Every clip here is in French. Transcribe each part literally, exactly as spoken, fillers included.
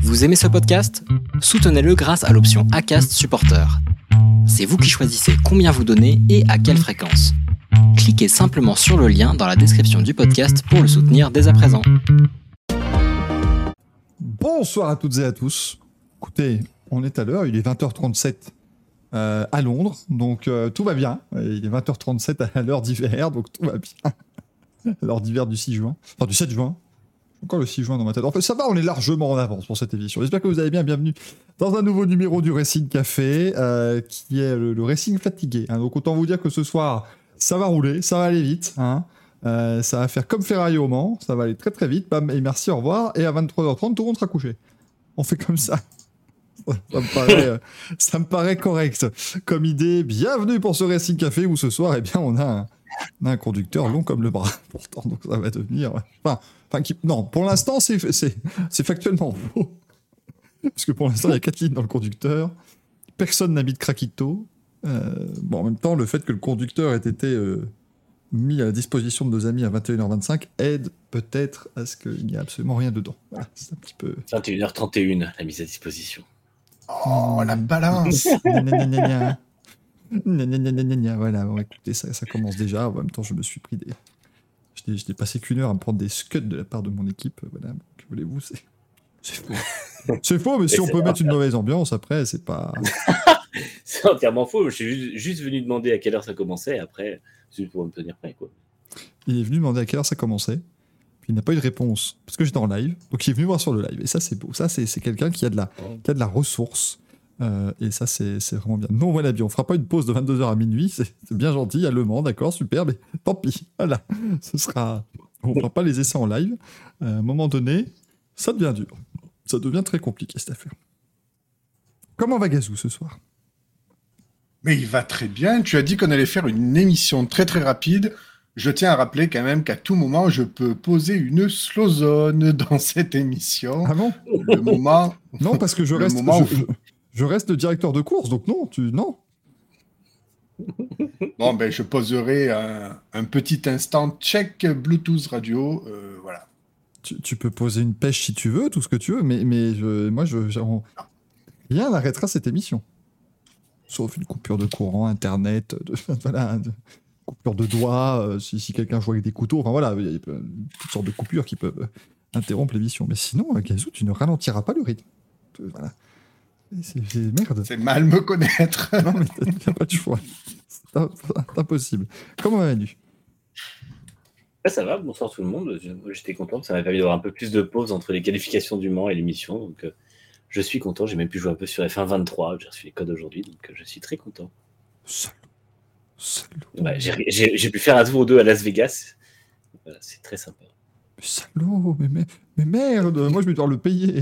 Vous aimez ce podcast ? Soutenez-le grâce à l'option Acast Supporter. C'est vous qui choisissez combien vous donnez et à quelle fréquence. Cliquez simplement sur le lien dans la description du podcast pour le soutenir dès à présent. Bonsoir à toutes et à tous. Écoutez, on est à l'heure, il est vingt heures trente-sept euh, à Londres, donc euh, tout va bien. Il est vingt heures trente-sept à l'heure d'hiver, donc tout va bien. L'heure d'hiver du six juin, enfin du sept juin. Encore le six juin dans ma tête. En fait, ça va, on est largement en avance pour cette émission. J'espère que vous allez bien. Bienvenue dans un nouveau numéro du Racing Café, euh, qui est le, le Racing fatigué. Hein. Donc autant vous dire que ce soir, ça va rouler, ça va aller vite. Hein. Euh, ça va faire comme Ferrari au Mans, ça va aller très très vite. Bam, et merci, au revoir. Et à vingt-trois heures trente, tout le monde sera couché. On fait comme ça. Ça me paraît, euh, ça me paraît correct comme idée. Bienvenue pour ce Racing Café où ce soir, eh bien, on a un, on a un conducteur long comme le bras. Pourtant, donc ça va devenir. Enfin, enfin qui, non, pour l'instant, c'est, c'est, c'est factuellement faux. Parce que pour l'instant, il y a quatre lignes dans le conducteur. Personne n'habite Krakito. Euh, bon, en même temps, le fait que le conducteur ait été euh, mis à la disposition de nos amis à vingt et une heures vingt-cinq aide peut-être à ce qu'il n'y ait absolument rien dedans. Voilà, c'est un petit peu. vingt et une heures trente et une, la mise à disposition. Oh, la balance. Gna, gna, gna, gna, gna. Gna, gna, gna, gna, gna. Voilà, bon, écoutez, ça, ça commence déjà. En même temps, je me suis pris des. Je n'ai, je n'ai passé qu'une heure à me prendre des scuds de la part de mon équipe. Voilà, que voulez-vous, c'est. C'est faux. C'est faux, mais si on peut mettre une mauvaise ambiance après, c'est pas. C'est entièrement faux. Je suis juste, juste venu demander à quelle heure ça commençait. Après, c'est juste pour me tenir prêt, quoi. Il est venu demander à quelle heure ça commençait. Puis il n'a pas eu de réponse parce que j'étais en live. Donc il est venu voir sur le live. Et ça, c'est beau. Ça, c'est, c'est quelqu'un qui a de la, qui a de la ressource. Euh, et ça, c'est, c'est vraiment bien. Non, voilà, bien. On fera pas une pause de vingt-deux heures à minuit. C'est, c'est bien gentil. À Le Mans, d'accord, super. Mais tant pis. Voilà. Ce sera. On ne fera pas les essais en live. Euh, à un moment donné, ça devient dur. Ça devient très compliqué, cette affaire. Comment va Gazou ce soir ? Mais il va très bien. Tu as dit qu'on allait faire une émission très très rapide. Je tiens à rappeler quand même qu'à tout moment, je peux poser une slow zone dans cette émission. Ah bon ? Le moment. Non, parce que je le reste, moment je, je, je reste directeur de course, donc non, tu non. Bon, ben je poserai un, un petit instant check Bluetooth radio. Euh, voilà. Tu, tu peux poser une pêche si tu veux, tout ce que tu veux, mais, mais je, moi, je, je- on- rien n'arrêtera cette émission. Sauf une coupure de courant, Internet, de, voilà, de- coupure de doigts, euh, si, si quelqu'un joue avec des couteaux, enfin voilà, il y a plein- toutes sortes de coupures qui peuvent euh, interrompre l'émission. Mais sinon, euh, Gazou, tu ne ralentiras pas le rythme. Euh, Voilà. C'est, c'est merde. C'est mal me connaître. Non, mais t'as t'as pas de choix. C'est im- c'est impossible. Comment va Manu ? Ah, ça va, bonsoir tout le monde. Je- J'étais content. Ça m'a permis d'avoir un peu plus de pause entre les qualifications du Mans et l'émission. Donc, euh, je suis content. J'ai même pu jouer un peu sur F un vingt-trois. J'ai reçu les codes aujourd'hui. Donc, euh, je suis très content. Salaud. Salaud. Ouais, j'ai, j'ai- j'ai pu faire un tour ou deux à Las Vegas. Voilà, c'est très sympa. Mais salaud, mais, mais, mais merde, moi je vais devoir le payer.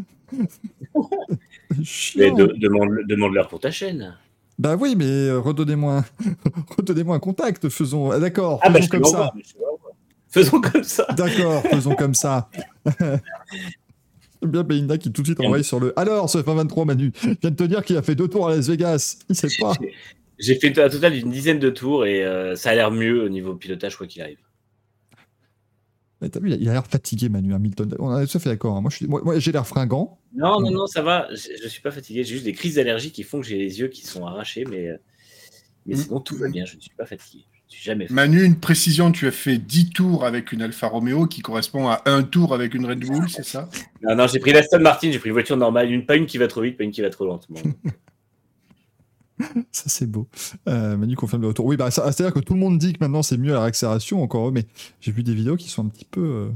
Mais Chiant. de- demande, demande-leur pour ta chaîne. Bah oui, mais euh, redonnez-moi, un- redonnez-moi un contact, faisons. Ah, d'accord, Ah, bah, faisons je te comme l'envoie, ça. mais je te l'envoie. Faisons comme ça. D'accord, faisons comme ça. J'aime bien Belinda qui tout de suite envoie sur le. Alors, ce F un vingt-trois, Manu, vient de te dire qu'il a fait deux tours à Las Vegas. Il sait pas. J'ai- J'ai fait un total d'une dizaine de tours et euh, ça a l'air mieux au niveau pilotage, quoi qu'il arrive. Mais t'as vu, il a- il a l'air fatigué, Manu Hamilton. On a tout à fait d'accord. hein. Moi, je suis... moi, moi, j'ai l'air fringant. Non, non, non, ça va. Je, je suis pas fatigué. J'ai juste des crises d'allergie qui font que j'ai les yeux qui sont arrachés, mais, euh, mais Mm. sinon tout va bien. Je ne suis pas fatigué. Je ne suis jamais fatigué. Manu, une précision, tu as fait dix tours avec une Alfa Romeo qui correspond à un tour avec une Red Bull, c'est ça? Non, non, j'ai pris l'Aston Martin. J'ai pris une voiture normale, une pas une qui va trop vite, pas une qui va trop lentement. Ça, c'est beau. Euh, Manu confirme le retour. Oui, bah, ça- c'est-à-dire que tout le monde dit que maintenant c'est mieux à la réaccélération, encore eux, mais j'ai vu des vidéos qui sont un petit peu. euh,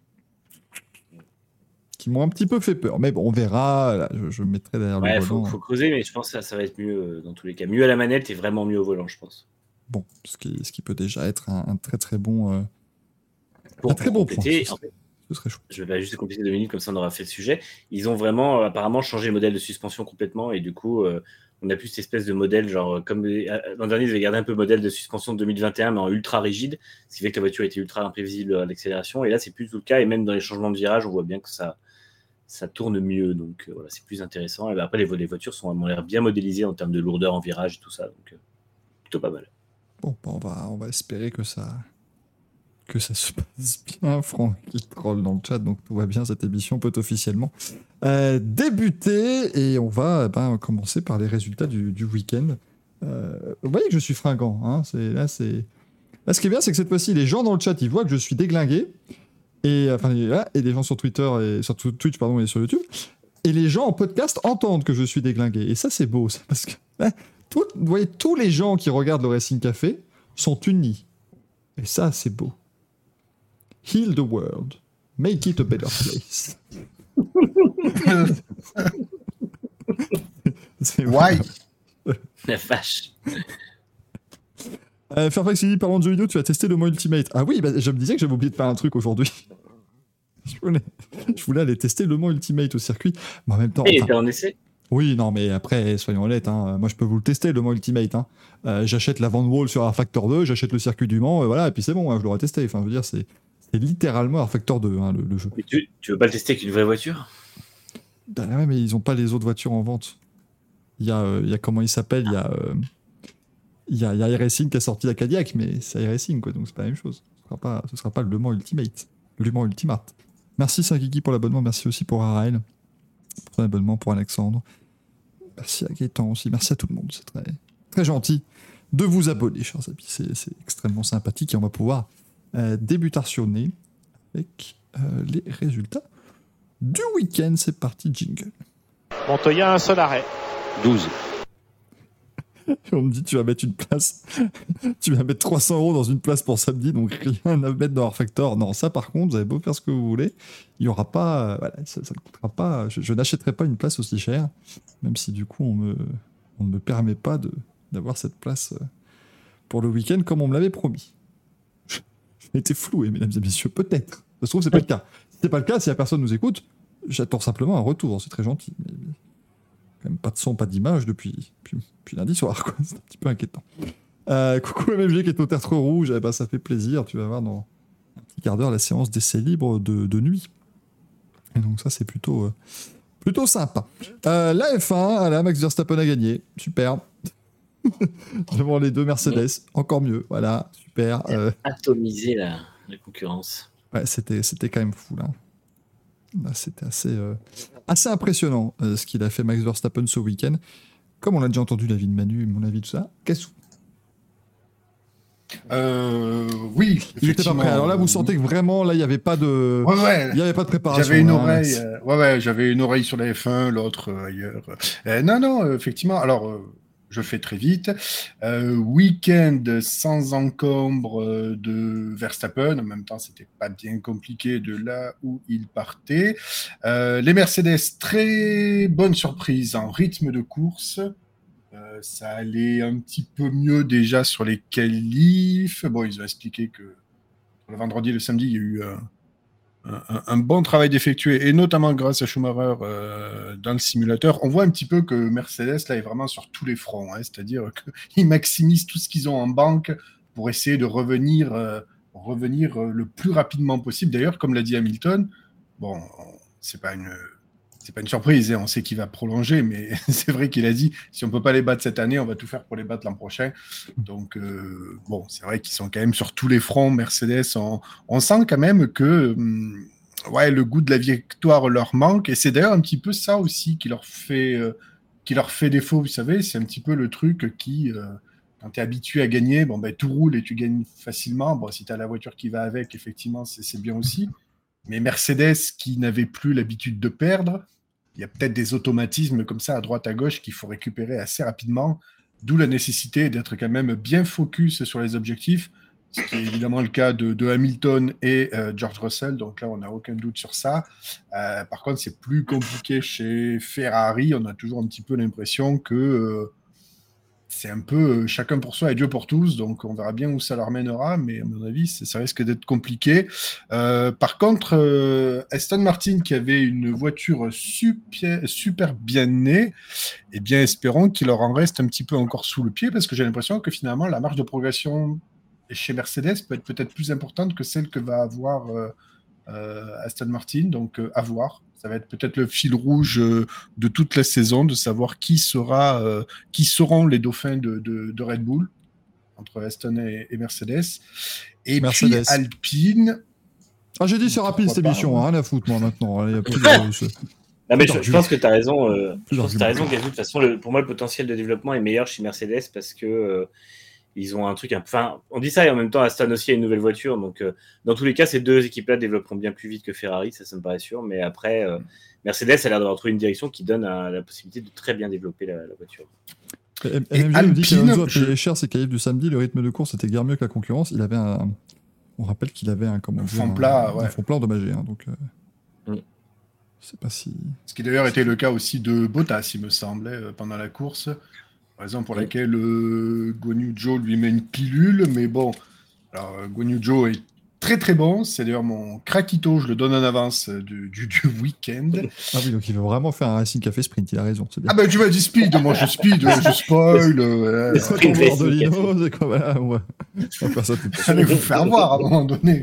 qui m'ont un petit peu fait peur. Mais bon, on verra. Là, je, je me mettrai derrière Ouais, le faut, volant. faut creuser, mais je pense que ça, ça va être mieux euh, dans tous les cas. Mieux à la manette et vraiment mieux au volant, je pense. Bon, ce qui, ce qui peut déjà être un, un très très bon. euh, Pour un très bon point. compléter, Ce en serait, fait, ce serait chouette. je vais juste compléter deux minutes, comme ça on aura fait le sujet. Ils ont vraiment, euh, apparemment, changé le modèle de suspension complètement, et du coup, euh, on a plus cette espèce de modèle, genre, euh, comme euh, l'an dernier, ils avaient gardé un peu le modèle de suspension de deux mille vingt et un, mais en ultra rigide, ce qui fait que la voiture était ultra imprévisible à l'accélération, et là, c'est plus tout le cas, et même dans les changements de virage, on voit bien que ça, ça tourne mieux, donc euh, voilà, c'est plus intéressant. Et ben, après, les, les voitures sont, ont l'air bien modélisées en termes de lourdeur en virage et tout ça, donc euh, plutôt pas mal. Bon, bah, on, va, on va espérer que ça, que ça se passe bien. Franck qui troll dans le chat, donc tout va bien. Cette émission peut officiellement euh, débuter et on va eh ben, commencer par les résultats du, du week-end. Euh, vous voyez que je suis fringant. Hein, c'est, là, c'est... là, ce qui est bien, c'est que cette fois-ci, les gens dans le chat, ils voient que je suis déglingué. Et, enfin, là, et les gens sur Twitter, et, sur Twitch pardon, et sur YouTube. Et les gens en podcast entendent que je suis déglingué. Et ça, c'est beau. Ça, parce que là, tout, vous voyez, tous les gens qui regardent le Racing Café sont unis. Et ça, c'est beau. Heal the world. Make it a better place. C'est Why? La vache. Euh, Fairfax, il dit, parlant de jeux vidéo, tu as testé le mot Ultimate. Ah oui, bah, je me disais que j'avais oublié de faire un truc aujourd'hui. je, voulais, je voulais aller tester le mot Ultimate au circuit. Mais en même temps... Et il enfin, était en essai? Oui, non, mais après, soyons honnêtes, hein, moi je peux vous le tester, le mot Ultimate. Hein. Euh, j'achète la Van Wall sur R-Factor deux, j'achète le circuit du Mans, et voilà, et puis c'est bon, hein, je l'aurais testé. Enfin, je veux dire, c'est, c'est littéralement R-Factor deux, hein, le, le jeu. Mais tu, tu veux pas le tester avec une vraie voiture? Ah ouais, mais ils ont pas les autres voitures en vente. Il y a, euh, il y a comment il s'appelle, il y a... Euh, Il y a, il y a iRacing qui a sorti la Cadillac, mais c'est iRacing, quoi, donc c'est pas la même chose. Ce sera pas, ce sera pas le Le Mans Ultimate. Le Le Mans Ultimate. Merci Saint-Kiki pour l'abonnement, merci aussi pour Araël, pour son abonnement, pour Alexandre. Merci à Gaëtan aussi, merci à tout le monde, c'est très, très gentil de vous abonner, chers amis, c'est, c'est extrêmement sympathique et on va pouvoir euh, débutartionner avec euh, les résultats du week-end. C'est parti, jingle. Montoya, un seul arrêt. douze. On me dit tu vas mettre une place, tu vas mettre trois cents euros dans une place pour samedi, donc rien à mettre dans R-Factor. Non, ça par contre, vous avez beau faire ce que vous voulez, il y aura pas, euh, voilà, ça, ça ne coûtera pas. Je, je n'achèterai pas une place aussi chère, même si du coup on me, on ne me permet pas de d'avoir cette place euh, pour le week-end comme on me l'avait promis. J'ai été floué, mesdames et messieurs, peut-être. Ça se trouve c'est pas le cas. Si c'est pas le cas, si la personne nous écoute, j'attends simplement un retour. C'est très gentil. Mais... quand même pas de son, pas d'image depuis, depuis, depuis lundi soir, quoi. C'est un petit peu inquiétant. Euh, coucou M F G qui est au tertre rouge, eh ben, ça fait plaisir, tu vas voir dans un petit quart d'heure la séance d'essai libre de, de nuit. Et donc ça c'est plutôt, euh, plutôt sympa. Euh, la F un, voilà, Max Verstappen a gagné, super. Devant les deux Mercedes, encore mieux, voilà, super. Euh, Atomiser la, la concurrence. Ouais, c'était, c'était quand même fou là. Là, c'était assez, euh, assez impressionnant euh, ce qu'il a fait Max Verstappen ce week-end. Comme on l'a déjà entendu l'avis de Manu, mon avis, tout ça. Qu'est-ce euh, Oui, il était pas prêt. Alors là, vous sentez que vraiment, là, il n'y avait pas de, ouais, ouais. il y avait pas de préparation. J'avais une là, oreille, là, euh, ouais, ouais, j'avais une oreille sur la F un, l'autre euh, ailleurs. Euh, non, non, euh, effectivement. Alors. Euh... Je fais très vite. Euh, week-end sans encombre euh, de Verstappen. En même temps, c'était pas bien compliqué de là où il partait. Euh, les Mercedes, très bonne surprise en rythme de course. Euh, ça allait un petit peu mieux déjà sur les qualifs. Bon, ils ont expliqué que le vendredi et le samedi, il y a eu... Euh, Un, un bon travail d'effectuer, et notamment grâce à Schumacher euh, dans le simulateur. On voit un petit peu que Mercedes là, est vraiment sur tous les fronts, hein, c'est-à-dire qu'ils maximisent tout ce qu'ils ont en banque pour essayer de revenir, euh, revenir euh, le plus rapidement possible. D'ailleurs, comme l'a dit Hamilton, bon, c'est pas une, c'est pas une surprise, hein, on sait qu'il va prolonger, mais c'est vrai qu'il a dit, si on peut pas les battre cette année, on va tout faire pour les battre l'an prochain. Donc, euh, bon, c'est vrai qu'ils sont quand même sur tous les fronts, Mercedes. On, on sent quand même que hum, ouais, le goût de la victoire leur manque, et c'est d'ailleurs un petit peu ça aussi qui leur fait, euh, qui leur fait défaut, vous savez, c'est un petit peu le truc qui... Euh, quand tu es habitué à gagner, bon, ben, tout roule et tu gagnes facilement. Bon, si tu as la voiture qui va avec, effectivement, c'est, c'est bien aussi. Mais Mercedes, qui n'avait plus l'habitude de perdre, il y a peut-être des automatismes comme ça à droite à gauche qu'il faut récupérer assez rapidement, d'où la nécessité d'être quand même bien focus sur les objectifs, ce qui est évidemment le cas de, de Hamilton et euh, George Russell, donc là on n'a aucun doute sur ça. Euh, par contre c'est plus compliqué chez Ferrari, on a toujours un petit peu l'impression que euh, c'est un peu euh, chacun pour soi et Dieu pour tous, donc on verra bien où ça leur mènera, mais à mon avis, ça risque d'être compliqué. Euh, par contre, euh, Aston Martin, qui avait une voiture super, super bien née, eh bien, espérons qu'il leur en reste un petit peu encore sous le pied, parce que j'ai l'impression que finalement, la marge de progression chez Mercedes peut être peut-être plus importante que celle que va avoir euh, euh, Aston Martin, donc euh, à voir. Ça va être peut-être le fil rouge euh, de toute la saison, de savoir qui sera, euh, qui seront les dauphins de, de, de Red Bull, entre Aston et, et Mercedes. Et Mercedes. puis Alpine. Ah, j'ai dit c'est rapide cette émission, hein, rien à foutre moi maintenant. Il y a plus de... ce- Non, mais Plus je, je d'arguments. pense que tu as raison. Euh, Plus je pense que tu as d'arguments. raison, Gazou. De toute façon, le, pour moi, le potentiel de développement est meilleur chez Mercedes parce que euh, ils ont un truc. un- Enfin, on dit ça et en même temps, Aston aussi a une nouvelle voiture. Donc, euh, dans tous les cas, ces deux équipes-là développeront bien plus vite que Ferrari, ça, ça me paraît sûr. Mais après, euh, Mercedes a l'air d'avoir trouvé une direction qui donne euh, la possibilité de très bien développer la, la voiture. Et, Et M G nous dit Alpine, qu'Alonso a je- payé cher ses qualifs du samedi, le rythme de course était guère mieux que la concurrence. Il avait un. On rappelle qu'il avait un, comment Un dire, fond un- plat, un ouais. fond plat endommagé. Hein, donc, euh, Mm. je sais pas si. Ce qui d'ailleurs était le cas aussi de Bottas, il me semblait, euh, pendant la course. Raison pour Oui. laquelle euh, Guan Yu Zhou lui met une pilule. Mais bon, alors euh, Guan Yu Zhou est très très bon. C'est d'ailleurs mon craquito, je le donne en avance euh, du, du, du week-end. Ah oui, donc il veut vraiment faire un Racing Café Sprint, il a raison, c'est bien. Ah bah tu m'as dit speed, moi je speed, je spoil. Euh, Et ça Sprint tombe Racing Ordolino, c'est quoi, voilà, ouais. On va faire ça tout de suite. Allez vous faire voir à un moment donné.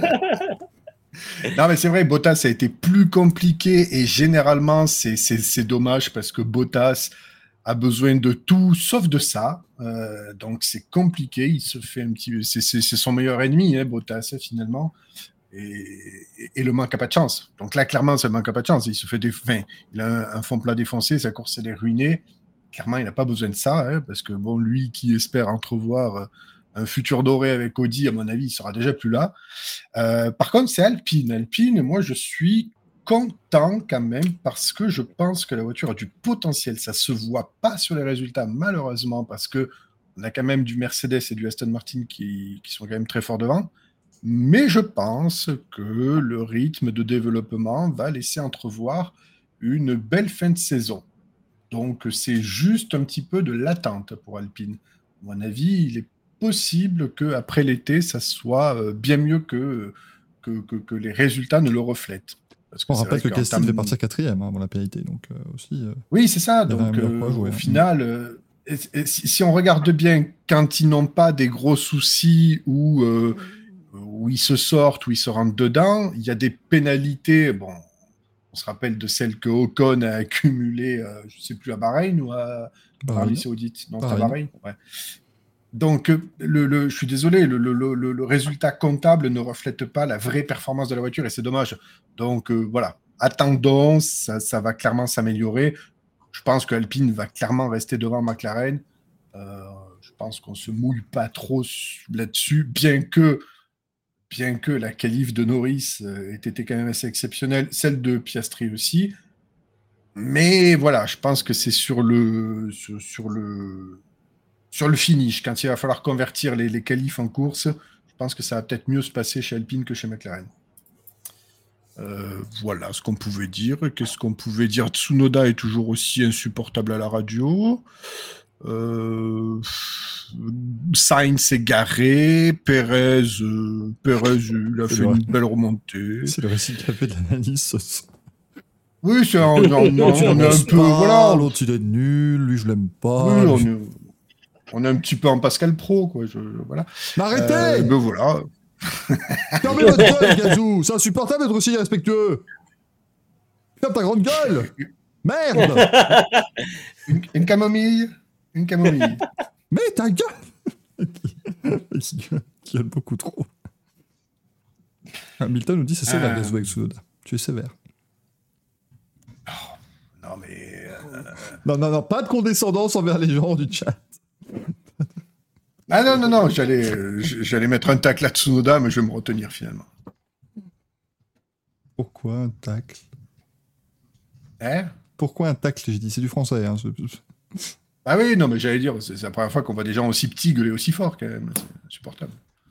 Non, mais c'est vrai, Bottas a été plus compliqué et généralement, c'est, c'est, c'est dommage parce que Bottas a besoin de tout sauf de ça. Euh, donc, c'est compliqué. Il se fait un petit. C'est, c'est, c'est son meilleur ennemi, hein, Bottas, finalement. Et, et, et le manque n'a pas de chance. Donc là, clairement, ça ne manque pas de chance. Il se fait des. Enfin, il a un, un fond plat défoncé, sa course, elle est ruinée. Clairement, il n'a pas besoin de ça, hein, parce que, bon, lui qui espère entrevoir un futur doré avec Audi, à mon avis, il sera déjà plus là. Euh, par contre, c'est Alpine. Alpine, moi, je suis content quand même parce que je pense que la voiture a du potentiel. Ça se voit pas sur les résultats, malheureusement, parce que on a quand même du Mercedes et du Aston Martin qui, qui sont quand même très forts devant. Mais je pense que le rythme de développement va laisser entrevoir une belle fin de saison. Donc, c'est juste un petit peu de l'attente pour Alpine. À mon avis, il est possible qu'après l'été, ça soit bien mieux que, que, que, que les résultats ne le reflètent. Parce que On c'est rappelle vrai que qu'en Castille termes- devait partir quatrième hein, avant la pénalité, donc euh, aussi. euh, Oui, c'est ça. il y avait un Donc, meilleur euh, point à jouer, au hein. final, euh, et- et si, si on regarde bien, quand ils n'ont pas des gros soucis ou euh, où ils se sortent, où ils se rentrent dedans, il y a des pénalités. Bon, on se rappelle de celles que Ocon a accumulées, euh, je ne sais plus, à Bahreïn ou à Bahreïn. Arabie Saoudite. Non, c'est à Bahreïn. Bahreïn. Ouais. Donc, euh, le, le, je suis désolé, le, le, le, le résultat comptable ne reflète pas la vraie performance de la voiture et c'est dommage. Donc, euh, voilà, attendons, ça, ça va clairement s'améliorer. Je pense que Alpine va clairement rester devant McLaren. Euh, je pense qu'on ne se mouille pas trop là-dessus, bien que, bien que la qualif de Norris ait été quand même assez exceptionnelle, celle de Piastri aussi. Mais voilà, je pense que c'est sur le, sur, sur le, sur le finish, quand il va falloir convertir les, les qualifs en course, je pense que ça va peut-être mieux se passer chez Alpine que chez McLaren. Euh, voilà ce qu'on pouvait dire. Qu'est-ce qu'on pouvait dire? Tsunoda est toujours aussi insupportable à la radio. Euh, Sainz est garé. Perez, euh, Perez il a C'est fait vrai. une belle remontée. C'est le Racing Café de l'analyse. ce soir. Oui, c'est un, on, on- L'autre, il on est un avance peu. pas, Voilà. l'autre il est nul, lui je l'aime pas. Oui, on lui- est, on est un petit peu en Pascal Pro, quoi. Je, voilà. Mais arrêtez Euh, ben voilà. Fermez votre gueule, Gazou. C'est insupportable d'être aussi irrespectueux. Ferme ta grande gueule. Merde. Une, une camomille. Une camomille. Mais ta gueule. Qui gueule beaucoup trop. Hamilton nous dit c'est sévère, Euh. Gazou avec Tsunoda. Tu es sévère. Non, mais. euh, Non, non, non, pas de condescendance envers les gens du chat. Ah non, non, non, j'allais, euh, j'allais mettre un tacle à Tsunoda, mais je vais me retenir finalement. Pourquoi un tacle? Hein? Pourquoi un tacle? J'ai dit, c'est du français. Hein, c'est- Ah oui, non, mais j'allais dire, c'est, c'est la première fois qu'on voit des gens aussi petits gueuler aussi fort, quand même. C'est insupportable.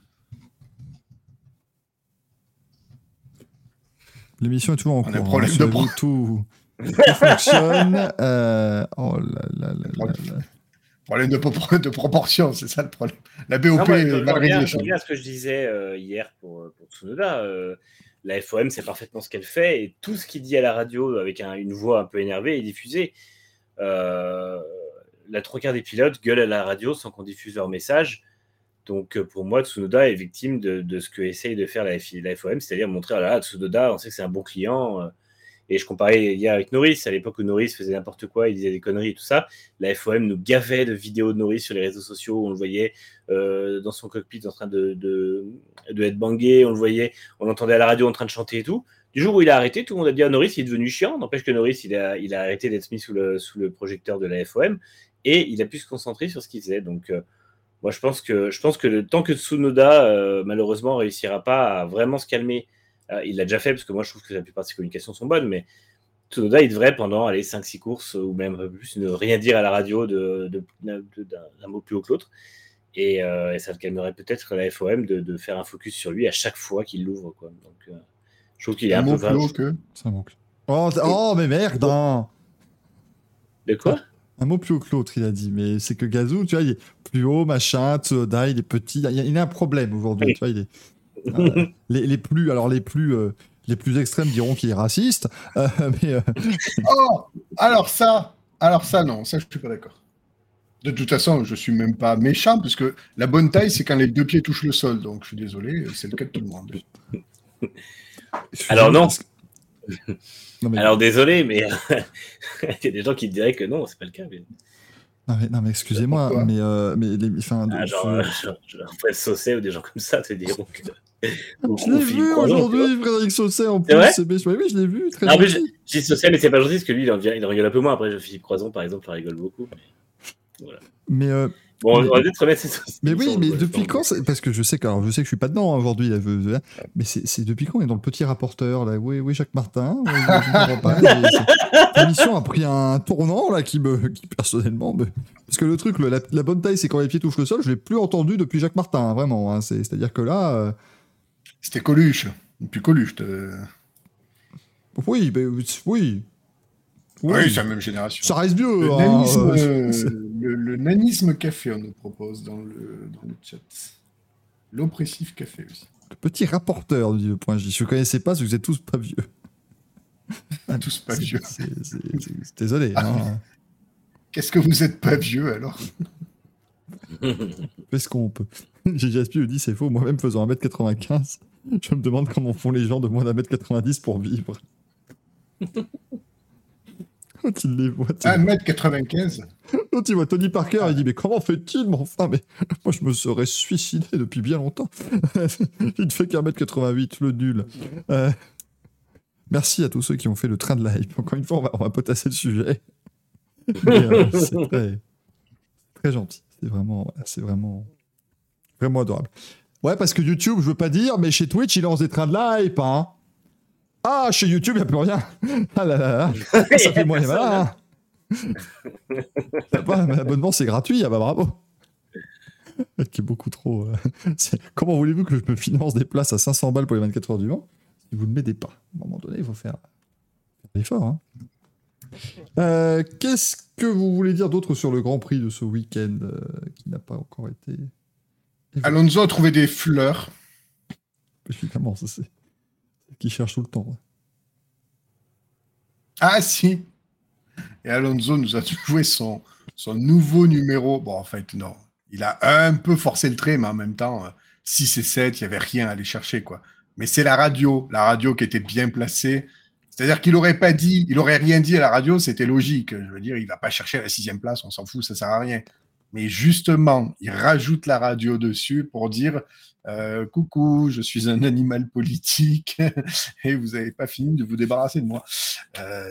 L'émission est toujours en On a un cours. problème hein, de rassurez-vous, tout, tout fonctionne. Euh, Oh là là là là là. Problème de, pro- de proportion, c'est ça le problème. La B O Non, P moi, est je, je mal reviens, réglée. je reviens à ce que je disais euh, hier pour, pour Tsunoda. Euh, la F O M, c'est parfaitement ce qu'elle fait et tout ce qu'il dit à la radio avec un- une voix un peu énervée est diffusé. Euh, la trois quarts des pilotes gueulent à la radio sans qu'on diffuse leur message. Donc, euh, pour moi, Tsunoda est victime de, de ce que essaye de faire la, F I la F O M, c'est-à-dire montrer, ah là, Tsunoda, on sait que c'est un bon client, euh, Et je comparais hier avec Norris, à l'époque où Norris faisait n'importe quoi, il disait des conneries et tout ça. La F O M nous gavait de vidéos de Norris sur les réseaux sociaux, on le voyait euh, dans son cockpit en train de, de, de être bangé, on le voyait, on l'entendait à la radio en train de chanter et tout. Du jour où il a arrêté, tout le monde a dit à Norris, il est devenu chiant. N'empêche que Norris, il a, il a arrêté d'être mis sous le, sous le projecteur de la F O M et il a pu se concentrer sur ce qu'il faisait. Donc, euh, moi, je pense que, je pense que le temps que Tsunoda, euh, malheureusement, réussira pas à vraiment se calmer, euh, il l'a déjà fait parce que moi, je trouve que la plupart de ses communications sont bonnes, mais Tsunoda, il devrait, pendant allez, cinq six courses ou même un peu plus, ne rien dire à la radio de, de, de, de, d'un, d'un mot plus haut que l'autre. Et, euh, et ça le calmerait peut-être la F O M de, de faire un focus sur lui à chaque fois qu'il l'ouvre, quoi. Donc, euh, je trouve qu'il est Un un mot peu plus haut que. C'est un mot. Oh, oh, mais merde hein. De quoi? Un mot plus haut que l'autre, il a dit. Mais c'est que Gazou, tu vois, il est plus haut, machin, Tsunoda, il est petit. Il a, il a un problème aujourd'hui, tu vois, il est... Euh, les, les plus, alors les plus, euh, les plus extrêmes diront qu'il est raciste, euh, mais euh... oh, alors ça, alors ça non, ça je suis pas d'accord. De toute façon, je suis même pas méchant parce que la bonne taille c'est quand les deux pieds touchent le sol, donc je suis désolé, c'est le cas de tout le monde. Alors non. non mais... Alors désolé, mais il y a des gens qui te diraient que non, c'est pas le cas. Mais... Non mais, non mais excusez-moi, Pourquoi mais, euh, mais les, enfin, ah, de, genre, ce... euh, genre, genre Fred Saucet ou des gens comme ça te diront que. Je l'ai vu aujourd'hui, Frédéric Saucet en plus. C'est vrai oui, oui, je l'ai vu. Très ah, gentil. oui, je dis Saucet, mais c'est pas gentil parce que lui, il, en, il rigole un peu moins. Après, Philippe Croison, par exemple, il rigole beaucoup. Mais, voilà. mais euh... bon, mais... on va peut-être remettre ces sauces. Mais oui, mais depuis quand c'est... Parce que je sais que, alors, je sais que je suis pas dedans hein, aujourd'hui, là, je... mais c'est, c'est depuis quand on est dans le petit rapporteur là. Oui, oui, Jacques Martin. Oui, je ne pas. L'émission a pris un tournant là qui me, qui personnellement, me... parce que le truc, le, la, la bonne taille, c'est quand les pieds touchent le sol. Je l'ai plus entendu depuis Jacques Martin, hein, vraiment. Hein, c'est, c'est-à-dire que là. Euh... C'était Coluche, depuis Coluche. Te... Oui, mais oui. Oui, oui, c'est la même génération. Ça reste vieux. Le, hein, nanisme, euh... le, le nanisme café, on nous propose dans le, dans le chat. L'oppressif café aussi. Le petit rapporteur, dit le point J. Je ne connaissais pas, parce que vous êtes tous pas vieux. tous pas vieux. C'est, c'est, c'est, c'est... Désolé. Ah, hein. Qu'est-ce que vous êtes pas vieux alors? Qu'est-ce qu'on peut? J'ai Jaspi me dit c'est faux. Moi-même faisant un mètre quatre-vingt-quinze, je me demande comment font les gens de moins d'un mètre quatre-vingt-dix pour vivre. Quand il les voit. un mètre quatre-vingt-quinze. Quand il voit Tony Parker, il dit mais comment fait-il? Mais enfin, mais moi je me serais suicidé depuis bien longtemps. Il ne fait qu'un mètre quatre-vingt-huit, le nul. Euh... Merci à tous ceux qui ont fait le train de la hype. Encore une fois, on va, on va potasser le sujet. Mais, euh, c'est très, très gentil. C'est vraiment, c'est vraiment, vraiment adorable. Ouais, parce que YouTube, je veux pas dire, mais chez Twitch, ils lancent des trains de la hype, hein. Ah, chez YouTube, il n'y a plus rien. Ah là là là. Ça fait moyen malin. Hein. L'abonnement, c'est gratuit. Ah bah bravo. Qui est beaucoup trop. Euh... C'est... Comment voulez-vous que je me finance des places à cinq cents balles pour les vingt-quatre heures du Mans si vous ne m'aidez pas? À un moment donné, il faut faire, faire l'effort. Hein. Euh, qu'est-ce que vous voulez dire d'autre sur le Grand Prix de ce week-end euh, qui n'a pas encore été... Alonso a trouvé des fleurs. Évidemment, ça c'est... qui cherche tout le temps. Ouais. Ah si. Et Alonso nous a joué son, son nouveau numéro. Bon, en fait, non. Il a un peu forcé le trait, mais en même temps, six et sept, il n'y avait rien à aller chercher, quoi. Mais c'est la radio. La radio qui était bien placée. C'est-à-dire qu'il n'aurait pas dit, il n'aurait rien dit à la radio, c'était logique. Je veux dire, il ne va pas chercher à la sixième place, on s'en fout, ça ne sert à rien. Mais justement, il rajoute la radio dessus pour dire euh, « Coucou, je suis un animal politique et vous n'avez pas fini de vous débarrasser de moi. Euh, »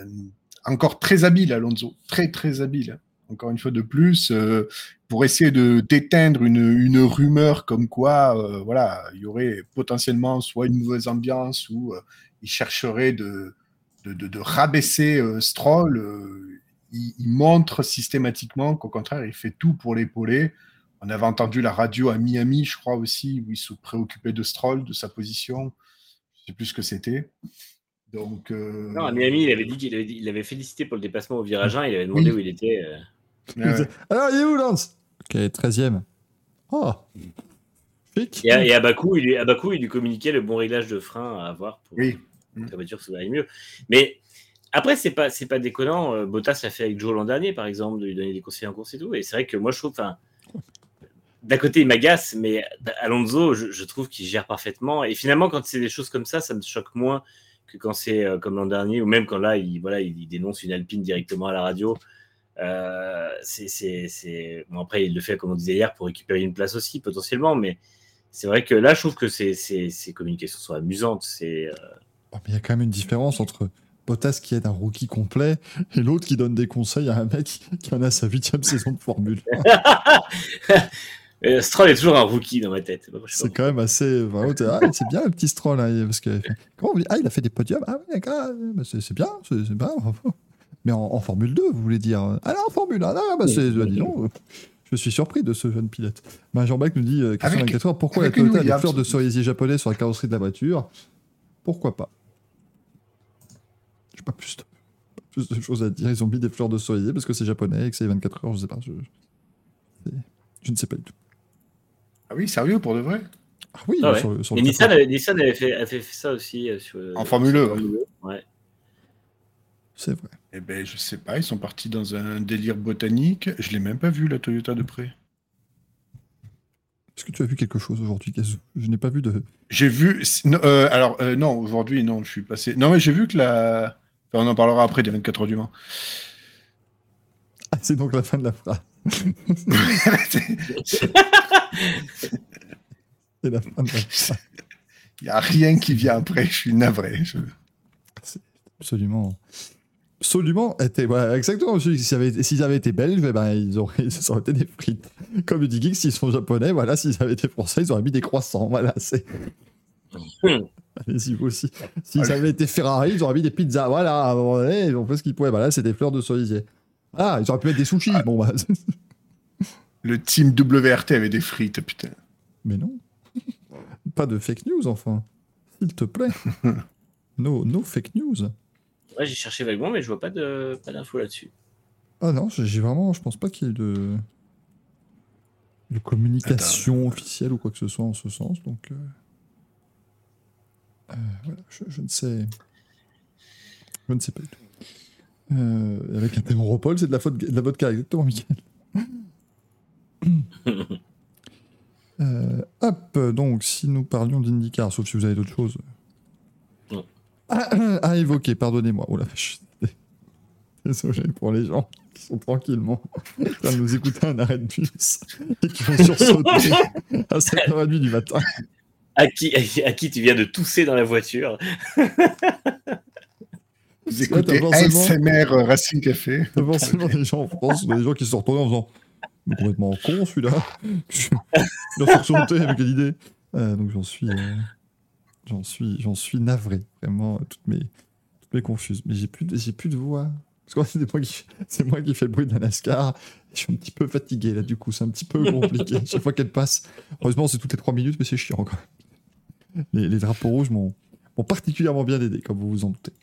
Encore très habile, Alonso. Très, très habile. Encore une fois de plus, euh, pour essayer de d'éteindre une, une rumeur comme quoi, euh, voilà, il y aurait potentiellement soit une mauvaise ambiance ou euh, il chercherait de, de, de, de rabaisser euh, Stroll. Euh, il, il montre systématiquement qu'au contraire, il fait tout pour l'épauler. On avait entendu la radio à Miami, je crois aussi, où il se préoccupait de Stroll, de sa position. Je ne sais plus ce que c'était. Donc, euh... Non, à Miami, il avait dit qu'il avait, il avait félicité pour le dépassement au virage un, il avait demandé oui. où il était. Euh... Ouais. Alors, il est où, Lance? Ok, treizième. Oh Et à, et à Bakou, il, à Bakou, il lui communiquait le bon réglage de frein à avoir pour oui. que la voiture se vaille mieux. Mais après, c'est pas, c'est pas déconnant. Bottas l'a fait avec Joe l'an dernier, par exemple, de lui donner des conseils en course et tout. Et c'est vrai que moi, je trouve, enfin, d'un côté, il m'agace, mais Alonso, je, je trouve qu'il gère parfaitement. Et finalement, quand c'est des choses comme ça, ça me choque moins que quand c'est euh, comme l'an dernier, ou même quand là, il, voilà, il, il dénonce une Alpine directement à la radio. Euh, c'est, c'est, c'est... Bon, après, il le fait, comme on disait hier, pour récupérer une place aussi, potentiellement, mais c'est vrai que là, je trouve que ces, ces, ces communications sont amusantes. C'est, euh... oh, mais il y a quand même une différence entre Bottas qui aide un rookie complet et l'autre qui donne des conseils à un mec qui en a sa huitième saison de Formule. Stroll est toujours un rookie dans ma tête. C'est quand même assez. Enfin, ah, c'est bien le petit Stroll. Hein, parce que... Comment vous dites ah, il a fait des podiums. Ah, oui, d'accord. Bah, c'est, c'est bien. C'est, c'est bien. Mais en, en Formule deux, vous voulez dire. Ah non, en Formule un. Ah, bah, c'est, bah, dis donc, je suis surpris de ce jeune pilote. Bah, Jean-Baptiste nous dit euh, question vingt-quatre heures. Pourquoi la Toyota a des fleurs de cerisier japonais sur la carrosserie de la voiture? Pourquoi pas? Je n'ai pas plus de, pas plus de choses à dire. Ils ont mis des fleurs de cerisier parce que c'est japonais et que c'est vingt-quatre heures. Je sais pas. Je, je ne sais pas du tout. Ah oui, sérieux, pour de vrai? Ah oui, ah ouais. sur le, sur le Nissan, avait, Nissan avait, fait, avait fait ça aussi. Euh, sur, en Formule un. Ouais. C'est vrai. Eh ben, je sais pas, ils sont partis dans un délire botanique. Je l'ai même pas vu, la Toyota de près. Est-ce que tu as vu quelque chose aujourd'hui, Kazoo? Je n'ai pas vu de... J'ai vu... Non, euh, alors, euh, non, aujourd'hui, non, je suis passé... Non, mais j'ai vu que la... Enfin, on en parlera après des vingt-quatre heures du Mans. Ah, c'est donc la fin de la phrase. c'est la fin de la phrase. Il n'y a rien qui vient après, je suis navré. Je... C'est absolument... Absolument, était, voilà, exactement. S'ils avaient, s'ils avaient été belges, eh ben, ils auraient, ça aurait été des frites. Comme le dit Geeks, s'ils sont japonais, voilà, s'ils avaient été français, ils auraient mis des croissants. Voilà, c'est. Allez-y, vous aussi. S'ils okay. avaient été Ferrari, ils auraient mis des pizzas. Voilà, à un moment donné, ils ont fait ce qu'ils pouvaient. Voilà, c'est des fleurs de cerisier. Ah, ils auraient pu mettre des sushis. Ah. Bon, bah. Le team W R T avait des frites, putain. Mais non. Pas de fake news, enfin. S'il te plaît. No, no fake news. Ouais, j'ai cherché vaguement, mais je vois pas de pas d'infos là-dessus. Ah non, j'ai vraiment, je pense pas qu'il y ait de, de communication Attends. officielle ou quoi que ce soit en ce sens. Donc, euh... Euh, voilà, je, je ne sais, je ne sais pas du tout. Euh, avec un Thémoropole, c'est de la faute, de la vodka, exactement, Mickaël. euh, hop, donc si nous parlions d'IndyCar, sauf si vous avez d'autres choses. Non. À, à évoquer, pardonnez-moi. Oh la vache. Désolé pour les gens qui sont tranquillement en train de nous écouter un arrêt de bus et qui vont sursauter à sept heures trente du matin. À qui, à qui tu viens de tousser dans la voiture. Vous écoutez A S M R Racing Café. T'as forcément des gens en France, des gens qui se sont retournés en faisant mais complètement con celui-là. Il a sursauté avec l'idée. Euh, donc j'en suis, euh, j'en suis, j'en suis navré. Vraiment, toutes mes, toutes mes confuses. Mais j'ai plus, de, j'ai plus de voix. Parce que c'est moi, qui, c'est moi qui fais le bruit de la NASCAR. Je suis un petit peu fatigué là, du coup, c'est un petit peu compliqué. Chaque fois qu'elle passe, heureusement, c'est toutes les trois minutes, mais c'est chiant quand même. Les, les drapeaux rouges m'ont, m'ont particulièrement bien aidé, comme vous vous en doutez.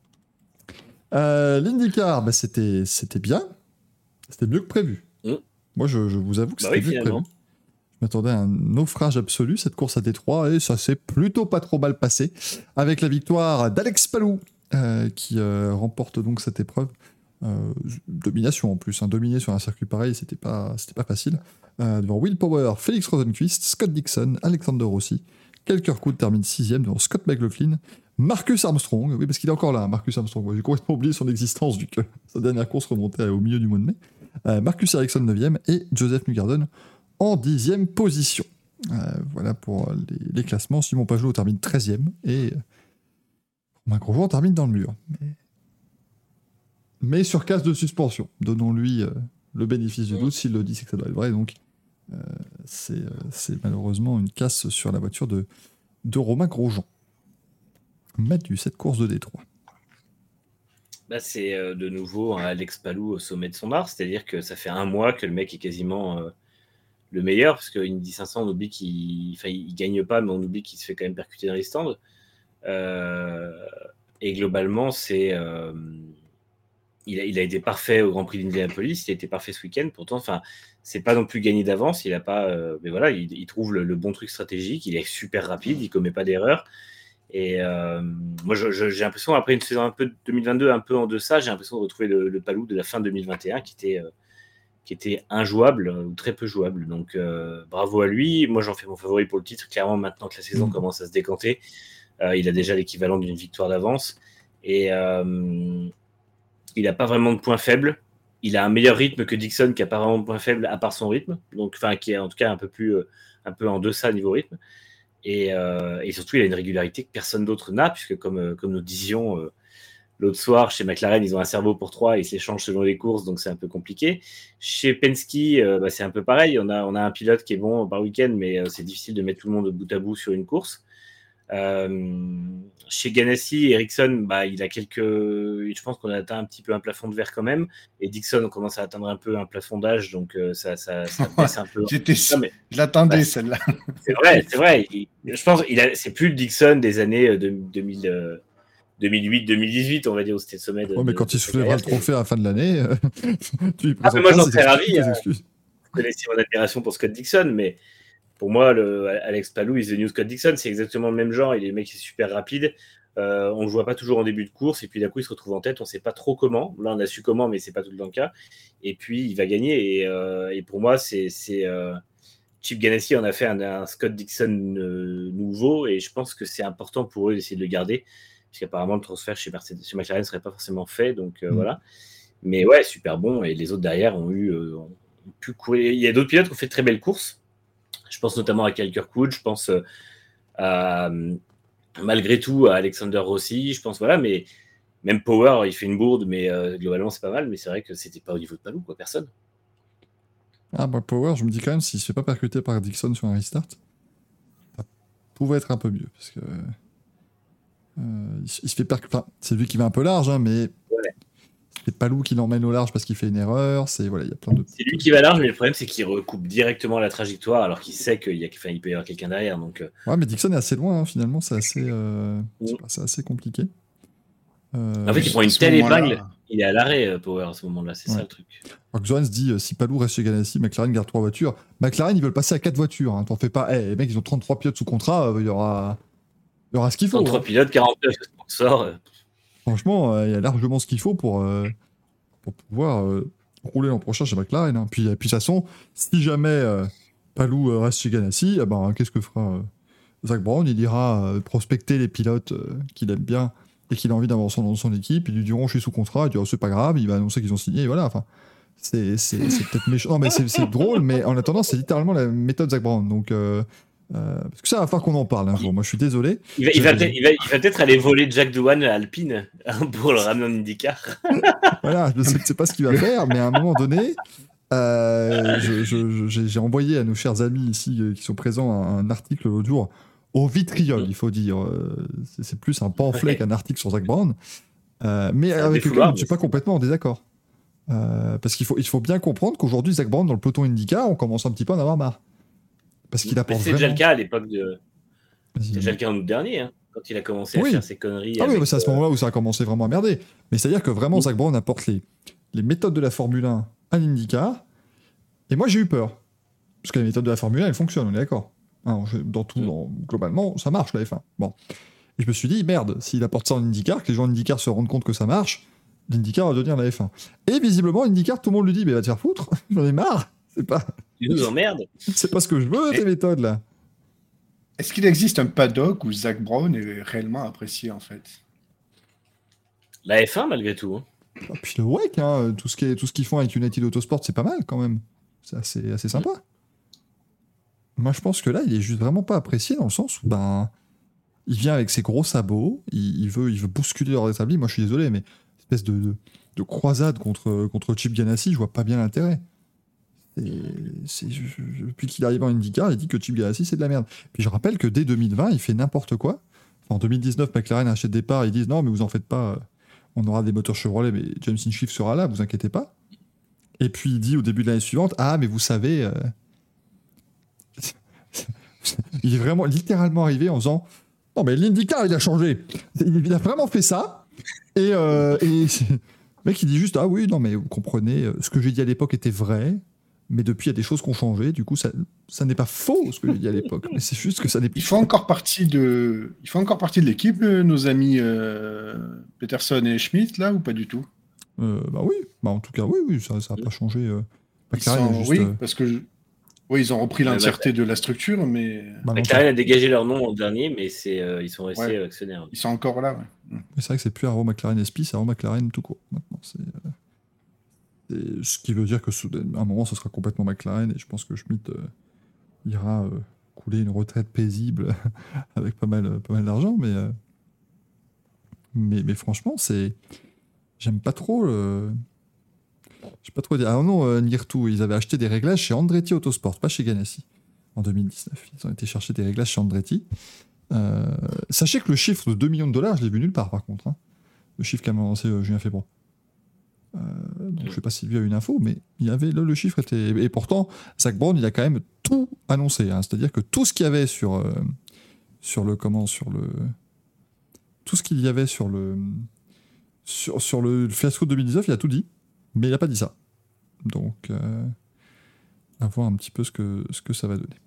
Euh, L'IndyCar, bah, c'était, c'était bien. C'était mieux que prévu. Mmh. Moi, je, je vous avoue que bah c'était oui, mieux que prévu. Je m'attendais à un naufrage absolu, cette course à Détroit, et ça s'est plutôt pas trop mal passé, avec la victoire d'Alex Palou. Euh, qui euh, remporte donc cette épreuve. Euh, domination en plus, hein. Dominer sur un circuit pareil, c'était pas, c'était pas facile. Euh, devant Will Power, Félix Rosenqvist, Scott Dixon, Alexander Rossi. Kel Kirkwood termine sixième devant Scott McLaughlin, Marcus Armstrong, oui parce qu'il est encore là, Marcus Armstrong. Moi, j'ai complètement oublié son existence vu que sa dernière course remontait au milieu du mois de mai. Euh, Marcus Ericsson neuvième et Joseph Newgarden en dixième position. Euh, voilà pour les, les classements. Simon Pagenaud termine treizième et Romain Grosjean termine dans le mur. Mais, mais sur casse de suspension. Donnons-lui euh, le bénéfice du doute. S'il le dit, c'est que ça doit être vrai. Donc, euh, c'est, euh, c'est malheureusement une casse sur la voiture de, de Romain Grosjean. Mathieu, cette course de Détroit. Bah, c'est euh, de nouveau un Alex Palou au sommet de son art. C'est-à-dire que ça fait un mois que le mec est quasiment euh, le meilleur. Parce qu'Indy cinq cents, on oublie qu'il ne gagne pas, mais on oublie qu'il se fait quand même percuter dans les stands. Euh, et globalement, c'est, euh, il, a, il a été parfait au Grand Prix d'Indianapolis, il a été parfait ce week-end. Pourtant, enfin, c'est pas non plus gagné d'avance. Il a pas, euh, mais voilà, il, il trouve le, le bon truc stratégique. Il est super rapide, il commet pas d'erreur. Et euh, moi, je, je, j'ai l'impression après une saison un peu deux mille vingt-deux, un peu en deçà, j'ai l'impression de retrouver le, le Palou de la fin deux mille vingt et un qui était euh, qui était injouable ou très peu jouable. Donc, euh, bravo à lui. Moi, j'en fais mon favori pour le titre. Clairement, maintenant que la saison mmh. commence à se décanter. Euh, il a déjà l'équivalent d'une victoire d'avance. Et euh, il n'a pas vraiment de point faible. Il a un meilleur rythme que Dixon, qui n'a pas vraiment de point faible à part son rythme. Donc, enfin, qui est en tout cas un peu plus, euh, un peu en deçà niveau rythme. Et, euh, et surtout, il a une régularité que personne d'autre n'a, puisque comme, euh, comme nous disions euh, l'autre soir, chez McLaren, ils ont un cerveau pour trois, ils s'échangent selon les courses, donc c'est un peu compliqué. Chez Penske, euh, bah, c'est un peu pareil. On a, on a un pilote qui est bon par week-end, mais euh, c'est difficile de mettre tout le monde bout à bout sur une course. Euh, chez Ganassi, Ericsson, bah, il a quelques. Je pense qu'on a atteint un petit peu un plafond de verre quand même. Et Dixon, on commence à atteindre un peu un plafond d'âge, donc euh, ça, ça, ça baisse un peu. J'étais Non, mais, je l'attendais, bah, celle-là. C'est vrai, c'est vrai. Il, je pense qu'il a, c'est plus le Dixon des années de, deux mille, euh, deux mille huit deux mille dix-huit, on va dire, où c'était le sommet de. Ouais, mais de, quand de il se soulèvera le trophée à la fin de l'année, euh, tu lui ah, mais moi, j'en serais excuses, ravi. tes Hein. excuses. Vous connaissez mon admiration pour Scott Dixon, mais pour moi, le, Alex Palou is the new Scott Dixon. C'est exactement le même genre. Il est le mec qui est super rapide. Euh, on ne le voit pas toujours en début de course. Et puis d'un coup, il se retrouve en tête. On ne sait pas trop comment. Là, on a su comment, mais ce n'est pas tout le temps le cas. Et puis, il va gagner. Et, euh, et pour moi, c'est, c'est euh, Chip Ganassi en a fait un, un Scott Dixon euh, nouveau. Et je pense que c'est important pour eux d'essayer de le garder. Parce qu'apparemment, le transfert chez, Mercedes, chez McLaren ne serait pas forcément fait. Donc euh, mmh. voilà. Mais ouais, super bon. Et les autres derrière ont eu. Euh, ont pu courir. Il y a d'autres pilotes qui ont fait de très belles courses. Je pense notamment à Kyle Kirkwood, je pense euh, à, malgré tout à Alexander Rossi, je pense, voilà, mais même Power, il fait une bourde, mais euh, globalement, c'est pas mal, mais c'est vrai que c'était pas au niveau de Palou, quoi, personne. Ah, bah, Power, je me dis quand même, s'il se fait pas percuter par Dixon sur un restart, ça pouvait être un peu mieux, parce que euh, il, il se fait percuter, enfin, c'est lui qui va un peu large, hein, mais ouais. C'est Palou qui l'emmène au large parce qu'il fait une erreur. C'est voilà, il y a plein de. C'est lui qui va large, mais le problème c'est qu'il recoupe directement la trajectoire alors qu'il sait qu'il y a, enfin, il peut y avoir quelqu'un derrière. Donc. Euh... Ouais, mais Dixon est assez loin hein, finalement, c'est assez, euh... mmh. c'est assez compliqué. Euh... En fait, il prend une telle épingle, il est à l'arrêt Power à ce moment-là, c'est ouais. ça le truc. Alors que Zorens dit euh, si Palou reste chez Ganassi, McLaren garde trois voitures. McLaren ils veulent passer à quatre voitures. Hein. T'en fais pas. Eh, hey, les mecs ils ont trente-trois pilotes sous contrat, il euh, y aura, il y aura ce qu'il faut. trente-trois hein. pilotes, quarante-neuf sponsors. Euh... Franchement, il euh, y a largement ce qu'il faut pour. Euh... pour pouvoir euh, rouler l'an prochain chez McLaren. Hein. Puis, puis de toute façon, si jamais euh, Palou euh, reste chez Ganassi, eh ben, qu'est-ce que fera euh, Zak Brown? Il ira euh, prospecter les pilotes euh, qu'il aime bien et qu'il a envie d'avoir dans son équipe. Ils lui diront je suis sous contrat, il dira c'est pas grave, il va annoncer qu'ils ont signé, et voilà. Enfin, c'est, c'est, c'est peut-être méchant. Non, mais c'est, c'est drôle, mais en attendant, c'est littéralement la méthode Zak Brown. Donc, euh, Euh, parce que ça va falloir qu'on en parle un jour. Moi, je suis désolé. Il va, il va, peut-être, il va, il va peut-être aller voler Jack Doohan à Alpine pour le ramener en IndyCar. Voilà, je ne sais pas ce qu'il va faire, mais à un moment donné, euh, je, je, j'ai, j'ai envoyé à nos chers amis ici euh, qui sont présents un, un article l'autre jour au vitriol, il faut dire. Euh, c'est, c'est plus un pamphlet qu'un article sur Zak Brown. Euh, mais c'est avec lequel je ne suis pas complètement en désaccord. Euh, parce qu'il faut, il faut bien comprendre qu'aujourd'hui, Zak Brown, dans le peloton IndyCar, on commence un petit peu à en avoir marre. Parce qu'il apporte c'est vraiment... déjà le cas à l'époque de. C'est déjà le cas en août dernier, hein, quand il a commencé oui. à faire ses conneries. Ah avec, oui, c'est à ce moment-là où ça a commencé vraiment à merder. Mais c'est-à-dire que vraiment, oui. Zak Brown apporte les, les méthodes de la Formule un à l'IndyCar. Et moi, j'ai eu peur. Parce que les méthodes de la Formule un, elles fonctionnent, on est d'accord. Hein, dans tout, dans, globalement, ça marche, la F un. Bon. Et je me suis dit, merde, s'il apporte ça en IndyCar, que les gens en IndyCar se rendent compte que ça marche, l'IndyCar va devenir la F un. Et visiblement, l'IndyCar, tout le monde lui dit, mais va te faire foutre, j'en ai marre. C'est pas... Tu nous emmerdes. C'est pas ce que je veux, tes méthodes, là. Est-ce qu'il existe un paddock où Zak Brown est réellement apprécié, en fait? La F un, malgré tout. Hein. Et puis le W E C, hein, tout, ce qui est, tout ce qu'ils font avec United Autosport, c'est pas mal, quand même. C'est assez, assez sympa. Mmh. Moi, je pense que là, il est juste vraiment pas apprécié, dans le sens où, ben, il vient avec ses gros sabots, il, il, veut, il veut bousculer leur établi. Moi, je suis désolé, mais espèce de, de, de croisade contre, contre Chip Ganassi, je vois pas bien l'intérêt. Et c'est, je, je, depuis qu'il arrive en IndyCar, il dit que Chip Ganassi c'est de la merde. Puis je rappelle que dès deux mille vingt, il fait n'importe quoi. Enfin, en deux mille dix-neuf, McLaren achète des parts, ils disent non, mais vous en faites pas, on aura des moteurs Chevrolet, mais James Hinchcliffe sera là, vous inquiétez pas. Et puis il dit au début de l'année suivante, ah, mais vous savez, euh... il est vraiment littéralement arrivé en faisant non, mais l'IndyCar il a changé. Il a vraiment fait ça. Et, euh, et le mec il dit juste ah oui, non, mais vous comprenez, ce que j'ai dit à l'époque était vrai. Mais depuis, il y a des choses qui ont changé. Du coup, ça, ça n'est pas faux, ce que j'ai dit à l'époque. Mais c'est juste que ça n'est plus... Il faut encore partie de, il faut encore partie de l'équipe, nos amis euh, Peterson et Schmidt, là, ou pas du tout? euh, Bah oui. Bah, en tout cas, oui, oui, ça n'a pas changé. Euh... Ils sont... juste, oui, euh... parce que... Je... Oui, ils ont repris Ouais, l'entièreté de la structure, mais Bah, McLaren longtemps. a dégagé leur nom en dernier, mais c'est, euh, ils sont restés Ouais. euh, actionnaires. ils sont encore là. Ouais. Mais c'est vrai que c'est plus Arrow McLaren S P, c'est Arrow McLaren tout court. Maintenant, c'est, euh, c'est- ce qui veut dire que soudain- à un moment, ce sera complètement McLaren et je pense que Schmidt euh, ira euh, couler une retraite paisible avec pas mal, euh, pas mal d'argent. Mais, euh, mais, mais franchement, c'est, j'aime pas trop. Le... J'ai pas trop dire. Ah non, euh, Nirtu, ils avaient acheté des réglages chez Andretti Autosport, pas chez Ganassi, en deux mille dix-neuf. Ils ont été chercher des réglages chez Andretti. Euh, sachez que le chiffre de deux millions de dollars, je l'ai vu nulle part par contre. Hein. Le chiffre qu'a annoncé euh, Julien Febron. Euh, donc je sais pas si lui a une info, mais il y avait, là, le chiffre était. Et pourtant, Zach Brown, il a quand même tout annoncé. Hein. C'est-à-dire que tout ce qu'il y avait sur, euh, sur le. Comment Sur le. Tout ce qu'il y avait sur le. Sur, sur le fiasco de deux mille dix-neuf, il a tout dit, mais il n'a pas dit ça. Donc, euh, à voir un petit peu ce que, ce que ça va donner.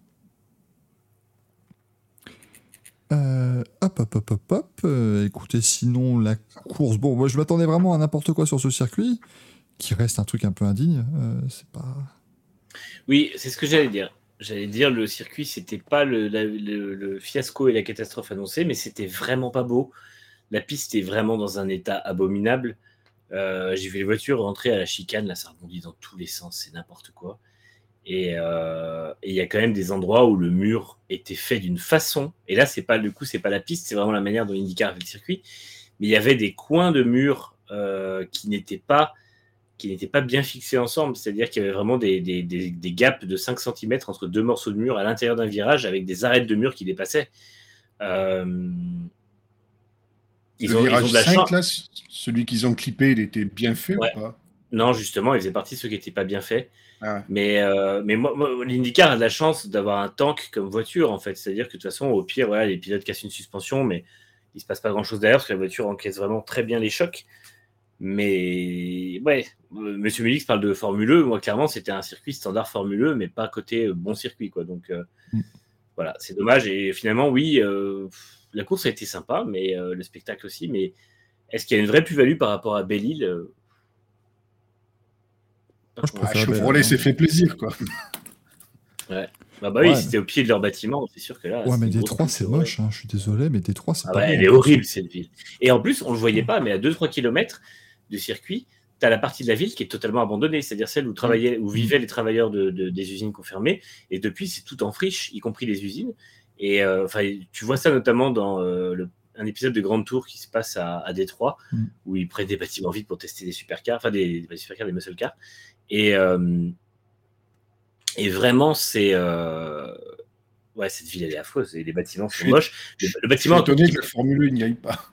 Euh, hop, hop, hop, hop, hop. Euh, écoutez, sinon, la course. Bon, moi, je m'attendais vraiment à n'importe quoi sur ce circuit, qui reste un truc un peu indigne. Euh, c'est pas. Oui, c'est ce que j'allais dire. J'allais dire, le circuit, c'était pas le, la- le, le fiasco et la catastrophe annoncée, mais c'était vraiment pas beau. La piste est vraiment dans un état abominable. Euh, j'ai vu les voitures rentrer à la chicane, là, ça rebondit dans tous les sens, c'est n'importe quoi. Et euh, et il y a quand même des endroits où le mur était fait d'une façon, et là, c'est pas le coup, c'est pas la piste, c'est vraiment la manière dont IndyCar a fait le circuit. Mais il y avait des coins de mur euh, qui n'étaient pas qui n'étaient pas bien fixés ensemble, c'est-à-dire qu'il y avait vraiment des, des, des, des gaps de cinq centimètres entre deux morceaux de mur à l'intérieur d'un virage avec des arêtes de mur qui dépassaient. Euh, ils, Le ont, ils ont virage de la cinq, chance. là, c- celui qu'ils ont clippé, il était bien fait Ouais. ou pas? Non, justement, ils faisaient partie de ceux qui n'étaient pas bien faits. Ah ouais. Mais, euh, mais moi, moi, l'IndyCar a de la chance d'avoir un tank comme voiture, en fait. C'est-à-dire que de toute façon, au pire, voilà, les pilotes cassent une suspension, mais il ne se passe pas grand-chose derrière parce que la voiture encaisse vraiment très bien les chocs. Mais ouais, euh, Monsieur Mélix parle de Formule E. Moi, clairement, c'était un circuit standard Formule E, mais pas côté euh, bon circuit, quoi. Donc euh, Mm. voilà, c'est dommage. Et finalement, oui, euh, la course a été sympa, mais euh, le spectacle aussi. Mais est-ce qu'il y a une vraie plus-value par rapport à Belle-Île? Euh, pas Moi, je convaincu. Ah, préfère. Chevrolet Belle- s'est fait plaisir, quoi. Ouais. Bah, bah oui, Ouais, c'était au pied de leur bâtiment, c'est sûr que là, Ouais, c'est mais une grosse Détroit, couche. c'est Ouais. moche. Hein. Je suis désolé, mais Détroit, c'est Ah pas bah, beau. elle est en plus. horrible cette ville. Et en plus, on le voyait pas, mais à deux trois kilomètres du circuit, tu as la partie de la ville qui est totalement abandonnée, c'est-à-dire celle où, travaillaient, où vivaient les travailleurs de, de- des usines confirmées. Et depuis, c'est tout en friche, y compris les usines. Et euh, enfin, tu vois ça notamment dans euh, le- un épisode de Grande Tour qui se passe à, à Détroit, Mm. où ils prennent des bâtiments vides pour tester des supercars, enfin des, des supercars, des muscle cars. Et, euh, et vraiment, c'est. euh, Ouais, cette ville, elle est affreuse. Et les bâtiments Je sont suis, moches. Le, je, le je suis bâtiment. étonné qui- que la Formule un n'y aille pas.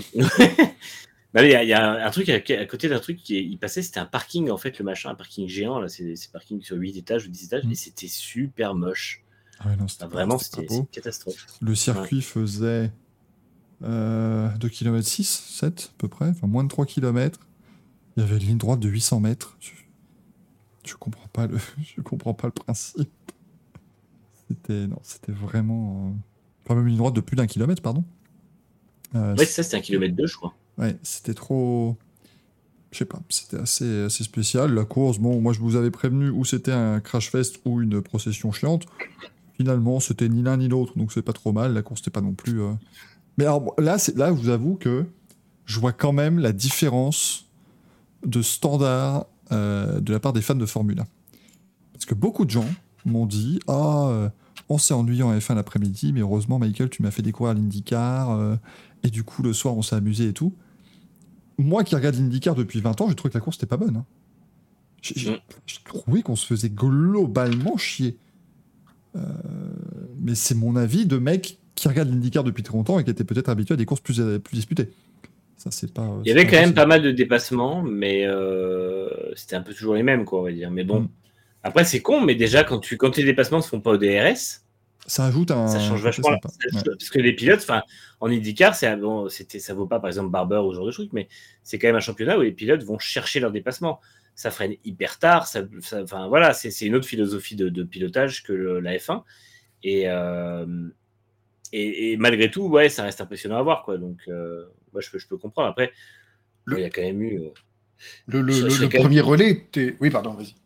Non, il y, a- il y a un truc à, à côté d'un truc qui est- il passait, c'était un parking en fait, le machin, un parking géant là, c'est c'est parking sur huit étages ou dix étages, Mm. et c'était super moche. Ah ouais, non, c'était Enfin, pas- vraiment, c'était pas c'était beau. c'est une catastrophe. Le circuit faisait euh, deux virgule six kilomètres, sept à peu près, enfin moins de trois kilomètres. Il y avait une ligne droite de huit cents mètres. Je, je comprends pas le, je comprends pas le principe. C'était, non, c'était vraiment. euh, Enfin, même une ligne droite de plus d'un kilomètre, pardon. Euh, Ouais, c'est ça, c'était un kilomètre deux, je crois. Ouais, c'était trop. Je sais pas, c'était assez, assez spécial. La course, bon, moi je vous avais prévenu où c'était un crash fest ou une procession chiante. Finalement, c'était ni l'un ni l'autre, donc c'est pas trop mal. La course, c'était pas non plus. euh, Mais alors, bon, là, c'est, là, je vous avoue que je vois quand même la différence de standard euh, de la part des fans de Formule un. Parce que beaucoup de gens m'ont dit Ah, euh, on s'est ennuyé en F un l'après-midi, mais heureusement, Michael, tu m'as fait découvrir l'IndyCar, euh, et du coup, le soir, on s'est amusé et tout. Moi qui regarde l'IndyCar depuis vingt ans, j'ai trouvé que la course n'était pas bonne. Hein. J'ai, j'ai, Mm. j'ai trouvé qu'on se faisait globalement chier. Euh, mais c'est mon avis de mec qui regarde l'IndyCar depuis très longtemps et qui était peut-être habitué à des courses plus, plus disputées. Ça, c'est pas. Il y avait quand même pas mal de dépassements, mais euh, c'était un peu toujours les mêmes, quoi, on va dire. Mais bon, Mm. après, c'est con, mais déjà, quand, tu, quand tes dépassements ne se font pas au D R S, Ça ajoute un. ça change côté vachement. sympa. Ça- Ouais. Parce que les pilotes, enfin, en IndyCar, c'est, bon, c'était, ça vaut pas, par exemple, Barber ou ce genre de truc, mais c'est quand même un championnat où les pilotes vont chercher leur dépassement. Ça freine hyper tard, ça, ça- enfin, voilà, c'est, c'est une autre philosophie de, de pilotage que le- la F un. Et, euh, et, et malgré tout, ouais, ça reste impressionnant à voir, quoi. Donc, euh, moi, je peux, je peux comprendre. Après, Le- il y a quand même eu. euh, Le, le, Je- je le- serais le quand même- premier relais était. Oui, pardon, vas-y.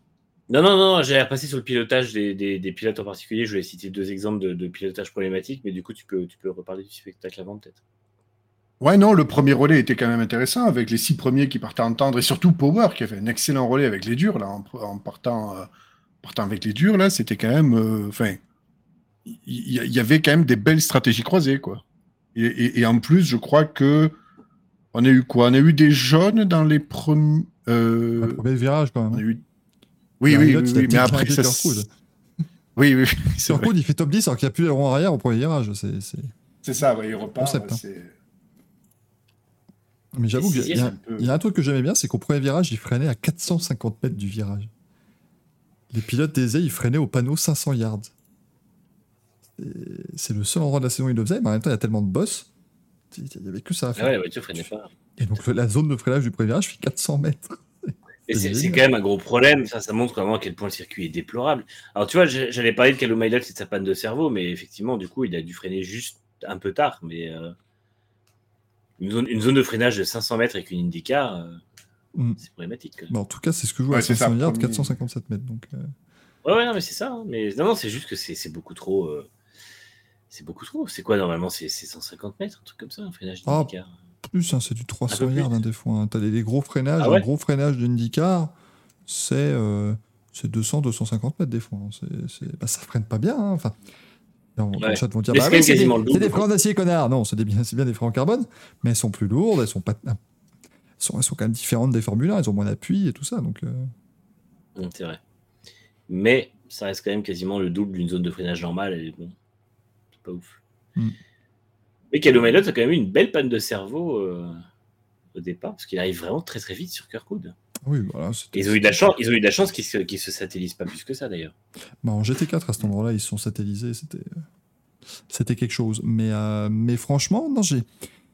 Non, non, non, j'allais repasser sur le pilotage des, des, des pilotes en particulier. Je voulais citer deux exemples de, de pilotage problématique, mais du coup, tu peux, tu peux reparler du spectacle avant, peut-être. Ouais, non, le premier relais était quand même intéressant, avec les six premiers qui partaient en tendre, et surtout Power, qui a fait un excellent relais avec les durs, là, en, en partant, euh, partant avec les durs, là, c'était quand même... Enfin, euh, il y, y avait quand même des belles stratégies croisées, quoi. Et, et, et en plus, je crois que on a eu quoi? On a eu des jaunes dans les premiers... Euh... Le premier virage, quand même. On a eu... Oui, oui, oui, oui, mais après ça... Kirkwood. Oui, oui, Kirkwood, il fait top dix alors qu'il n'y a plus les ronds arrière au premier virage. C'est, c'est... c'est ça, ouais, il repart. Concept, hein. c'est... Mais j'avoue qu'il y, y, peu... y a un truc que j'aimais bien, c'est qu'au premier virage, il freinait à quatre cent cinquante mètres du virage. Les pilotes d'essai, ils freinaient au panneau cinq cents yards. Et c'est le seul endroit de la saison où ils le faisaient, mais en même temps, il y a tellement de boss, il n'y avait que ça à faire. Ah ouais, la voiture freinait pas. Et donc, la zone de freinage du premier virage fait quatre cents mètres. Et c'est, c'est quand même un gros problème, ça, ça montre vraiment à quel point le circuit est déplorable. Alors tu vois, j'allais parler de Callum Ilott et de sa panne de cerveau, mais effectivement, du coup, il a dû freiner juste un peu tard. Mais euh, une, zone, une zone de freinage de cinq cents mètres avec une IndyCar, euh, mm. c'est problématique. Quand même. Bah, en tout cas, c'est ce que je vois ouais, à cinq cents yards, quatre cent cinquante-sept mètres. Donc, euh... Ouais, ouais, non, mais c'est ça. Hein. Mais non, non, c'est juste que c'est, c'est beaucoup trop. Euh, c'est beaucoup trop. C'est quoi normalement? C'est, c'est cent cinquante mètres, un truc comme ça, un freinage d'IndyCar. Ah. Plus, hein, c'est du trois cents yards hein, des fois. Hein. T'as les, les gros freinages, ah ouais un gros freinage d'IndyCar, c'est, euh, c'est deux cents à deux cent cinquante mètres des fois. Hein. C'est, c'est... Bah, ça freine pas bien. Hein. Enfin, dans ouais. le chat vont dire bah, c'est, c'est, des, le c'est des freins d'acier, connard. Non, c'est, des, c'est bien des freins en carbone, mais elles sont plus lourdes, elles sont, pas, elles sont, elles sont quand même différentes des Formule un, elles ont moins d'appui et tout ça. Donc, euh... c'est vrai. Mais ça reste quand même quasiment le double d'une zone de freinage normale. Et bon, c'est pas ouf. Mm. Mais Callum Ilott a quand même eu une belle panne de cerveau euh, au départ, parce qu'il arrive vraiment très très vite sur Kirkwood. Oui, voilà. Ils ont eu de la chance, ils ont eu de la chance qu'ils se, qu'ils se satellisent pas plus que ça d'ailleurs. Bah, en G T quatre à cet endroit-là, ils se sont satellisés, c'était, c'était quelque chose. Mais, euh, mais franchement, non, j'ai,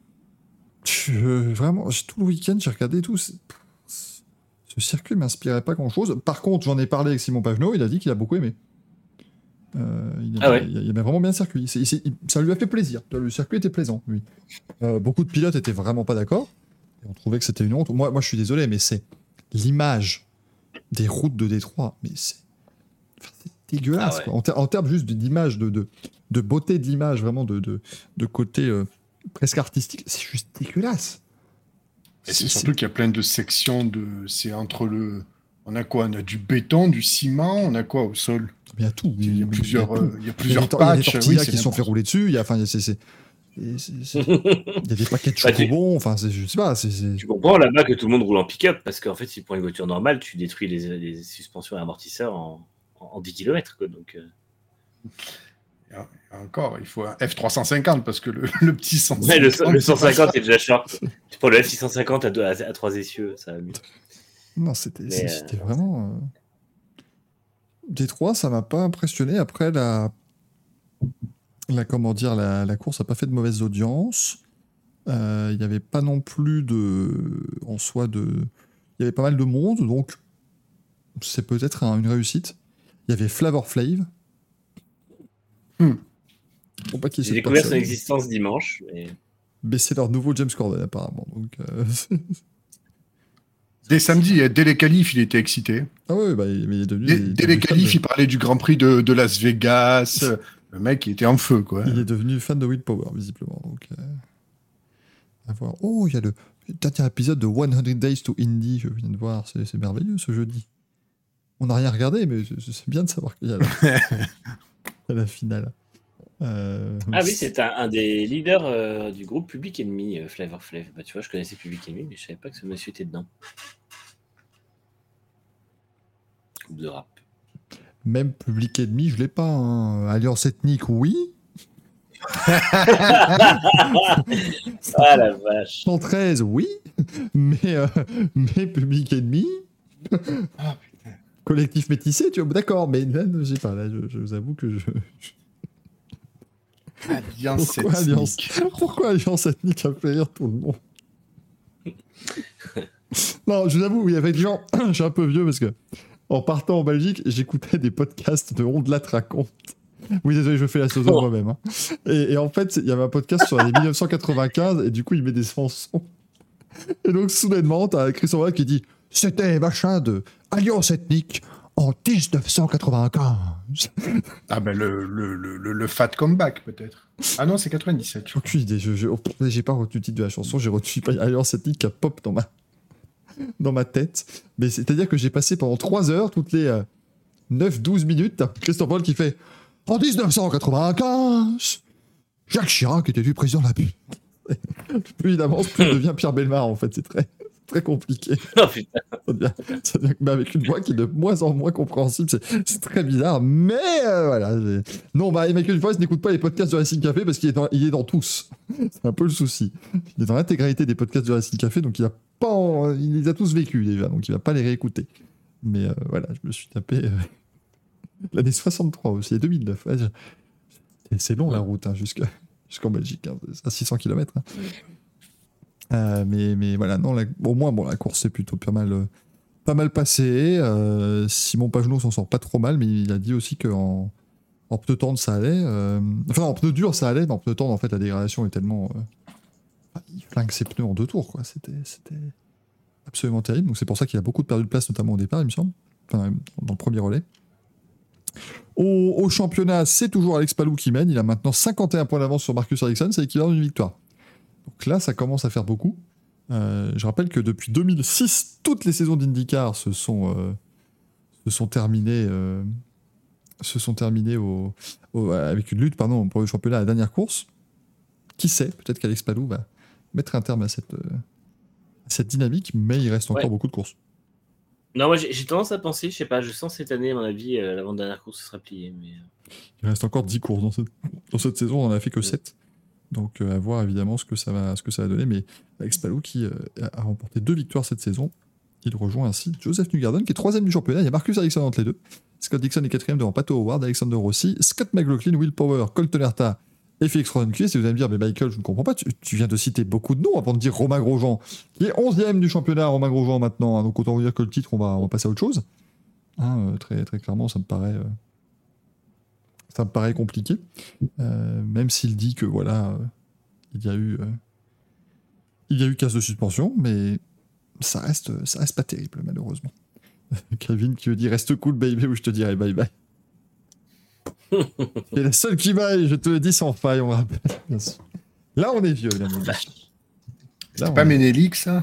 je, vraiment, j'ai, tout le week-end, j'ai regardé tout. C'est... Ce circuit m'inspirait pas grand-chose. Par contre, j'en ai parlé avec Simon Pagenaud, il a dit qu'il a beaucoup aimé. Euh, il, ah ouais. il, il aimait vraiment bien le circuit. C'est, c'est, il, ça lui a fait plaisir. Le circuit était plaisant, lui. Euh, beaucoup de pilotes étaient vraiment pas d'accord. Et on trouvait que c'était une honte. Moi, moi, je suis désolé, mais c'est l'image des routes de Détroit. Mais c'est, enfin, c'est dégueulasse. Ah ouais. quoi. En, ter- en termes juste d'image, de, de, de beauté de l'image, vraiment de, de, de côté euh, presque artistique, c'est juste dégueulasse. Et c'est, c'est surtout c'est... qu'il y a plein de sections de. C'est entre le. On a quoi? On a du béton, du ciment, on a quoi au sol? Il y a tout. Il y a plusieurs, euh, il y a plusieurs il y a patchs. Il y a des tortillas oui, qui sont fait rouler dessus. Il y a, enfin, c'est, c'est, c'est, c'est, c'est... il y a des paquets de chocobons. Enfin, c'est, je sais pas. C'est, c'est... Tu comprends là-bas que tout le monde roule en pick-up parce qu'en fait, si tu prends une voiture normale, tu détruis les, les suspensions et amortisseurs en, en dix kilomètres. Quoi, donc. Euh... Et encore, il faut un F trois cent cinquante parce que le, le petit cent cinquante. Ouais, le, le cent cinquante est déjà short. Tu prends le F six cent cinquante à, deux, à, à trois essieux, ça va mieux. Non, c'était, Mais c'était euh... vraiment. Euh... Détroit, ça m'a pas impressionné. Après, la, la comment dire, la, la course a pas fait de mauvaise audience. Il euh, y avait pas non plus de, en soi de, il y avait pas mal de monde, donc c'est peut-être un, une réussite. Il y avait Flavor Flav. Hmm. Pour pas qu'il J'ai découvert son existence dimanche. Mais... mais c'est leur nouveau James Corden apparemment. Donc. Euh... Dès samedi, dès les qualifs, il était excité. Ah oui, bah, mais il est devenu. Dès, il est dès devenu les qualifs, de... il parlait du Grand Prix de, de Las Vegas. Le mec, il était en feu, quoi. Il est devenu fan de Will Power, visiblement. Donc, euh... à voir. Oh, il y a le dernier épisode de one hundred Days to Indy, je viens de voir. C'est, c'est merveilleux ce jeudi. On n'a rien regardé, mais c'est, c'est bien de savoir qu'il y a la, a la finale. Euh... Ah oui, c'est un, un des leaders euh, du groupe Public Enemy, euh, Flavor Flav. Bah, tu vois, je connaissais Public Enemy, mais je savais pas que ce monsieur était dedans. De rap. Même Public Enemy, je l'ai pas. Hein. Alliance ethnique, oui. Ah la vache. cent treize, oui. Mais, euh, mais Public Enemy. Ah putain. Collectif métissé, tu vois. D'accord, mais là, je sais pas. Là, je, je vous avoue que je. Alliance Pourquoi ethnique. Alliance... Pourquoi Alliance ethnique a fait rire tout le monde? Non, je vous avoue, il y avait des gens. Je suis un peu vieux parce que. En partant en Belgique, j'écoutais des podcasts de Ondelat raconte. Oui, désolé, je fais la sozo oh. moi-même. Hein. Et, et en fait, il y avait un podcast sur les dix-neuf cent quatre-vingt-quinze, et du coup, il met des chansons. Et donc, soudainement, t'as Chris Ondelat qui dit « C'était machin de Alliance ethnique en dix-neuf cent quatre-vingt-quinze. Ah ben le, le, le, le, le Fat Comeback, peut-être. Ah non, c'est quatre-vingt-dix-sept. Je crois. Aucune idée. Je, je, oh, j'ai pas retenu le titre de la chanson. J'ai retenu ailleurs cette ligne qui a pop dans ma, dans ma tête. Mais c'est-à-dire que j'ai passé pendant trois heures, toutes les euh, neuf douze minutes, Christophe Paul qui fait en dix-neuf cent quatre-vingt-quinze, Jacques Chirac était du président de la République. Plus il avance, plus il devient Pierre Bellemare, en fait. C'est très, très compliqué. Oh putain. Ça devient, ça devient, mais avec une voix qui est de moins en moins compréhensible. C'est, c'est très bizarre. Mais euh, voilà. J'ai... Non, bah, Michael Forest n'écoute pas les podcasts de Racing Café parce qu'il est dans, il est dans tous. C'est un peu le souci. Il est dans l'intégralité des podcasts de Racing Café, donc il, a pas en... il les a tous vécus déjà, donc il va pas les réécouter. Mais euh, voilà, je me suis tapé euh... l'année soixante-trois aussi, et deux mille neuf. Ouais, je... C'est long la route hein, jusqu'à... jusqu'en Belgique, hein. C'est à six cents kilomètres. Hein. Euh, mais, mais voilà, non, la, au moins, bon, la course c'est plutôt pas mal, euh, pas mal passé. Euh, Simon Pagenaud s'en sort pas trop mal, mais il a dit aussi qu'en en pneu tendre ça allait. Euh, enfin, en pneu dur ça allait, mais en pneu tendre, en fait, la dégradation est tellement. Euh, il flingue ses pneus en deux tours, quoi. C'était, c'était absolument terrible. Donc c'est pour ça qu'il a beaucoup perdu de place, notamment au départ, il me semble. Enfin, dans le premier relais. Au, au championnat, c'est toujours Alex Palou qui mène. Il a maintenant cinquante et un points d'avance sur Marcus Ericsson, c'est l'équivalent d'une victoire. Donc là, ça commence à faire beaucoup. Euh, je rappelle que depuis deux mille six, toutes les saisons d'IndyCar se sont, euh, se sont terminées, euh, se sont terminées au, au, avec une lutte pardon, pour le championnat à la dernière course. Qui sait, peut-être qu'Alex Palou va mettre un terme à cette, euh, à cette dynamique, mais il reste encore ouais. beaucoup de courses. Non, moi j'ai, j'ai tendance à penser, je sais pas, je sens cette année, à mon avis, euh, l'avant-dernière course sera pliée. Mais... Il reste encore dix courses dans cette, dans cette saison, on n'en a fait que sept. Donc euh, à voir évidemment ce que ça va, ce que ça va donner. Mais Alex Palou qui euh, a remporté deux victoires cette saison, il rejoint ainsi Joseph Newgarden qui est troisième du championnat. Il y a Marcus Ericsson entre les deux. Scott Dixon est quatrième devant Pato Howard, Alexander Rossi, Scott McLaughlin, Will Power, Colton Herta et Félix Rosenqvist. Et vous allez me dire, mais Michael, je ne comprends pas, tu, tu viens de citer beaucoup de noms avant de dire Romain Grosjean, qui est onzième du championnat, Romain Grosjean maintenant. Hein, donc autant vous dire que le titre, on va, on va passer à autre chose. Hein, euh, très, très clairement, ça me paraît... Euh... Ça me paraît compliqué, euh, même s'il dit que voilà, euh, il y a eu, euh, il y a eu casse de suspension, mais ça reste, ça reste pas terrible malheureusement. Kevin qui me dit reste cool baby ou je te dirai bye bye. C'est la seule qui vaille, je te le dis sans faille, on me rappelle. Là on est vieux, là. Là, c'est pas est... Ménélique ça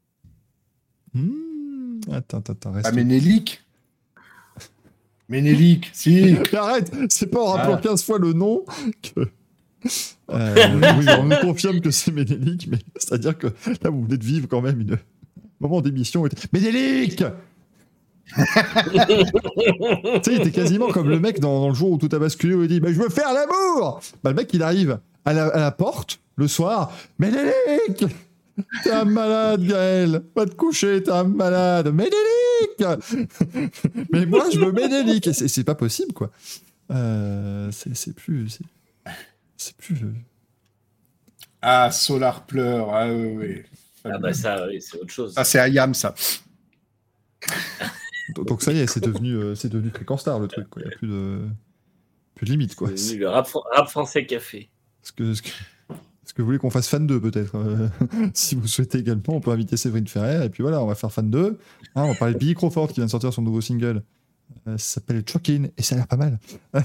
mmh, Attends, attends, reste. Pas Ménélique. Ménélique, si. Arrête, c'est pas en rappelant ah. quinze fois le nom que. Euh, oui, on nous confirme que c'est Ménélique, mais c'est-à-dire que là, vous venez de vivre quand même une moment d'émission. Était... Ménélique. Tu sais, il était quasiment comme le mec dans, dans le jour où tout a basculé, où il dit bah, je veux faire l'amour. Bah, le mec, il arrive à la, à la porte le soir. Ménélique. T'es un malade, Gaël. Va te coucher, t'es un malade. Ménélique. Mais moi, je veux Ménélique. Et c'est, c'est pas possible, quoi. Euh, c'est, c'est plus... C'est, c'est plus... Ah, Solar pleure. Ah oui, oui. Ah bah ça, oui, c'est autre chose. Ah, c'est Ayam, ça. Donc ça y est, c'est devenu, euh, c'est devenu Fréquence Star, le truc, quoi. Il n'y a plus de... plus de limite, quoi. C'est devenu le rap, rap français café. Est-ce que... Est-ce que... Est-ce que vous voulez qu'on fasse fan deux peut-être euh, si vous souhaitez également, on peut inviter Séverine Ferrer et puis voilà, on va faire fan deux. Hein, on va parler de Billy Crawford qui vient de sortir son nouveau single. Euh, ça s'appelle Truckin' et ça a l'air pas mal.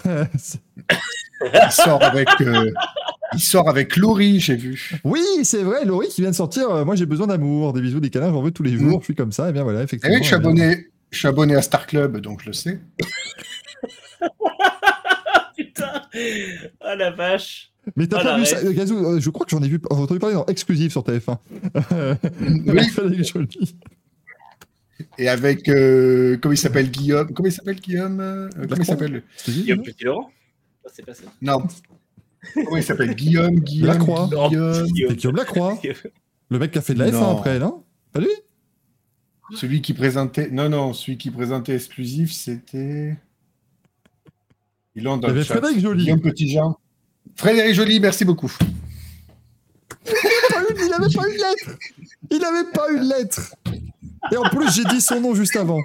il sort avec, euh, il sort avec Laurie, j'ai vu. Oui, c'est vrai, Laurie qui vient de sortir. Euh, moi, j'ai besoin d'amour, des bisous, des câlins, j'en veux tous les jours. Mmh. Je suis comme ça. Et bien voilà, effectivement. Et oui, je suis abonné, je suis abonné à Star Club, donc je le sais. Putain, oh la vache. Mais t'as ah, pas vu ça, Gazou, je crois que j'en ai vu, entendu parler dans Exclusif sur T F un. Oui. Et avec, euh, comment il s'appelle, Guillaume Comment il s'appelle, Guillaume euh, Comment il s'appelle Guillaume Petit-Laurent oh, c'est pas ça. Non. Comment il s'appelle Guillaume, Guillaume Lacroix. Guillaume. C'est Guillaume Lacroix. Le mec qui a fait de la F un non. après, non Pas lui Celui qui présentait... Non, non, celui qui présentait Exclusif, c'était... Il, il y avait Frédéric Joly. Guillaume Petit-Jean. Frédéric Joly, merci beaucoup. Il n'avait pas une lettre. Il n'avait pas une lettre. Et en plus, j'ai dit son nom juste avant.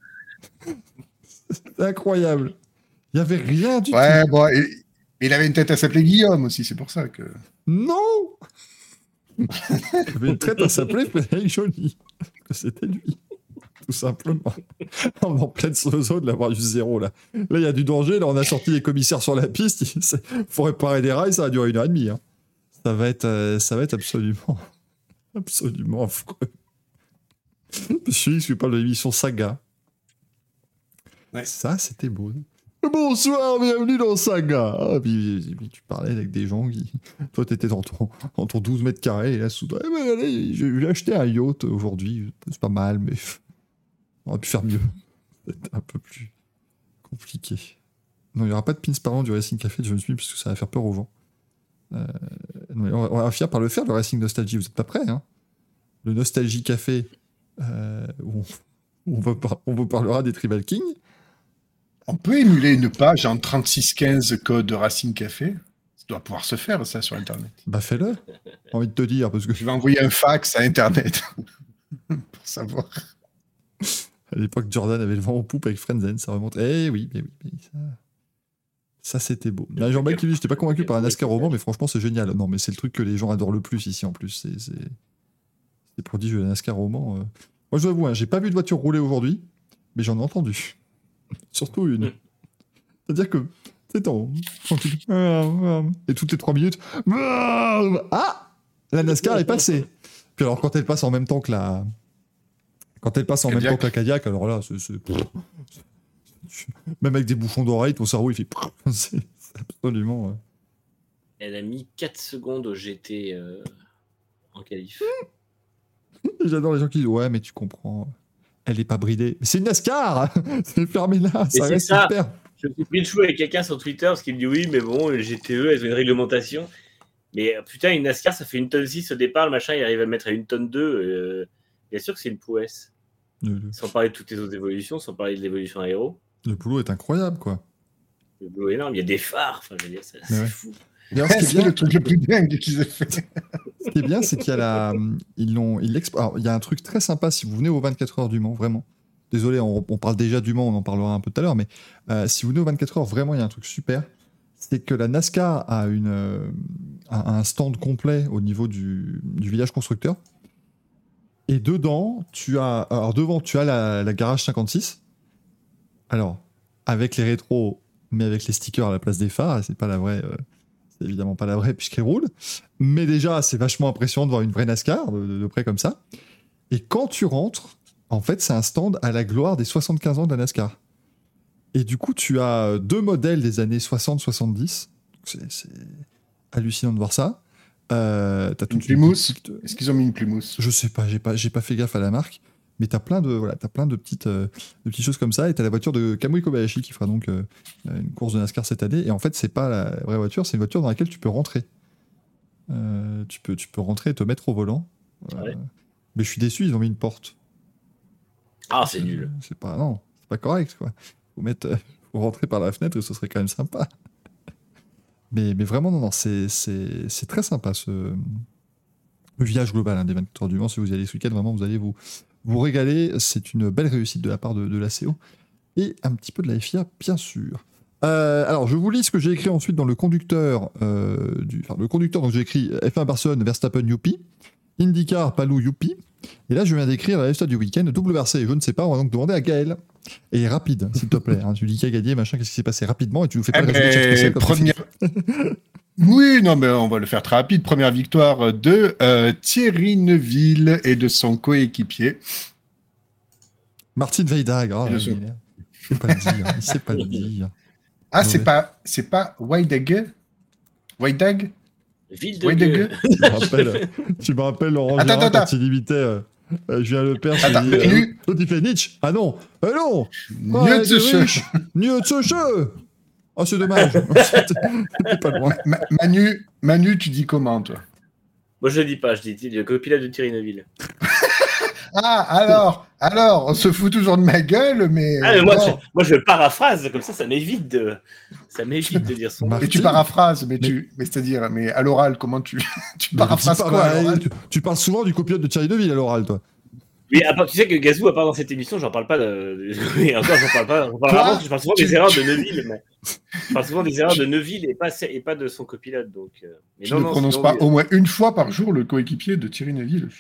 C'est incroyable. Il n'y avait rien du ouais, tout. Bon, il, il avait une tête à s'appeler Guillaume aussi, c'est pour ça que... Non. Il avait une tête à s'appeler Frédéric Joly. Que c'était lui. Tout simplement. On est en pleine zone, d'avoir du zéro, là. Là, il y a du danger. Là, on a sorti les commissaires sur la piste. Il faut réparer des rails. Ça va durer une heure et demie. Hein. Ça va être, euh, ça va être absolument, absolument affreux. Je suis je parle de l'émission Saga. Ouais. Ça, c'était beau. Bonsoir, bienvenue dans Saga. Ah, puis, puis, puis tu parlais avec des gens qui... Toi, t'étais dans ton, dans ton douze mètres carrés, et là, soudain, eh ben, allez, je vais acheter un yacht aujourd'hui. C'est pas mal, mais on aurait pu faire mieux. C'est un peu plus compliqué. Non, il n'y aura pas de pins parlant du Racing Café, je me suis dit, parce que ça va faire peur aux gens. Euh, non, on va finir par le faire, le Racing Nostalgie. Vous êtes pas prêts, hein? Le Nostalgie Café, euh, où on, on, va par- on vous parlera des Tribal Kings. On peut émuler une page en trente-six quinze code Racing Café. Ça doit pouvoir se faire, ça, sur Internet. Bah fais-le. J'ai envie de te dire, parce que Je vais envoyer un fax à Internet pour savoir. à l'époque, Jordan avait le vent en poupe avec Frenzen, ça remonte. Eh oui, mais oui, mais ça, ça c'était beau. Là, Jean-Baptiste qui dit, j'étais pas convaincu par un NASCAR roman, mais franchement, c'est génial. Non, mais c'est le truc que les gens adorent le plus ici, en plus. C'est, c'est... c'est prodigieux, le NASCAR roman. Euh... Moi, je dois avouer, hein, j'ai pas vu de voiture rouler aujourd'hui, mais j'en ai entendu. Surtout une. C'est-à-dire que, c'est ton. Et toutes les trois minutes. Ah, la NASCAR est passée. Puis alors, quand elle passe en même temps que la. Quand elle passe en Cadillac. même temps que la Cadillac, alors là, c'est, c'est... même avec des bouchons d'oreille, ton cerveau il fait. C'est, c'est absolument. Elle a mis quatre secondes au G T euh, en qualif. J'adore les gens qui disent ouais, mais tu comprends. Elle est pas bridée. Mais c'est une NASCAR. C'est fermé là. Ça c'est reste ça. super. Je me suis pris le chou avec quelqu'un sur Twitter parce qu'il me dit oui, mais bon, le G T E, elles ont une réglementation. Mais putain, une NASCAR, ça fait une tonne six au départ, le machin, il arrive à mettre à une tonne deux. Euh, bien sûr que c'est une prouesse. Le, le, Sans parler de toutes les autres évolutions, sans parler de l'évolution aéro. le boulot est incroyable, quoi. Le boulot est énorme, il y a des phares, enfin, je veux dire, c'est, c'est ouais. fou. Et alors, ce qui est C'est bien, le truc le plus dingue qu'ils aient fait. ce qui est bien, c'est qu'il y a la, ils l'ont, ils l'expo- alors, il y a un truc très sympa si vous venez aux vingt-quatre heures du Mans, vraiment. Désolé, on, on parle déjà du Mans, on en parlera un peu tout à l'heure, mais euh, si vous venez aux vingt-quatre heures, vraiment, il y a un truc super. C'est que la NASCAR a une, euh, a un stand complet au niveau du, du village constructeur. Et dedans, tu as, alors devant, tu as la, la garage cinquante-six. Alors, avec les rétros, mais avec les stickers à la place des phares, et c'est pas la vraie. Euh, C'est évidemment pas la vraie puisqu'elle roule. Mais déjà, c'est vachement impressionnant de voir une vraie NASCAR de, de, de près comme ça. Et quand tu rentres, en fait, c'est un stand à la gloire des soixante-quinze ans de la NASCAR. Et du coup, tu as deux modèles des années soixante soixante-dix. C'est, c'est hallucinant de voir ça. Euh, t'as Une toute Plymouth. petite... Est-ce qu'ils ont mis une Plymouth? Je sais pas, j'ai pas, j'ai pas fait gaffe à la marque. Mais t'as plein de, voilà, t'as plein de petites, euh, de petites choses comme ça. Et t'as la voiture de Kamui Kobayashi qui fera donc euh, une course de NASCAR cette année. Et en fait, c'est pas la vraie voiture, c'est une voiture dans laquelle tu peux rentrer. Euh, tu, peux, tu peux rentrer et te mettre au volant. Euh, Ouais. Mais je suis déçu, ils ont mis une porte. Ah, c'est nul. C'est pas, non, c'est pas correct, quoi. Faut mettre, euh, faut rentrer par la fenêtre et ce serait quand même sympa. Mais, mais vraiment, non, non, c'est, c'est, c'est très sympa, ce, le village global hein, des vingt-quatre heures du Mans. Si vous y allez ce week-end, vraiment, vous allez vous, vous régaler. C'est une belle réussite de la part de, de l'A C O et un petit peu de la F I A, bien sûr. Euh, alors, je vous lis ce que j'ai écrit ensuite dans le conducteur. Euh, du, enfin, le conducteur, donc j'ai écrit F un Barcelone, Verstappen, Youpi. IndyCar, Palou, Youpi. Et là, je viens d'écrire la liste du week-end, double versé. Je ne sais pas, on va donc demander à Gaël. Et rapide, s'il te plaît. Hein. Tu dis qui a gagné, machin, qu'est-ce qui s'est passé rapidement et tu nous fais pas Eh le résumé de chaque ben, spécial comme première... Oui, non, mais on va le faire très rapide. Première victoire de euh, Thierry Neuville et de son coéquipier. Martin Weidag. Oh, Et le il son. ne sait pas le dire. Il sait pas le dire. Ah, Ouais. c'est pas, c'est pas Weidag Weidag Ville de Weidag gueule. Tu me rappelles, tu me rappelles Laurent Attends, Gérard attends, quand il imitait euh, euh, Julien Lepers. Attends, il dit, Manu. euh, l'autre, il fait Nietzsche. Ah non, ah non. Mieux de ce riche. Mieux de ce jeu. Oh, c'est dommage. C'était c'était pas loin. Ma- Manu, Manu, tu dis comment, toi? Moi, je le dis pas, je dis le copilote de Thierry Neuville. Ah, alors, alors, on se fout toujours de ma gueule, mais... Ah, mais moi, non. je, moi, je paraphrase, comme ça, ça m'évite de, ça m'évite de dire son nom. Martin. Et tu paraphrases, mais, tu, mais c'est-à-dire, mais à l'oral, comment tu, tu Mais paraphrases dis pas quoi à pareil, l'oral? tu, tu parles souvent du copilote de Thierry Deville à l'oral, toi. Mais à part, tu sais que Gazou, à part dans cette émission, j'en parle pas de. Et encore, j'en parle pas. J'en parle Quoi rarement, je parle souvent Tu- des erreurs de Neuville. Mais... Je parle souvent des erreurs de Neuville et pas, et pas de son copilote. Donc, euh... mais Tu non, ne non, prononces sinon, pas oui. au moins une fois par jour le coéquipier de Thierry Neuville. Je-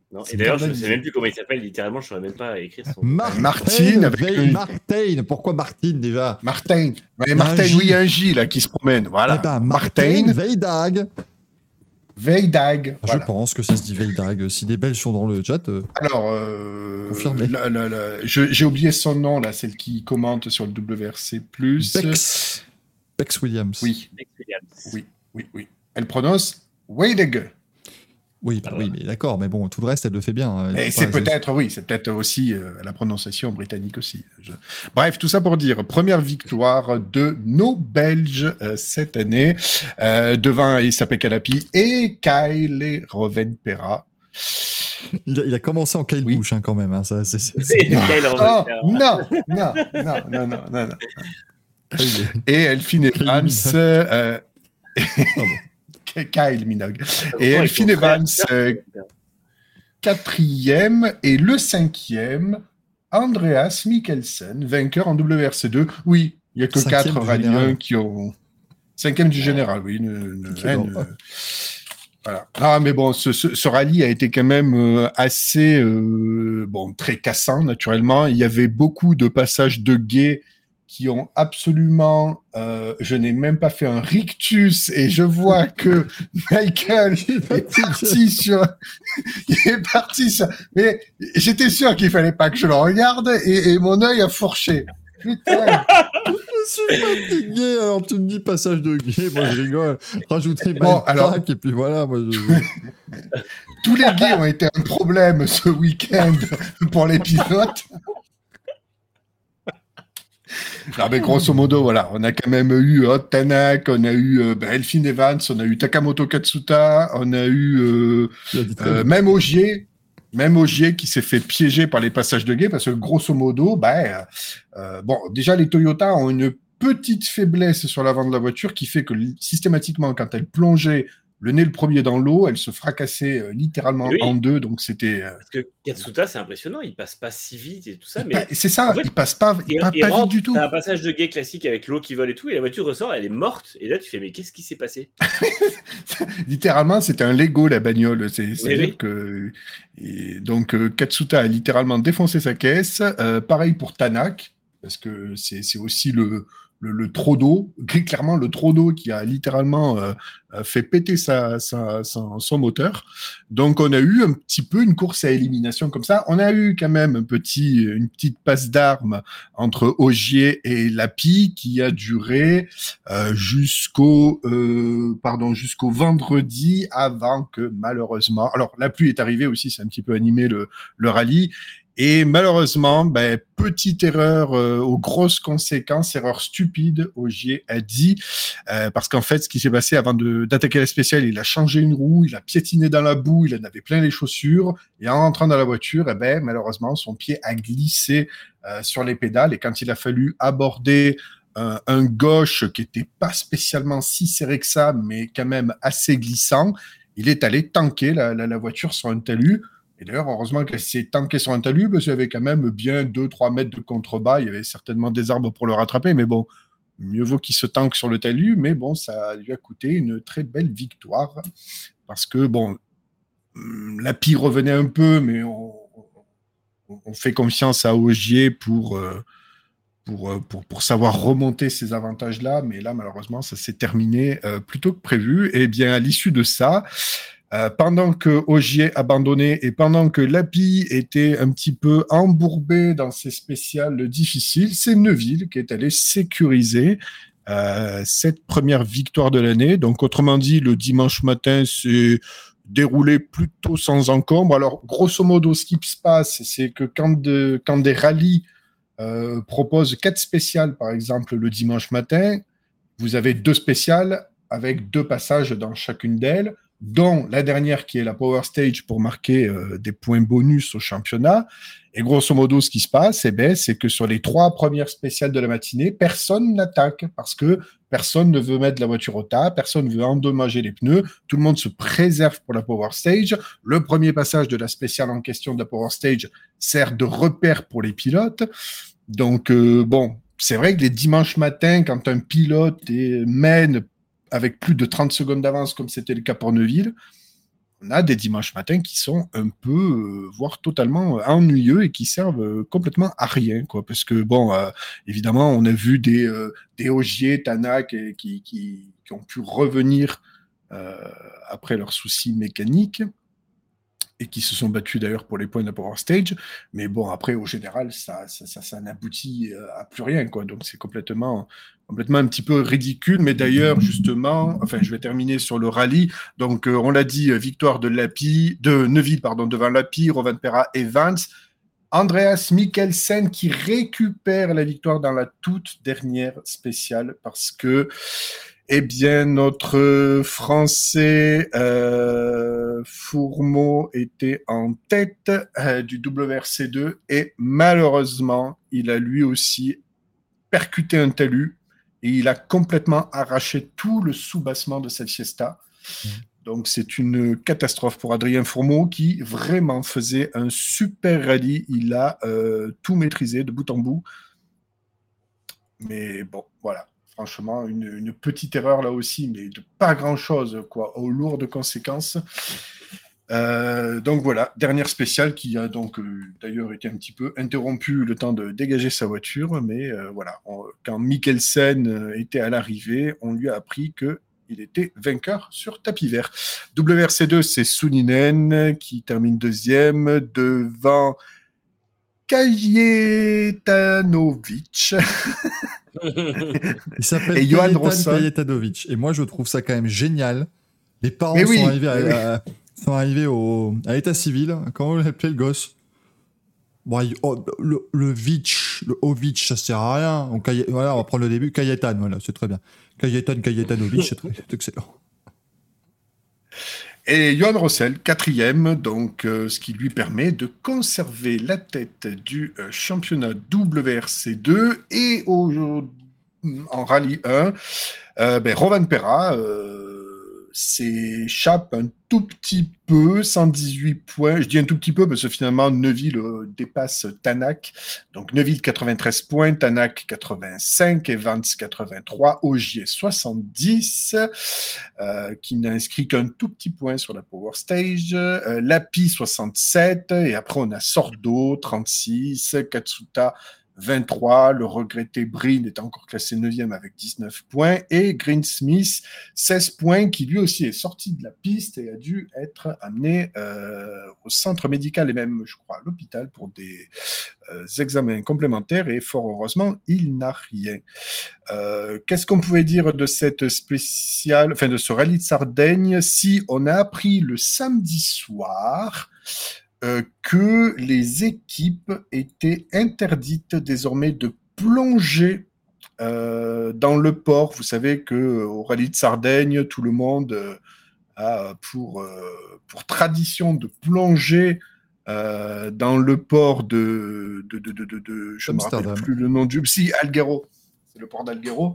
Non. C'est Et d'ailleurs, je ne scandalisé. sais même plus comment il s'appelle, littéralement, je ne saurais même pas écrire son. Martin, Martine avec Veil- le- Martin. Pourquoi Martine déjà? Martin. Ouais, un Martin, J. oui, il y a un J là qui se promène. Voilà. Eh ben, Martin Martin Veidag. Veidag. Voilà. Je pense que ça se dit Veidag. Si des Belges sont dans le chat, euh, Alors, euh, Confirmé. la- la- la- je- j'ai oublié son nom, là, celle qui commente sur le W R C plus. Bex. Bex Williams. Oui, Bex Williams. oui, oui, oui. Elle prononce Veidag. Oui, bah Ah, oui, mais d'accord, mais bon, tout le reste, elle le fait bien. Elle Et fait c'est pas- peut-être, oui, c'est peut-être aussi euh, la prononciation britannique aussi. Je- Bref, tout ça pour dire, première victoire de nos Belges euh, cette année, euh, devant Issa Pekalapi et Kyle Rovenpera. Il a, il a commencé en Kyle Oui. Busch, hein, quand même. Hein, ça, c'est, c'est- C'est c'est- Kyle Oh, Rovenpera. non, non, non, non, non, non, non. il est- Et Elphine Evans, Minogue. euh, Pardon. Kyle Minogue. Et Pourtant, Elphine avec son frère, Evans, euh, quatrième, et le cinquième, Andreas Mikkelsen, vainqueur en W R C deux. Oui, il n'y a que Cinquième quatre du rallyens général. qui ont... Cinquième du général, oui. ne- ne- Quel hein, horreur. ne- Voilà. Ah, mais bon, ce, ce, ce rallye a été quand même euh, assez, euh, bon, très cassant, naturellement. Il y avait beaucoup de passages de guet qui ont absolument, euh, je n'ai même pas fait un rictus et je vois que Michael est parti sur, il est parti sur, mais j'étais sûr qu'il fallait pas que je le regarde et, et mon œil a fourché. Putain. Je suis fatigué, alors tu me dis passage de gay, moi je rigole. Rajoutez Bon, Mike alors- Pack, et puis voilà, moi je... Tous les gays ont été un problème ce week-end pour les pilotes. Non, mais grosso modo, voilà, on a quand même eu Hot Tanak, on a eu euh, ben, Elphine Evans, on a eu Takamoto Katsuta, on a eu euh, Il a dit très euh, bien. même Ogier, même Ogier qui s'est fait piéger par les passages de guet parce que grosso modo, ben, euh, bon, déjà les Toyota ont une petite faiblesse sur l'avant de la voiture qui fait que systématiquement, quand elle plongeait le nez le premier dans l'eau, elle se fracassait euh, littéralement Oui. en deux, donc c'était. euh, Parce que Katsuta, c'est impressionnant, il passe pas si vite et tout ça, bah, mais c'est ça, en fait, il passe pas, il il, passe il pas vite rentre, du tout. t'as un passage de guet classique avec l'eau qui vole et tout, et la voiture ressort, elle est morte, et là tu fais, mais qu'est-ce qui s'est passé? Littéralement, c'était un Lego la bagnole. C'est, c'est-à-dire oui. que et donc euh, Katsuta a littéralement défoncé sa caisse. Euh, pareil pour Tanak, parce que c'est, c'est aussi le, le, le trop d'eau, clairement le trop d'eau qui a littéralement euh, euh, fait péter sa, sa, sa- son moteur. Donc on a eu un petit peu une course à élimination comme ça. On a eu quand même un petit, une petite passe d'armes entre Ogier et Lapi qui a duré euh, jusqu'au euh, pardon jusqu'au vendredi avant que malheureusement, alors la pluie est arrivée aussi, c'est un petit peu animé le, le rallye. Et malheureusement, ben, petite erreur euh, aux grosses conséquences, erreur stupide, Ogier a dit, euh, parce qu'en fait, ce qui s'est passé avant de, d'attaquer la spéciale, il a changé une roue, il a piétiné dans la boue, il en avait plein les chaussures, et en rentrant dans la voiture, eh ben, malheureusement, son pied a glissé euh, sur les pédales, et quand il a fallu aborder un, un gauche qui était pas spécialement si serré que ça, mais quand même assez glissant, il est allé tanker la, la, la voiture sur un talus. Et d'ailleurs, heureusement qu'elle s'est tankée sur un talus, parce qu'il y avait quand même bien deux trois mètres de contrebas. Il y avait certainement des arbres pour le rattraper, mais bon, mieux vaut qu'il se tanque sur le talus. Mais bon, ça lui a coûté une très belle victoire. Parce que, bon, la Pi revenait un peu, mais on, on- on fait confiance à Ogier pour, euh, pour, euh, pour, pour savoir remonter ces avantages-là. Mais là, malheureusement, ça s'est terminé euh, plus tôt que prévu. Et bien, à l'issue de ça, Euh, pendant que Ogier abandonnait et pendant que Lapi était un petit peu embourbé dans ses spéciales difficiles, c'est Neuville qui est allé sécuriser euh, cette première victoire de l'année. Donc, autrement dit, le dimanche matin, c'est déroulé plutôt sans encombre. Alors, grosso modo, ce qui se passe, c'est que quand, de, quand des rallyes euh, proposent quatre spéciales, par exemple, le dimanche matin, vous avez deux spéciales avec deux passages dans chacune d'elles, dont la dernière qui est la Power Stage pour marquer euh, des points bonus au championnat. Et grosso modo, ce qui se passe, eh ben, c'est que sur les trois premières spéciales de la matinée, personne n'attaque parce que personne ne veut mettre la voiture au tas, personne ne veut endommager les pneus, tout le monde se préserve pour la Power Stage. Le premier passage de la spéciale en question de la Power Stage sert de repère pour les pilotes. Donc, euh, bon, c'est vrai que les dimanches matins, quand un pilote est, mène avec plus de trente secondes d'avance, comme c'était le cas pour Neuville, on a des dimanches matins qui sont un peu, euh, voire totalement euh, ennuyeux et qui servent euh, complètement à rien, quoi. Parce que, bon, euh, évidemment, on a vu des, euh, des Ogier, Tanak et, qui, qui, qui ont pu revenir euh, après leurs soucis mécaniques et qui se sont battus d'ailleurs pour les points de la Power Stage. Mais bon, après, au général, ça, ça, ça, ça n'aboutit à plus rien, quoi. Donc, c'est complètement, complètement un petit peu ridicule. Mais d'ailleurs, justement, enfin, je vais terminer sur le rallye. Donc, euh, on l'a dit, victoire de Lapie, de Neuville, pardon, devant Lapie, Rovanperä et Vance. Andreas Mikkelsen qui récupère la victoire dans la toute dernière spéciale parce que, eh bien, notre Français euh, Fourmeau était en tête euh, du W R C deux et malheureusement, il a lui aussi percuté un talus et il a complètement arraché tout le soubassement de cette Fiesta. Mmh. Donc, c'est une catastrophe pour Adrien Fourmeau qui vraiment faisait un super rallye. Il a euh, tout maîtrisé de bout en bout. Mais bon, voilà. Franchement, une, une petite erreur là aussi, mais de pas grand-chose, quoi, aux lourdes conséquences. Euh, donc voilà, dernière spéciale qui a donc euh, d'ailleurs été un petit peu interrompue le temps de dégager sa voiture. Mais euh, voilà, on, quand Mikkelsen était à l'arrivée, on lui a appris que il était vainqueur sur tapis vert. W R C deux, c'est Suninen qui termine deuxième devant Kajetanovic. Il s'appelle Kajetan Kajetanovic. Et moi, je trouve ça quand même génial. Les parents oui, sont arrivés, à, à, sont arrivés au, à l'état civil. Comment on appelait le gosse? Bon, il, oh, le, le Vitch, le Ovic, ça sert à rien. On, voilà, on va prendre le début. Kajetan, voilà, c'est très bien. Kajetan Kajetanovic, c'est, très, c'est excellent. Et Johan Rossel, quatrième, donc euh, ce qui lui permet de conserver la tête du euh, championnat W R C deux et au, en rallye un, euh, ben, Rovanperä euh, s'échappe un tout petit peu, cent dix-huit points. Je dis un tout petit peu parce que finalement, Neuville euh, dépasse Tanak. Donc, Neuville, quatre-vingt-treize points, Tanak, quatre-vingt-cinq, Evans, quatre-vingt-trois, Ogier, soixante-dix, euh, qui n'a inscrit qu'un tout petit point sur la Power Stage, euh, Lapie, soixante-sept, et après, on a Sordo, trente-six, Katsuta, vingt-trois, le regretté Breen est encore classé neuvième avec dix-neuf points, et Greensmith, seize points, qui lui aussi est sorti de la piste et a dû être amené euh, au centre médical et même, je crois, à l'hôpital pour des euh, examens complémentaires, et fort heureusement, il n'a rien. Euh, qu'est-ce qu'on pouvait dire de cette spéciale, enfin de ce rallye de Sardaigne, si on a appris le samedi soir Euh, que les équipes étaient interdites désormais de plonger euh, dans le port. Vous savez qu'au rallye de Sardaigne, tout le monde euh, a pour, euh, pour tradition de plonger euh, dans le port de... de, de, de, de, de je ne me rappelle plus le nom du... Si, Alghero. C'est le port d'Alghero.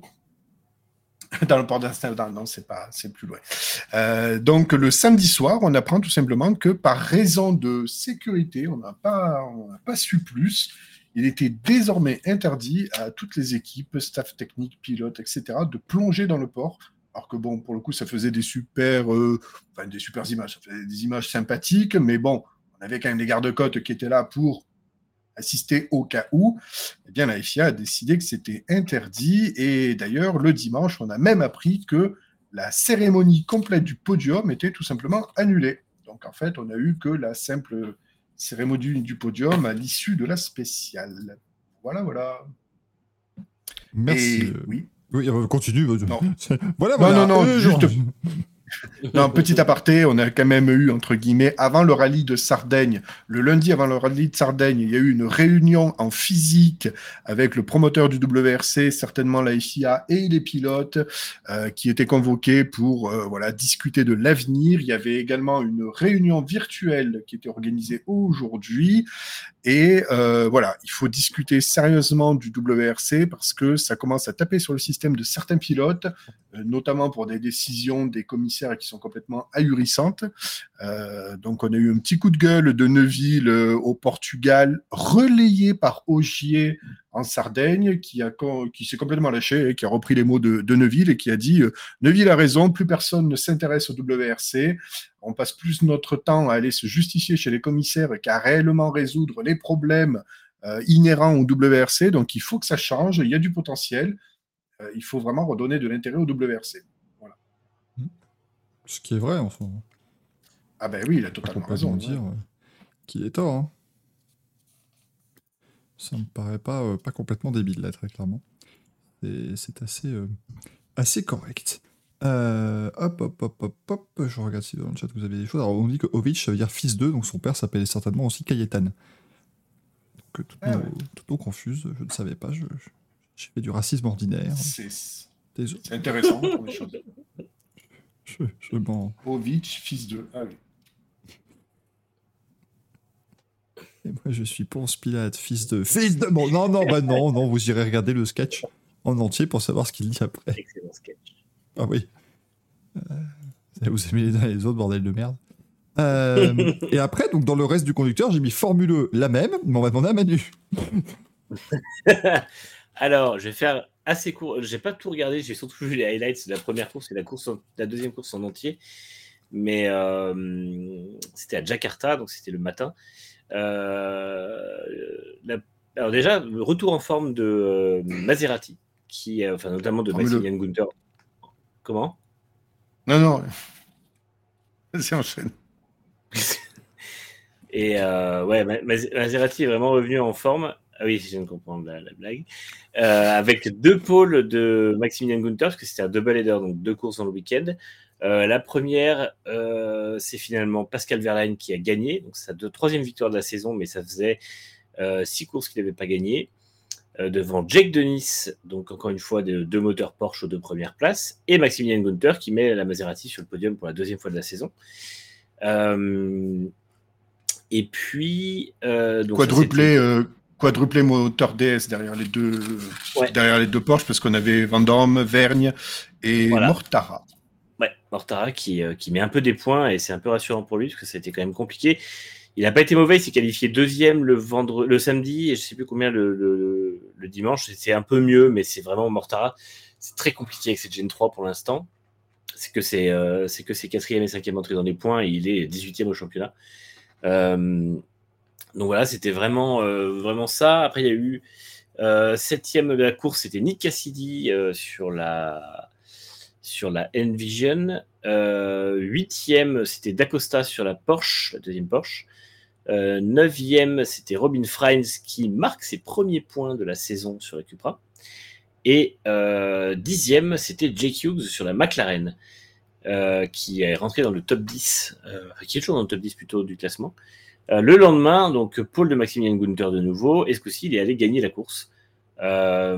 Dans le port d'Amsterdam, non, c'est pas, c'est plus loin. Euh, donc le samedi soir, on apprend tout simplement que par raison de sécurité, on n'a pas, on n'a pas su plus. Il était désormais interdit à toutes les équipes, staff technique, pilotes, et cetera, de plonger dans le port. Alors que bon, pour le coup, ça faisait des super, euh, enfin des super images, ça faisait des images sympathiques, mais bon, on avait quand même les gardes-côtes qui étaient là pour assister au cas où. Eh bien, la F I A a décidé que c'était interdit. Et d'ailleurs, le dimanche, on a même appris que la cérémonie complète du podium était tout simplement annulée. Donc, en fait, on n'a eu que la simple cérémonie du podium à l'issue de la spéciale. Voilà, voilà. Merci. Et, oui. Oui, continue. Non. voilà, non, voilà. non, non, euh, juste... Non, petit aparté, on a quand même eu, entre guillemets, avant le rallye de Sardaigne, le lundi avant le rallye de Sardaigne, il y a eu une réunion en physique avec le promoteur du W R C, certainement la F I A et les pilotes, euh, qui étaient convoqués pour euh, voilà, discuter de l'avenir. Il y avait également une réunion virtuelle qui était organisée aujourd'hui. Et euh, voilà, il faut discuter sérieusement du W R C parce que ça commence à taper sur le système de certains pilotes, euh, notamment pour des décisions des commissaires qui sont complètement ahurissantes. Euh, donc, on a eu un petit coup de gueule de Neuville euh, au Portugal, relayé par Ogier en Sardaigne, qui, a, qui s'est complètement lâché, et qui a repris les mots de, de Neuville et qui a dit euh, « Neuville a raison, plus personne ne s'intéresse au W R C. On passe plus notre temps à aller se justifier chez les commissaires qu'à réellement résoudre les problèmes euh, inhérents au W R C. Donc, il faut que ça change, il y a du potentiel. Euh, il faut vraiment redonner de l'intérêt au W R C. » Voilà. Ce qui est vrai en ce moment. Ah ben oui, il a totalement raison. dire ouais. qu'il est tort. Hein. Ça me paraît pas, euh, pas complètement débile, là, très clairement. Et c'est assez, euh, assez correct. Euh, hop, hop, hop, hop, hop. Je regarde si dans le chat vous avez des choses. Alors, on dit que Ovic, ça veut dire fils d'eux, donc son père s'appelait certainement aussi Cayetan. Donc, toutes, ah, nos, ouais. toutes nos confuses, je ne savais pas. Je, je, j'ai fait du racisme ordinaire. C'est, c'est intéressant pour les choses. Je, je m'en... Ovic, fils d'eux. Ah oui. Et moi, je suis Ponce Pilate, fils de... Fils de... Bon, non, non, bah non, non, vous irez regarder le sketch en entier pour savoir ce qu'il dit après. Excellent sketch. Ah oui. Euh, vous aimez les uns et les autres, bordel de merde. Euh, et après, donc dans le reste du conducteur, j'ai mis Formule E la même, mais on va demander à Manu. Alors, je vais faire assez court. J'ai pas tout regardé, j'ai surtout vu les highlights de la première course et la, course en... la deuxième course en entier. Mais euh, c'était à Jakarta, donc c'était le matin. Euh, la... Alors déjà, le retour en forme de euh, Maserati, qui, euh, enfin notamment de Maximilian Günther. Comment ? Non, non. Vas-y, enchaîne. Et euh, ouais, Maserati est vraiment revenu en forme. Ah oui, je viens de comprendre la, la blague. Euh, avec deux pôles de Maximilian Günther, parce que c'était un double header, donc deux courses dans le week-end. Euh, la première, euh, c'est finalement Pascal Wehrlein qui a gagné. Donc, c'est sa troisième victoire de la saison, mais ça faisait euh, six courses qu'il n'avait pas gagné. Euh, devant Jake Dennis, donc encore une fois, de, deux moteurs Porsche aux deux premières places. Et Maximilian Günther qui met la Maserati sur le podium pour la deuxième fois de la saison. Euh, et puis. Euh, donc quadruplé, euh, quadruplé moteur D S derrière les deux, ouais. derrière les deux Porsche, parce qu'on avait Van Dorme, Vergne et voilà. Mortara. Ouais, Mortara qui, euh, qui met un peu des points et c'est un peu rassurant pour lui parce que ça a été quand même compliqué. Il n'a pas été mauvais, il s'est qualifié deuxième le, vendre... le samedi et je ne sais plus combien le, le, le dimanche. C'est un peu mieux, mais c'est vraiment Mortara. C'est très compliqué avec cette Gen trois pour l'instant. C'est que c'est, euh, c'est que c'est quatrième et cinquième entrée dans les points et il est dix-huitième au championnat. Euh, donc voilà, c'était vraiment, euh, vraiment ça. Après, il y a eu euh, septième de la course, c'était Nick Cassidy euh, sur la... sur la Envision. Euh, huitième, c'était D'Acosta sur la Porsche, la deuxième Porsche. Euh, neuvième, c'était Robin Freins qui marque ses premiers points de la saison sur la Cupra. Et euh, dixième, c'était Jake Hughes sur la McLaren, euh, qui est rentré dans le top dix, euh, qui est toujours dans le top dix plutôt du classement. Euh, le lendemain, donc pôle de Maximilian Günther de nouveau, et ce coup-ci, il est allé gagner la course. Euh,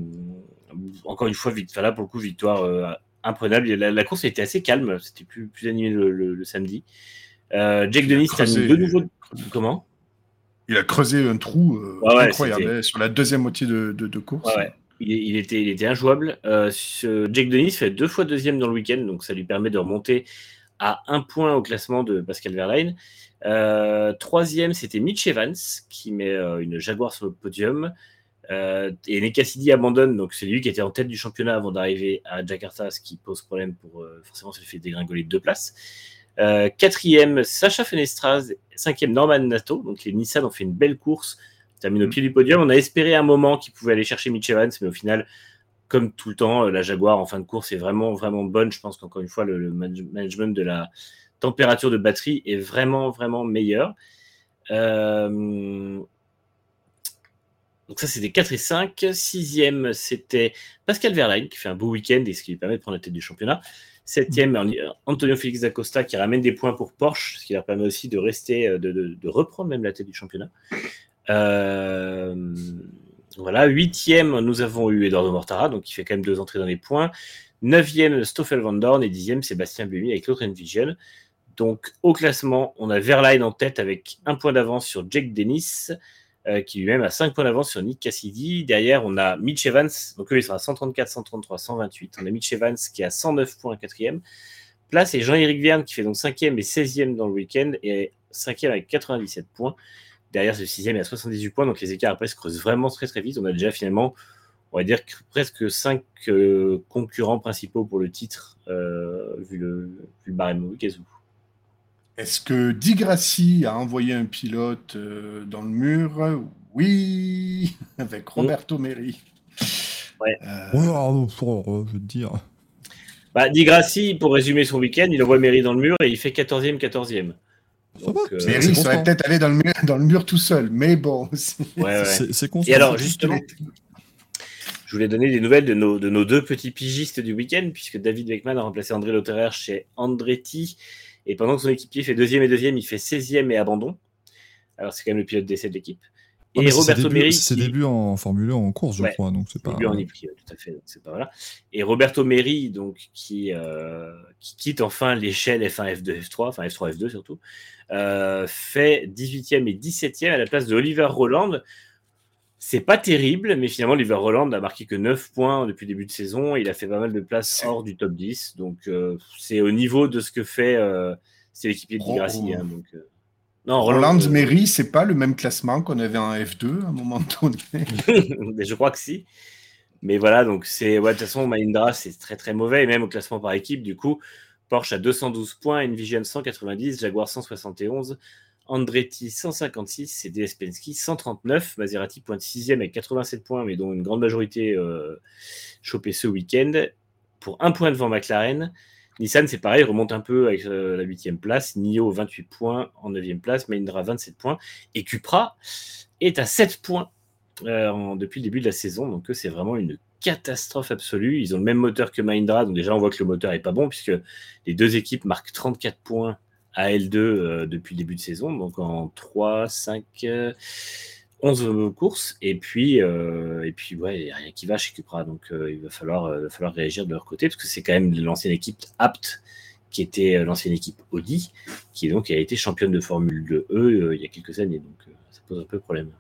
encore une fois, vite, enfin là, pour le coup, victoire euh, imprenable. La, la course a été assez calme, c'était plus, plus animé le, le, le samedi. Euh, Jake Dennis termine de nouveau. Comment ? Il a creusé un trou euh, ouais, ouais, incroyable c'était... sur la deuxième moitié de, de, de course. Ouais, ouais. Il, il, était, il était injouable. Euh, ce Jake Dennis fait deux fois deuxième dans le week-end, donc ça lui permet de remonter à un point au classement de Pascal Wehrlein. Euh, troisième, c'était Mitch Evans qui met euh, une Jaguar sur le podium. Euh, et Nick Cassidy abandonne, donc c'est lui qui était en tête du championnat avant d'arriver à Jakarta, ce qui pose problème pour euh, forcément ça lui fait dégringoler de deux places. Euh, quatrième, Sacha Fenestraz. Cinquième, Norman Nato. Donc les Nissan ont fait une belle course, termine au pied du podium. On a espéré un moment qu'ils pouvaient aller chercher Mitch Evans, mais au final, comme tout le temps, la Jaguar en fin de course est vraiment vraiment bonne. Je pense qu'encore une fois, le, le management de la température de batterie est vraiment vraiment meilleur. Euh... Donc ça, c'était quatre et cinq. Sixième, c'était Pascal Wehrlein, qui fait un beau week-end et ce qui lui permet de prendre la tête du championnat. Septième, Antonio Félix d'Acosta, qui ramène des points pour Porsche, ce qui leur permet aussi de rester, de, de, de reprendre même la tête du championnat. Euh, voilà. Huitième, nous avons eu Eduardo Mortara, donc qui fait quand même deux entrées dans les points. Neuvième, Stoffel Van Dorn. Et dixième, Sébastien Buemi avec l'autre Envision. Donc, au classement, on a Wehrlein en tête avec un point d'avance sur Jake Dennis, Euh, qui lui-même a cinq points d'avance sur Nick Cassidy. Derrière, on a Mitch Evans, donc eux, il sera à cent trente-quatre, cent trente-trois, cent vingt-huit. On a Mitch Evans qui a cent neuf points, quatrième. place et Jean-Éric Verne qui fait donc cinquième et seizième dans le week-end et cinquième avec quatre-vingt-dix-sept points. Derrière ce sixième est à soixante-dix-huit points, donc les écarts après se creusent vraiment très très vite. On a déjà finalement, on va dire, presque cinq euh, concurrents principaux pour le titre, euh, vu, le, vu le barème Gazou. Est-ce que Di Grassi a envoyé un pilote euh, dans le mur? Oui, avec Roberto mmh. Merhi. Ouais. Euh... ouais alors, je veux te dire. Bah, Di Grassi, pour résumer son week-end, il envoie Merhi dans le mur et il fait quatorzième, quatorzième. Donc, euh, Merhi serait peut-être allé dans le, mur, dans le mur tout seul, mais bon. C'est, ouais, ouais. c'est, c'est constant. Et alors, justement, je voulais donner des nouvelles de nos, de nos deux petits pigistes du week-end, puisque David Beckman a remplacé André Lotterer chez Andretti. Et pendant que son équipier fait deuxième et deuxième, il fait seizième et abandon. Alors, c'est quand même le pilote d'essai de l'équipe. Et oh, Roberto Merhi. C'est ses qui... débuts en Formule un en course, je ouais, crois. Donc c'est pas... début en I-Prix, ouais, tout à fait. Donc c'est pas voilà. Et Roberto Merhi, donc, qui, euh, qui quitte enfin l'échelle F un, F deux, F trois, enfin F trois, F deux surtout, euh, fait dix-huitième et dix-septième à la place de Oliver Roland. C'est pas terrible, mais finalement, Oliver Roland a marqué que neuf points depuis le début de saison. Il a fait pas mal de places hors du top dix. Donc euh, c'est au niveau de ce que fait euh, c'est l'équipier de Di Grassi. Oh. Hein, donc, euh... Non, Roland, Roland euh... Merhi, c'est pas le même classement qu'on avait en F deux à un moment donné. Je crois que si. Mais voilà, donc c'est ouais, de toute façon, Mahindra, c'est très très mauvais, et même au classement par équipe, du coup, Porsche a deux cent douze points, Envision cent quatre-vingt-dix, Jaguar cent soixante et onze, Andretti cent cinquante-six et D S Penske cent trente-neuf. Maserati pointe sixième avec quatre-vingt-sept points, mais dont une grande majorité euh, chopée ce week-end, pour un point devant McLaren. Nissan, c'est pareil, remonte un peu avec euh, la huitième place. Nio, vingt-huit points en neuvième place. Mahindra, vingt-sept points. Et Cupra est à sept points euh, en, depuis le début de la saison. Donc, eux, c'est vraiment une catastrophe absolue. Ils ont le même moteur que Mahindra. Donc, déjà, on voit que le moteur n'est pas bon, puisque les deux équipes marquent trente-quatre points à L deux euh, depuis le début de saison. Donc, en trois, cinq, euh, onze courses. Et puis, euh, et puis ouais, il n'y a rien qui va chez Cupra. Donc, euh, il va falloir, euh, va falloir réagir de leur côté, parce que c'est quand même l'ancienne équipe Abt, qui était euh, l'ancienne équipe Audi, qui donc a été championne de Formule deux E euh, il y a quelques années. Donc, euh, ça pose un peu problème.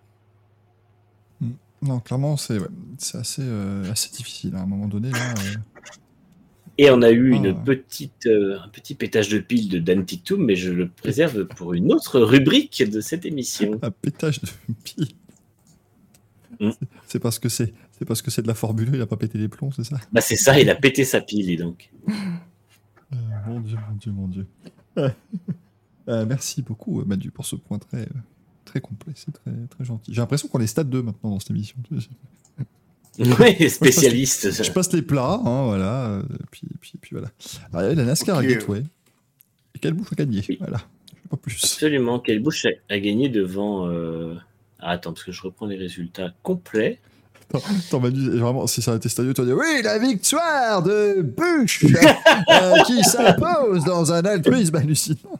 Non, clairement, c'est, ouais, c'est assez, euh, assez difficile à un moment donné. Là, euh... Et on a eu ah, une petite, euh, un petit pétage de pile de Dan Tictum, mais je le préserve pour une autre rubrique de cette émission. Un pétage de pile mm. c'est, c'est, parce que c'est, c'est parce que c'est de la Formule un, il n'a pas pété les plombs, c'est ça? Bah c'est ça, il a pété sa pile, et donc. Euh, mon Dieu, mon Dieu, mon Dieu. euh, merci beaucoup, Madu, pour ce point très, très complet. C'est très, très gentil. J'ai l'impression qu'on est stade deux maintenant dans cette émission. Oui, spécialiste. Je passe, je passe les plats, hein, voilà. Puis, puis, puis voilà. Alors, il y avait la NASCAR okay. à Gateway. Et Kelbouche a gagné. Oui. Voilà. Pas plus. Absolument. Kelbouche a, a gagné devant. Euh... Ah, attends, parce que je reprends les résultats complets. Attends, attends Manu, vraiment, si ça a été stadieux, tu vas dire oui, la victoire de Bush euh, qui s'impose dans un altruisme hallucinant.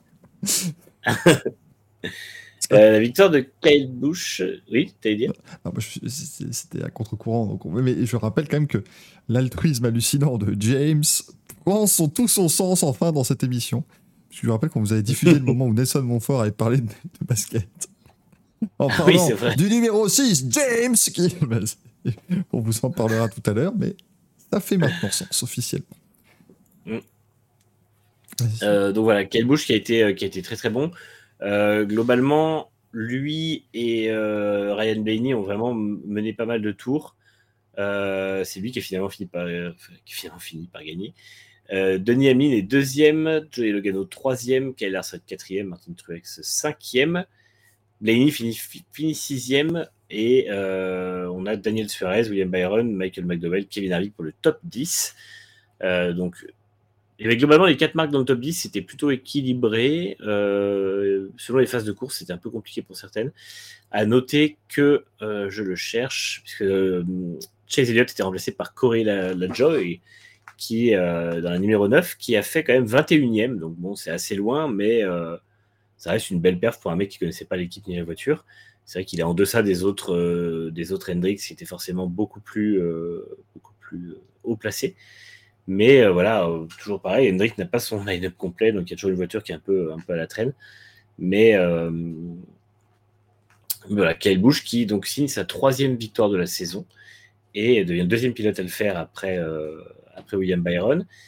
Euh, la victoire de Kyle Busch, oui, t'allais dire non, bah, je, c'était à contre-courant, donc on... mais je rappelle quand même que l'altruisme hallucinant de James prend son, tout son sens enfin dans cette émission. Je vous rappelle qu'on vous avait diffusé le moment où Nelson Montfort avait parlé de, de basket. En parlant oui, c'est vrai. Du numéro six, James, qui... on vous en parlera tout à l'heure, mais ça fait maintenant sens officiellement. Mm. Euh, donc voilà, Kyle Busch qui a été, qui a été très très bon. Euh, globalement, lui et euh, Ryan Blaney ont vraiment mené pas mal de tours. Euh, c'est lui qui a finalement fini par, euh, qui a finalement fini par gagner. Euh, Denis Hamlin est deuxième, Joey Logano troisième, Kyle Larson quatrième, Martin Truex cinquième. Blaney finit, finit sixième et euh, on a Daniel Suarez, William Byron, Michael McDowell, Kevin Harvick pour le top dix. Euh, donc Et avec globalement, les quatre marques dans le top dix, c'était plutôt équilibré. Euh, selon les phases de course, c'était un peu compliqué pour certaines. À noter que, euh, je le cherche, puisque euh, Chase Elliott était remplacé par Corey LaJoie, qui euh, dans la numéro neuf, qui a fait quand même vingt et unième. Donc bon, c'est assez loin, mais euh, ça reste une belle perf pour un mec qui ne connaissait pas l'équipe ni la voiture. C'est vrai qu'il est en deçà des autres, euh, des autres Hendricks, qui étaient forcément beaucoup plus, euh, beaucoup plus euh, haut placés. Mais euh, voilà, euh, toujours pareil, Hendrick n'a pas son line-up complet, donc il y a toujours une voiture qui est un peu, un peu à la traîne. Mais euh, voilà, Kyle Busch qui donc signe sa troisième victoire de la saison et devient le deuxième pilote à le faire après, euh, après William Byron.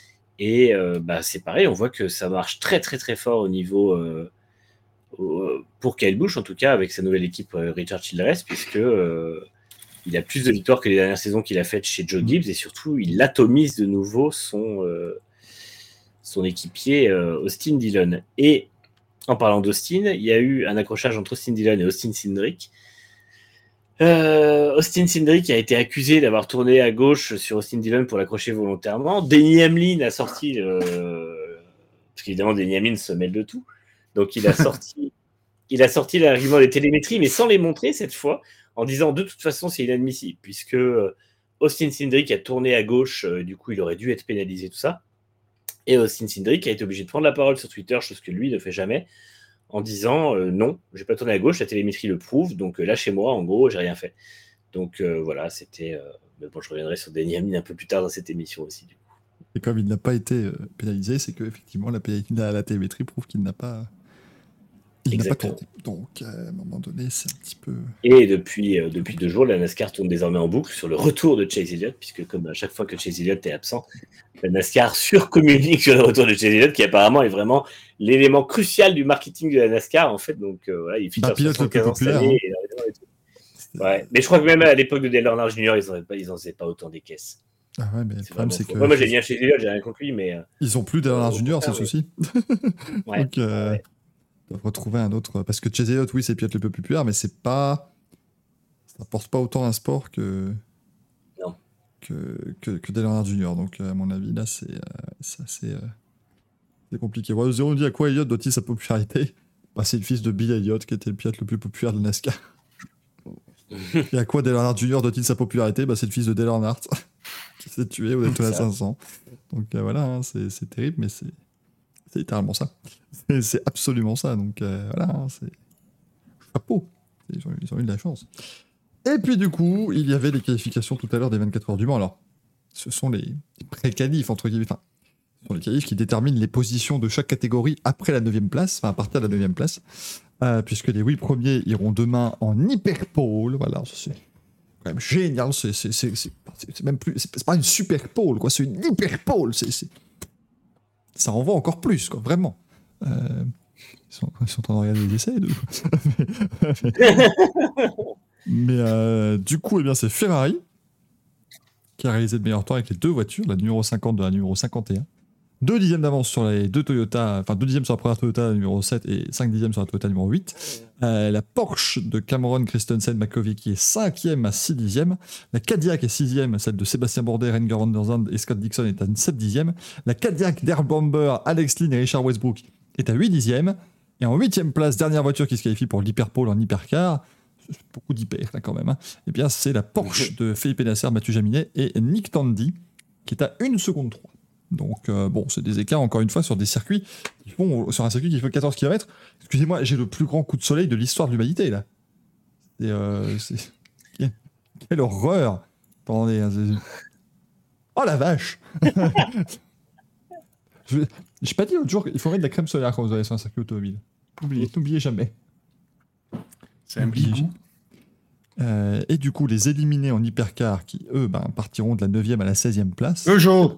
Et euh, bah, c'est pareil, on voit que ça marche très très très fort au niveau euh, au, pour Kyle Busch en tout cas avec sa nouvelle équipe euh, Richard Childress, puisque euh, il a plus de victoires que les dernières saisons qu'il a faites chez Joe Gibbs, et surtout il atomise de nouveau son euh, son équipier euh, Austin Dillon. Et en parlant d'Austin, il y a eu un accrochage entre Austin Dillon et Austin Cindric. Euh, Austin Cindric a été accusé d'avoir tourné à gauche sur Austin Dillon pour l'accrocher volontairement. Denny Hamlin a sorti, euh, parce qu'évidemment Denny Hamlin se mêle de tout, donc il a sorti, il a sorti l'argument des télémétries, mais sans les montrer cette fois, en disant de toute façon c'est inadmissible, puisque Austin Cindric a tourné à gauche, euh, du coup il aurait dû être pénalisé, tout ça. Et Austin Cindric a été obligé de prendre la parole sur Twitter, chose que lui ne fait jamais, en disant euh, non, j'ai pas tourné à gauche, la télémétrie le prouve, donc euh, lâchez-moi, en gros, j'ai rien fait. Donc euh, voilà, c'était. Euh... Mais bon, je reviendrai sur Denny Hamlin un peu plus tard dans cette émission aussi, du coup. Et comme il n'a pas été euh, pénalisé, c'est qu'effectivement, la, la, la télémétrie prouve qu'il n'a pas. Il n'a pas tourné. Donc, à un moment donné, c'est un petit peu. Et depuis, euh, depuis deux jours, la NASCAR tourne désormais en boucle sur le retour de Chase Elliott, puisque comme à chaque fois que Chase Elliott est absent, la NASCAR surcommunique sur le retour de Chase Elliott, qui apparemment est vraiment l'élément crucial du marketing de la NASCAR, en fait. Donc euh, voilà, il fit bah, pilote le plus populaire. Hein. Et, ouais. Mais je crois que même à l'époque de Dale Earnhardt junior, ils n'en ils faisaient pas autant des caisses. Ah ouais, mais le problème, c'est que. Moi, moi j'ai bien Chase Elliott, j'ai rien contre lui, mais. Ils ont plus Dale Earnhardt junior, c'est le souci. Ouais. Donc, euh... ouais. retrouver un autre, parce que Chase Elliott, oui, c'est peut-être le peu plus populaire, mais c'est pas, ça n'apporte pas autant un sport que non. que que, que Dale Earnhardt junior. Donc à mon avis là, c'est euh, c'est assez euh, c'est compliqué. Bon, Zéro dit à quoi Elliott doit-il sa popularité? Bah, c'est le fils de Bill Elliott qui était le pilote le plus populaire de NASCAR. Et à quoi Dale Earnhardt junior doit-il sa popularité? Bah, c'est le fils de Dale Earnhardt qui s'est tué au Daytona cinq cents. Donc euh, voilà, hein, c'est c'est terrible, mais c'est c'est littéralement ça. C'est, c'est absolument ça. Donc euh, voilà, hein, c'est chapeau. Ils ont, ils ont eu de la chance. Et puis du coup, il y avait les qualifications tout à l'heure des vingt-quatre heures du Mans. Alors, ce sont les pré-qualifs, entre guillemets. Enfin, ce sont les qualifs qui déterminent les positions de chaque catégorie après la neuvième place, enfin à partir de la neuvième place, euh, puisque les huit premiers iront demain en hyperpole. Voilà, ça, c'est quand même génial. C'est, c'est, c'est, c'est, c'est même plus, c'est, c'est pas une super pole, quoi. C'est une hyperpole. C'est, c'est ça en vaut encore plus, quoi, vraiment. Euh, ils, sont, ils sont en train de regarder les essais, mais, mais euh, du coup, eh bien, c'est Ferrari qui a réalisé le meilleur temps avec les deux voitures, la numéro cinquante de la numéro cinquante et un. Deux dixièmes d'avance sur les deux Toyota, enfin deux dixièmes sur la première Toyota la numéro sept et cinq dixièmes sur la Toyota numéro huit. Euh, la Porsche de Cameron Christensen McCovey qui est cinquième à six dixièmes. La Cadillac est sixième, celle de Sébastien Bourdais, Renger Vanderzand et Scott Dixon est à sept dixièmes. La Cadillac d'Earl Bamber, Alex Lynn et Richard Westbrook est à huit dixièmes. Et en huitième place, dernière voiture qui se qualifie pour l'hyperpole en hypercar, c'est beaucoup d'hyper là quand même, hein. Eh bien c'est la Porsche de Felipe Nasser, Mathieu Jaminet et Nick Tandy qui est à une seconde trois. Donc, euh, bon, c'est des écarts, encore une fois, sur des circuits qui font, sur un circuit qui fait quatorze kilomètres. Excusez-moi, j'ai le plus grand coup de soleil de l'histoire de l'humanité, là. C'est, euh, c'est... Quelle horreur! Attendez, hein, c'est... Oh la vache! Je n'ai pas dit l'autre jour qu'il faut mettre de la crème solaire quand vous allez sur un circuit automobile. N'oubliez, n'oubliez jamais. C'est un bigou. Euh, et du coup, les éliminés en hypercar qui, eux, ben, partiront de la neuvième à la seizième place. Peugeot!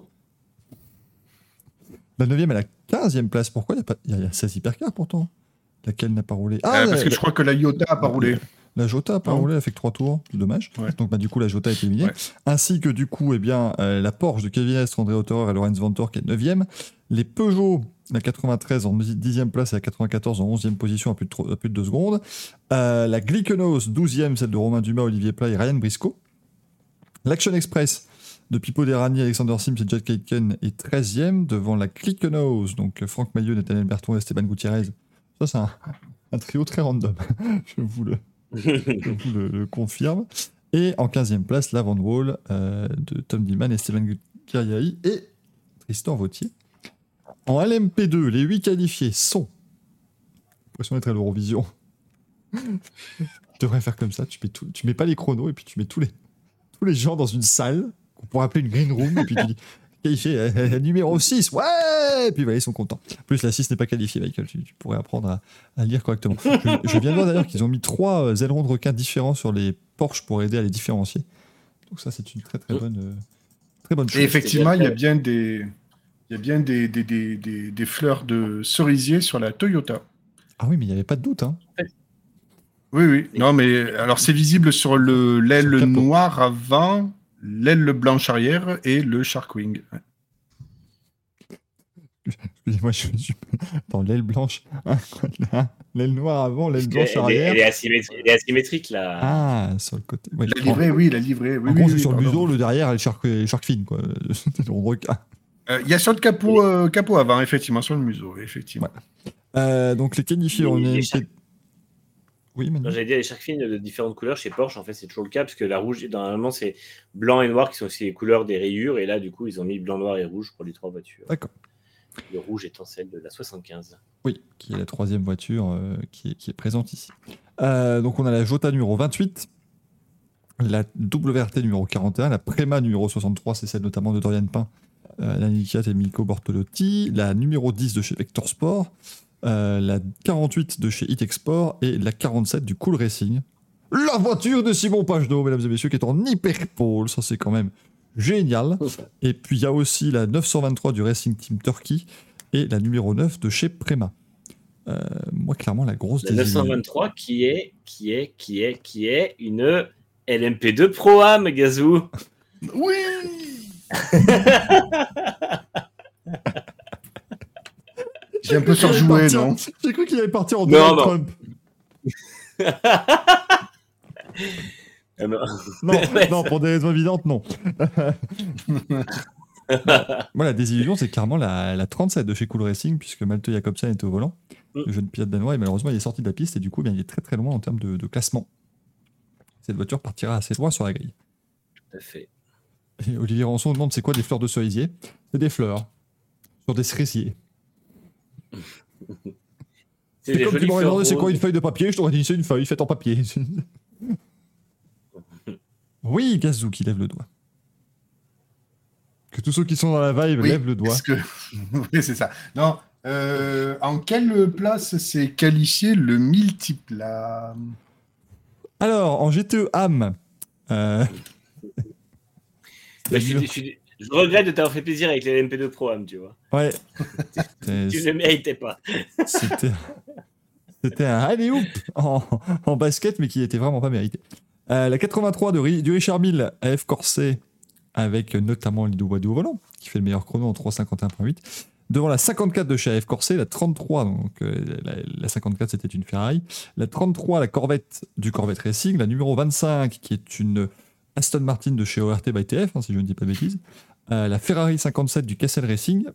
La neuvième à la quinzième place, pourquoi il y a pas... Il y a seize hypercars pourtant. Laquelle n'a pas roulé? Ah, euh, parce la... que je crois que la Iota n'a pas roulé. La Jota n'a pas non. roulé, elle fait que trois tours, c'est dommage. Ouais. Donc bah, du coup, la Jota est éliminée. Ouais. Ainsi que du coup, eh bien, euh, la Porsche de Kevin Estre, André Otterer et Lorenz Vanthoor qui est neuvième. Les Peugeot, la quatre-vingt-treize en dixième place et la quatre-vingt-quatorze en onzième position à plus de, trois, à plus de deux secondes. Euh, la Glickenhaus, douzième, celle de Romain Dumas, Olivier Pla et Ryan Briscoe. L'Action Express de Pipo Derani, Alexander Sims et Jack Aitken est treizième devant la Glickenhaus, donc Franck Maillot, Nathaniel Berton et Esteban Gutiérrez. Ça, c'est un, un trio très random. Je vous le, je vous le, le confirme. Et en quinzième place, la Van Wall euh, de Tom Dillman et Steven Guerrieri et Tristan Vautier. En L M P deux, les huit qualifiés sont... J'ai l'impression d'être à l'Eurovision. Tu devrais faire comme ça, tu mets, tout, tu mets pas les chronos et puis tu mets tous les, tous les gens dans une salle qu'on pourrait appeler une green room et puis tu dis qualifié euh, numéro six, ouais, et puis voilà, ils sont contents. En plus, la six n'est pas qualifiée, Michael, tu, tu pourrais apprendre à, à lire correctement. Je, je viens de voir d'ailleurs qu'ils ont mis trois euh, ailerons de requin différents sur les Porsche pour aider à les différencier. Donc ça, c'est une très très bonne, euh, très bonne chose. Et effectivement, il y a bien des... Il y a bien des, des, des, des, des fleurs de cerisier sur la Toyota. Ah oui, mais il n'y avait pas de doute. Hein. Oui, oui. Non, mais alors c'est visible sur le l'aile Sur le capot. noire avant, l'aile blanche arrière et le Sharkwing. Ouais. Excusez-moi, je suis dans l'aile blanche. L'aile noire avant, l'aile blanche Elle est, arrière. elle est asymétrique, elle est asymétrique là. Ah, sur le côté. Ouais, La en- livrée, oui, la livrée. Oui, en oui, gros, c'est oui, sur le pardon. museau, le derrière et le shark, et le shark fin, quoi. C'est le requin. Euh, Il y a sur le capot, euh, capot avant, effectivement, sur le museau, effectivement. Ouais. Euh, donc les qualifiés Les- en les L M P. shark- Oui, Manu. Non, j'allais dire les shark fins de différentes couleurs chez Porsche, en fait c'est toujours le cas parce que la rouge, normalement c'est blanc et noir qui sont aussi les couleurs des rayures et là du coup ils ont mis blanc, noir et rouge pour les trois voitures. D'accord. Le rouge étant celle de la soixante-quinze. Oui, qui est la troisième voiture euh, qui, est, qui est présente ici. Euh, donc on a la Jota numéro vingt-huit, la W R T numéro quarante et un, la Prema numéro soixante-trois, c'est celle notamment de Dorian Pain, euh, la Nikiat et Milko Bortolotti, la numéro dix de chez Vector Sport, euh, la quarante-huit de chez Hitech Sport et la quarante-sept du Cool Racing. La voiture de Simon Pagenaud, mesdames et messieurs, qui est en hyperpole, ça c'est quand même génial. Et puis il y a aussi la neuf cent vingt-trois du Racing Team Turkey et la numéro neuf de chez Prema. Euh, moi, clairement, la grosse La neuf cent désillusion. vingt-trois qui est, qui est, qui est, qui est une L M P deux Pro-Am, Gazou. Oui. J'ai un peu surjoué, Partir- non? J'ai cru qu'il allait partir en Non, Donald non. Trump. Ah non. Non, Ouais, non, ça- pour des raisons évidentes, non. Moi, la désillusion, c'est clairement la, la trente-sept de chez Cool Racing, puisque Malte Jacobsen était au volant, Mm. le jeune pilote danois, et malheureusement, il est sorti de la piste, et du coup, bien, il est très très loin en termes de, de classement. Cette voiture partira assez loin sur la grille. Tout à fait. Et Olivier Rançon demande c'est quoi des fleurs de cerisier? C'est des fleurs sur des cerisiers. C'est C'est des comme tu jolies m'aurais fleurs demandé c'est quoi roses. une feuille de papier, je t'aurais dit c'est une feuille faite en papier. Oui, Gazou qui lève le doigt. Que tous ceux qui sont dans la vibe Oui, lèvent le doigt. est-ce que... oui, c'est ça. Non, euh, en quelle place s'est qualifié le multiple là? Alors, en G T E A M, euh, Bah, je, suis- je suis- je regrette de t'avoir fait plaisir avec les L M P deux Pro-Am, tu vois. ouais, C'est- Tu ne le méritais pas. c'était c'était un alley-oop en, en basket, mais qui n'était vraiment pas mérité. Euh, la quatre-vingt-trois de, Ri- du Richard Mille à F Corset, avec notamment Lido Wadou au volant, qui fait le meilleur chrono en trois cinquante et un point huit. Devant la cinquante-quatre de chez A F Corset, la trente-trois, donc euh, la, la cinquante-quatre c'était une Ferrari, la trente-trois, la Corvette du Corvette Racing, la numéro vingt-cinq qui est une Aston Martin de chez O R T by T F, hein, si je ne dis pas de bêtises, euh, la Ferrari cinquante-sept du Cassel Racing,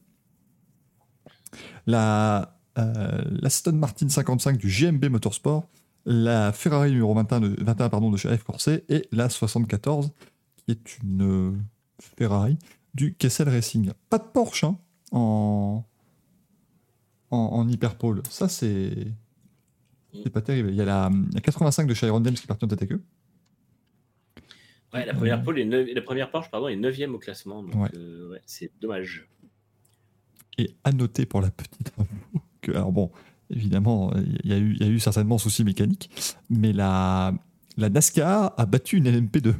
la euh, l'Aston Martin cinquante-cinq du G M B Motorsport, la Ferrari numéro vingt et un de, vingt et un, pardon, de chez A F Corset et la soixante-quatorze qui est une euh, Ferrari du Kessel Racing. Pas de Porsche hein, en, en, en hyperpole. Ça, c'est c'est pas terrible. Il y a la, la quatre-vingt-cinq de chez Iron Dems qui est partie en tête à queue. Ouais, la première pole est neuf- la première Porsche pardon, est neuvième au classement. Donc, Ouais. euh, ouais, c'est dommage. Et à noter pour la petite info que, alors bon, évidemment, il y, a eu- il y a eu certainement souci mécanique, mais la, la NASCAR a battu une L M P deux.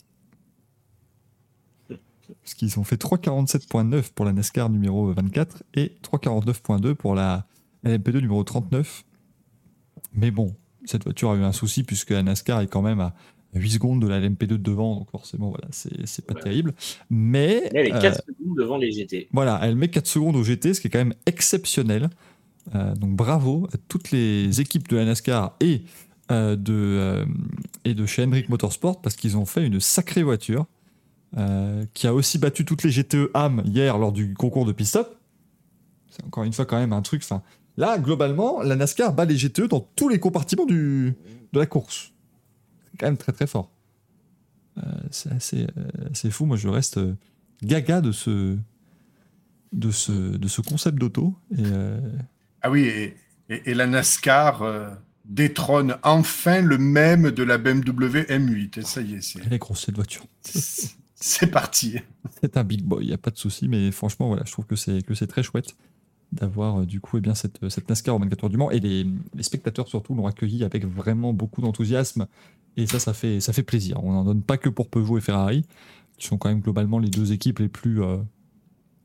Parce qu'ils ont fait trois quarante-sept point neuf pour la NASCAR numéro vingt-quatre et trois quarante-neuf point deux pour la L M P deux numéro trente-neuf. Mais bon, cette voiture a eu un souci puisque la NASCAR est quand même à huit secondes de la L M P deux de devant, donc forcément, voilà, c'est c'est pas Ouais. terrible. Mais, Mais elle est euh, quatre secondes devant les G T. voilà, elle met quatre secondes au G T, ce qui est quand même exceptionnel. Euh, donc bravo à toutes les équipes de la NASCAR et, euh, de, euh, et de chez Hendrick Motorsport parce qu'ils ont fait une sacrée voiture euh, qui a aussi battu toutes les G T E A M hier lors du concours de pit-stop. C'est encore une fois quand même un truc. Fin, là, globalement, la NASCAR bat les G T E dans tous les compartiments du, de la course. C'est quand même très très fort. Euh, c'est assez, euh, assez fou. Moi, je reste euh, gaga de ce, de ce, de ce concept d'auto. Et, euh, Ah oui, et, et- et la NASCAR euh, détrône enfin le même de la B M W M huit. Et ça y est, c'est, elle est grosse cette voiture. c'est parti. C'est un big boy, il n'y a pas de souci, mais franchement, voilà, je trouve que c'est, que c'est très chouette d'avoir euh, du coup eh bien, cette, cette NASCAR au vingt-quatre heures du Mans. Et les, les spectateurs surtout l'ont accueilli avec vraiment beaucoup d'enthousiasme. Et ça, ça fait, ça fait plaisir. On n'en donne pas que pour Peugeot et Ferrari, qui sont quand même globalement les deux équipes les plus, euh,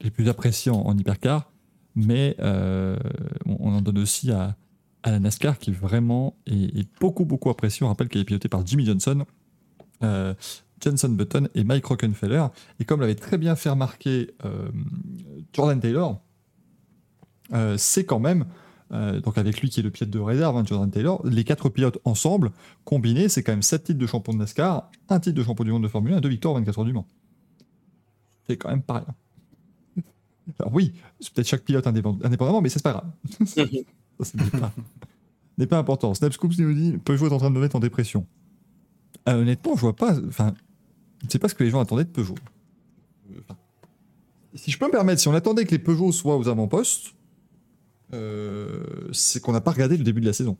les plus appréciés en, en hypercar, mais euh, on, on en donne aussi à, à la NASCAR qui vraiment est, est beaucoup, beaucoup appréciée. On rappelle qu'elle est pilotée par Jimmy Johnson, euh, Jenson Button et Mike Rockenfeller. Et comme l'avait très bien fait remarquer euh, Jordan Taylor, euh, c'est quand même, euh, donc avec lui qui est le pilote de réserve, hein, Jordan Taylor, les quatre pilotes ensemble, combinés, c'est quand même sept titres de champion de NASCAR, un titre de champion du monde de Formule un, deux victoires, vingt-quatre heures du Mans. C'est quand même pas rien. Alors oui, c'est peut-être chaque pilote indépend- indépendamment, mais c'est pas grave. Ça, ce n'est pas, n'est pas important. Snapscoops nous dit Peugeot est en train de me mettre en dépression. Euh, honnêtement, je vois pas. Enfin, je ne sais pas ce que les gens attendaient de Peugeot. Enfin, si je peux me permettre, si on attendait que les Peugeot soient aux avant-postes, euh, c'est qu'on n'a pas regardé le début de la saison.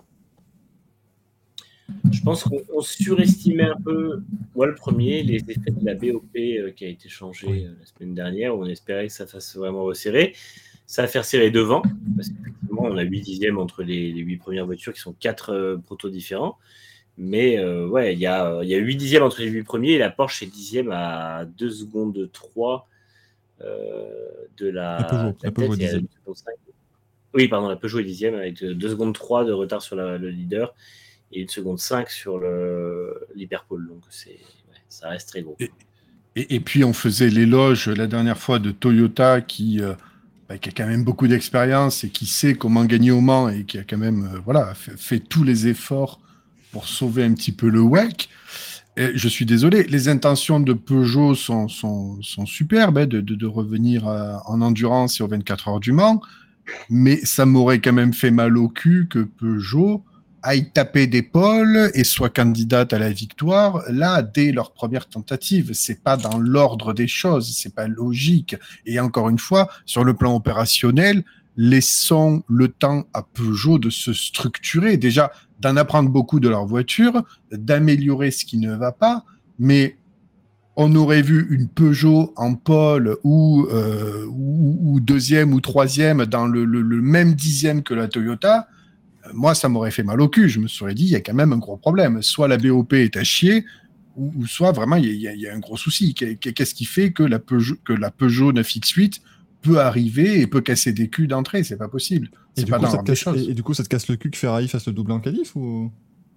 Je pense qu'on on surestimait un peu, moi le premier, les effets de la B O P euh, qui a été changée Oui. euh, la semaine dernière, où on espérait que ça fasse vraiment resserrer. Ça va faire serrer devant, parce qu'effectivement, on a huit dixièmes entre les, les huit premières voitures qui sont quatre euh, protos différents. Mais euh, ouais, il y a, il y a huit dixièmes entre les huit premiers et la Porsche est dixième à deux secondes trois euh, de la, La Peugeot, de la la Peugeot tête, est et à dixième. une seconde cinq. Oui, pardon, la Peugeot est dixième avec deux secondes trois de retard sur la- le leader et une seconde cinq sur le- l'hyperpole. Donc c'est, ouais, ça reste très gros. Et, et, et puis, on faisait l'éloge la dernière fois de Toyota qui, euh, bah, qui a quand même beaucoup d'expérience et qui sait comment gagner au Mans et qui a quand même euh, voilà, fait, fait tous les efforts pour sauver un petit peu le W E C. Et je suis désolé, les intentions de Peugeot sont, sont, sont superbes, hein, de, de, de revenir à- en endurance et aux vingt-quatre heures du Mans, mais ça m'aurait quand même fait mal au cul que Peugeot aille taper d'épaule et soit candidate à la victoire là dès leur première tentative. C'est pas dans l'ordre des choses, c'est pas logique. Et encore une fois, sur le plan opérationnel, laissons le temps à Peugeot de se structurer, déjà d'en apprendre beaucoup de leur voiture, d'améliorer ce qui ne va pas, mais on aurait vu une Peugeot en pole ou, euh, ou, ou deuxième ou troisième dans le, le, le même dixième que la Toyota, euh, moi, ça m'aurait fait mal au cul. Je me serais dit, il y a quand même un gros problème. Soit la B O P est à chier, ou, ou soit vraiment, il y, a, il y a un gros souci. Qu'est-ce qui fait que la Peugeot, que la Peugeot neuf X huit peut arriver et peut casser des culs d'entrée? C'est pas possible. Et C'est du, pas coup, dans ça l'ordre te des casse, choses. et, et du coup, ça te casse le cul que Ferrari fasse le double en qualif ou...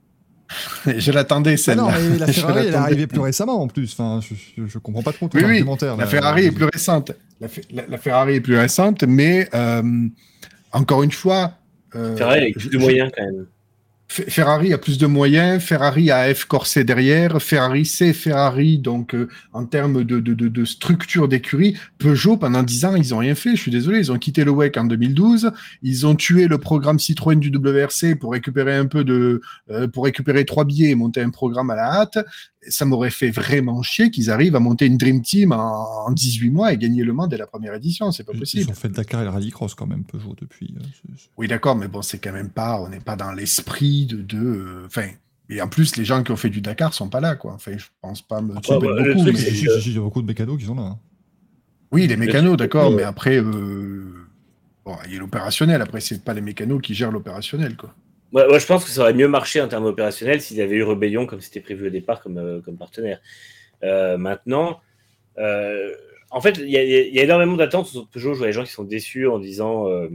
Je l'attendais, Ah celle-là. non, mais la Je Ferrari, elle est l'attendais. arrivée plus récemment en plus. Enfin, je, je, je comprends pas trop ton Oui, oui, argumentaire. la là, Ferrari est José. plus récente. La, la, la Ferrari est plus récente, mais euh, encore une fois, euh, Ferrari avec je, plus de je, moyens quand même. Ferrari a plus de moyens, Ferrari a F Corset derrière, Ferrari c'est Ferrari, donc euh, en termes de, de, de, de structure d'écurie, Peugeot pendant dix ans ils ont rien fait, je suis désolé, ils ont quitté le W E C en deux mille douze, ils ont tué le programme Citroën du W R C pour récupérer un peu de, euh, pour récupérer trois billets et monter un programme à la hâte. Ça m'aurait fait vraiment chier qu'ils arrivent à monter une Dream Team en, en dix-huit mois et gagner le Mans dès la première édition, c'est pas Ils- possible. Ils ont fait le Dakar et le Rallycross quand même, Peugeot, depuis. euh, c'est- c'est- Oui, d'accord, mais bon, c'est quand même pas, on n'est pas dans l'esprit de, de, enfin, et en plus, les gens qui ont fait du Dakar sont pas là, quoi. Enfin, je pense pas me tromper bah, de le beaucoup, truc, mais Si, c'est si, que- si, si, il y a beaucoup de mécanos qui sont là. hein. oui, les mécanos, truc, d'accord, c'est que- mais après, euh... bon, il y a l'opérationnel. Après, c'est pas les mécanos qui gèrent l'opérationnel, quoi. Ouais, moi, je pense que ça aurait mieux marché en termes opérationnels s'ils avaient eu Rebellion comme c'était prévu au départ comme, euh, comme partenaire. Euh, maintenant, euh, en fait, il y, y, y a énormément d'attentes sur Peugeot. Je vois les gens qui sont déçus en disant, euh,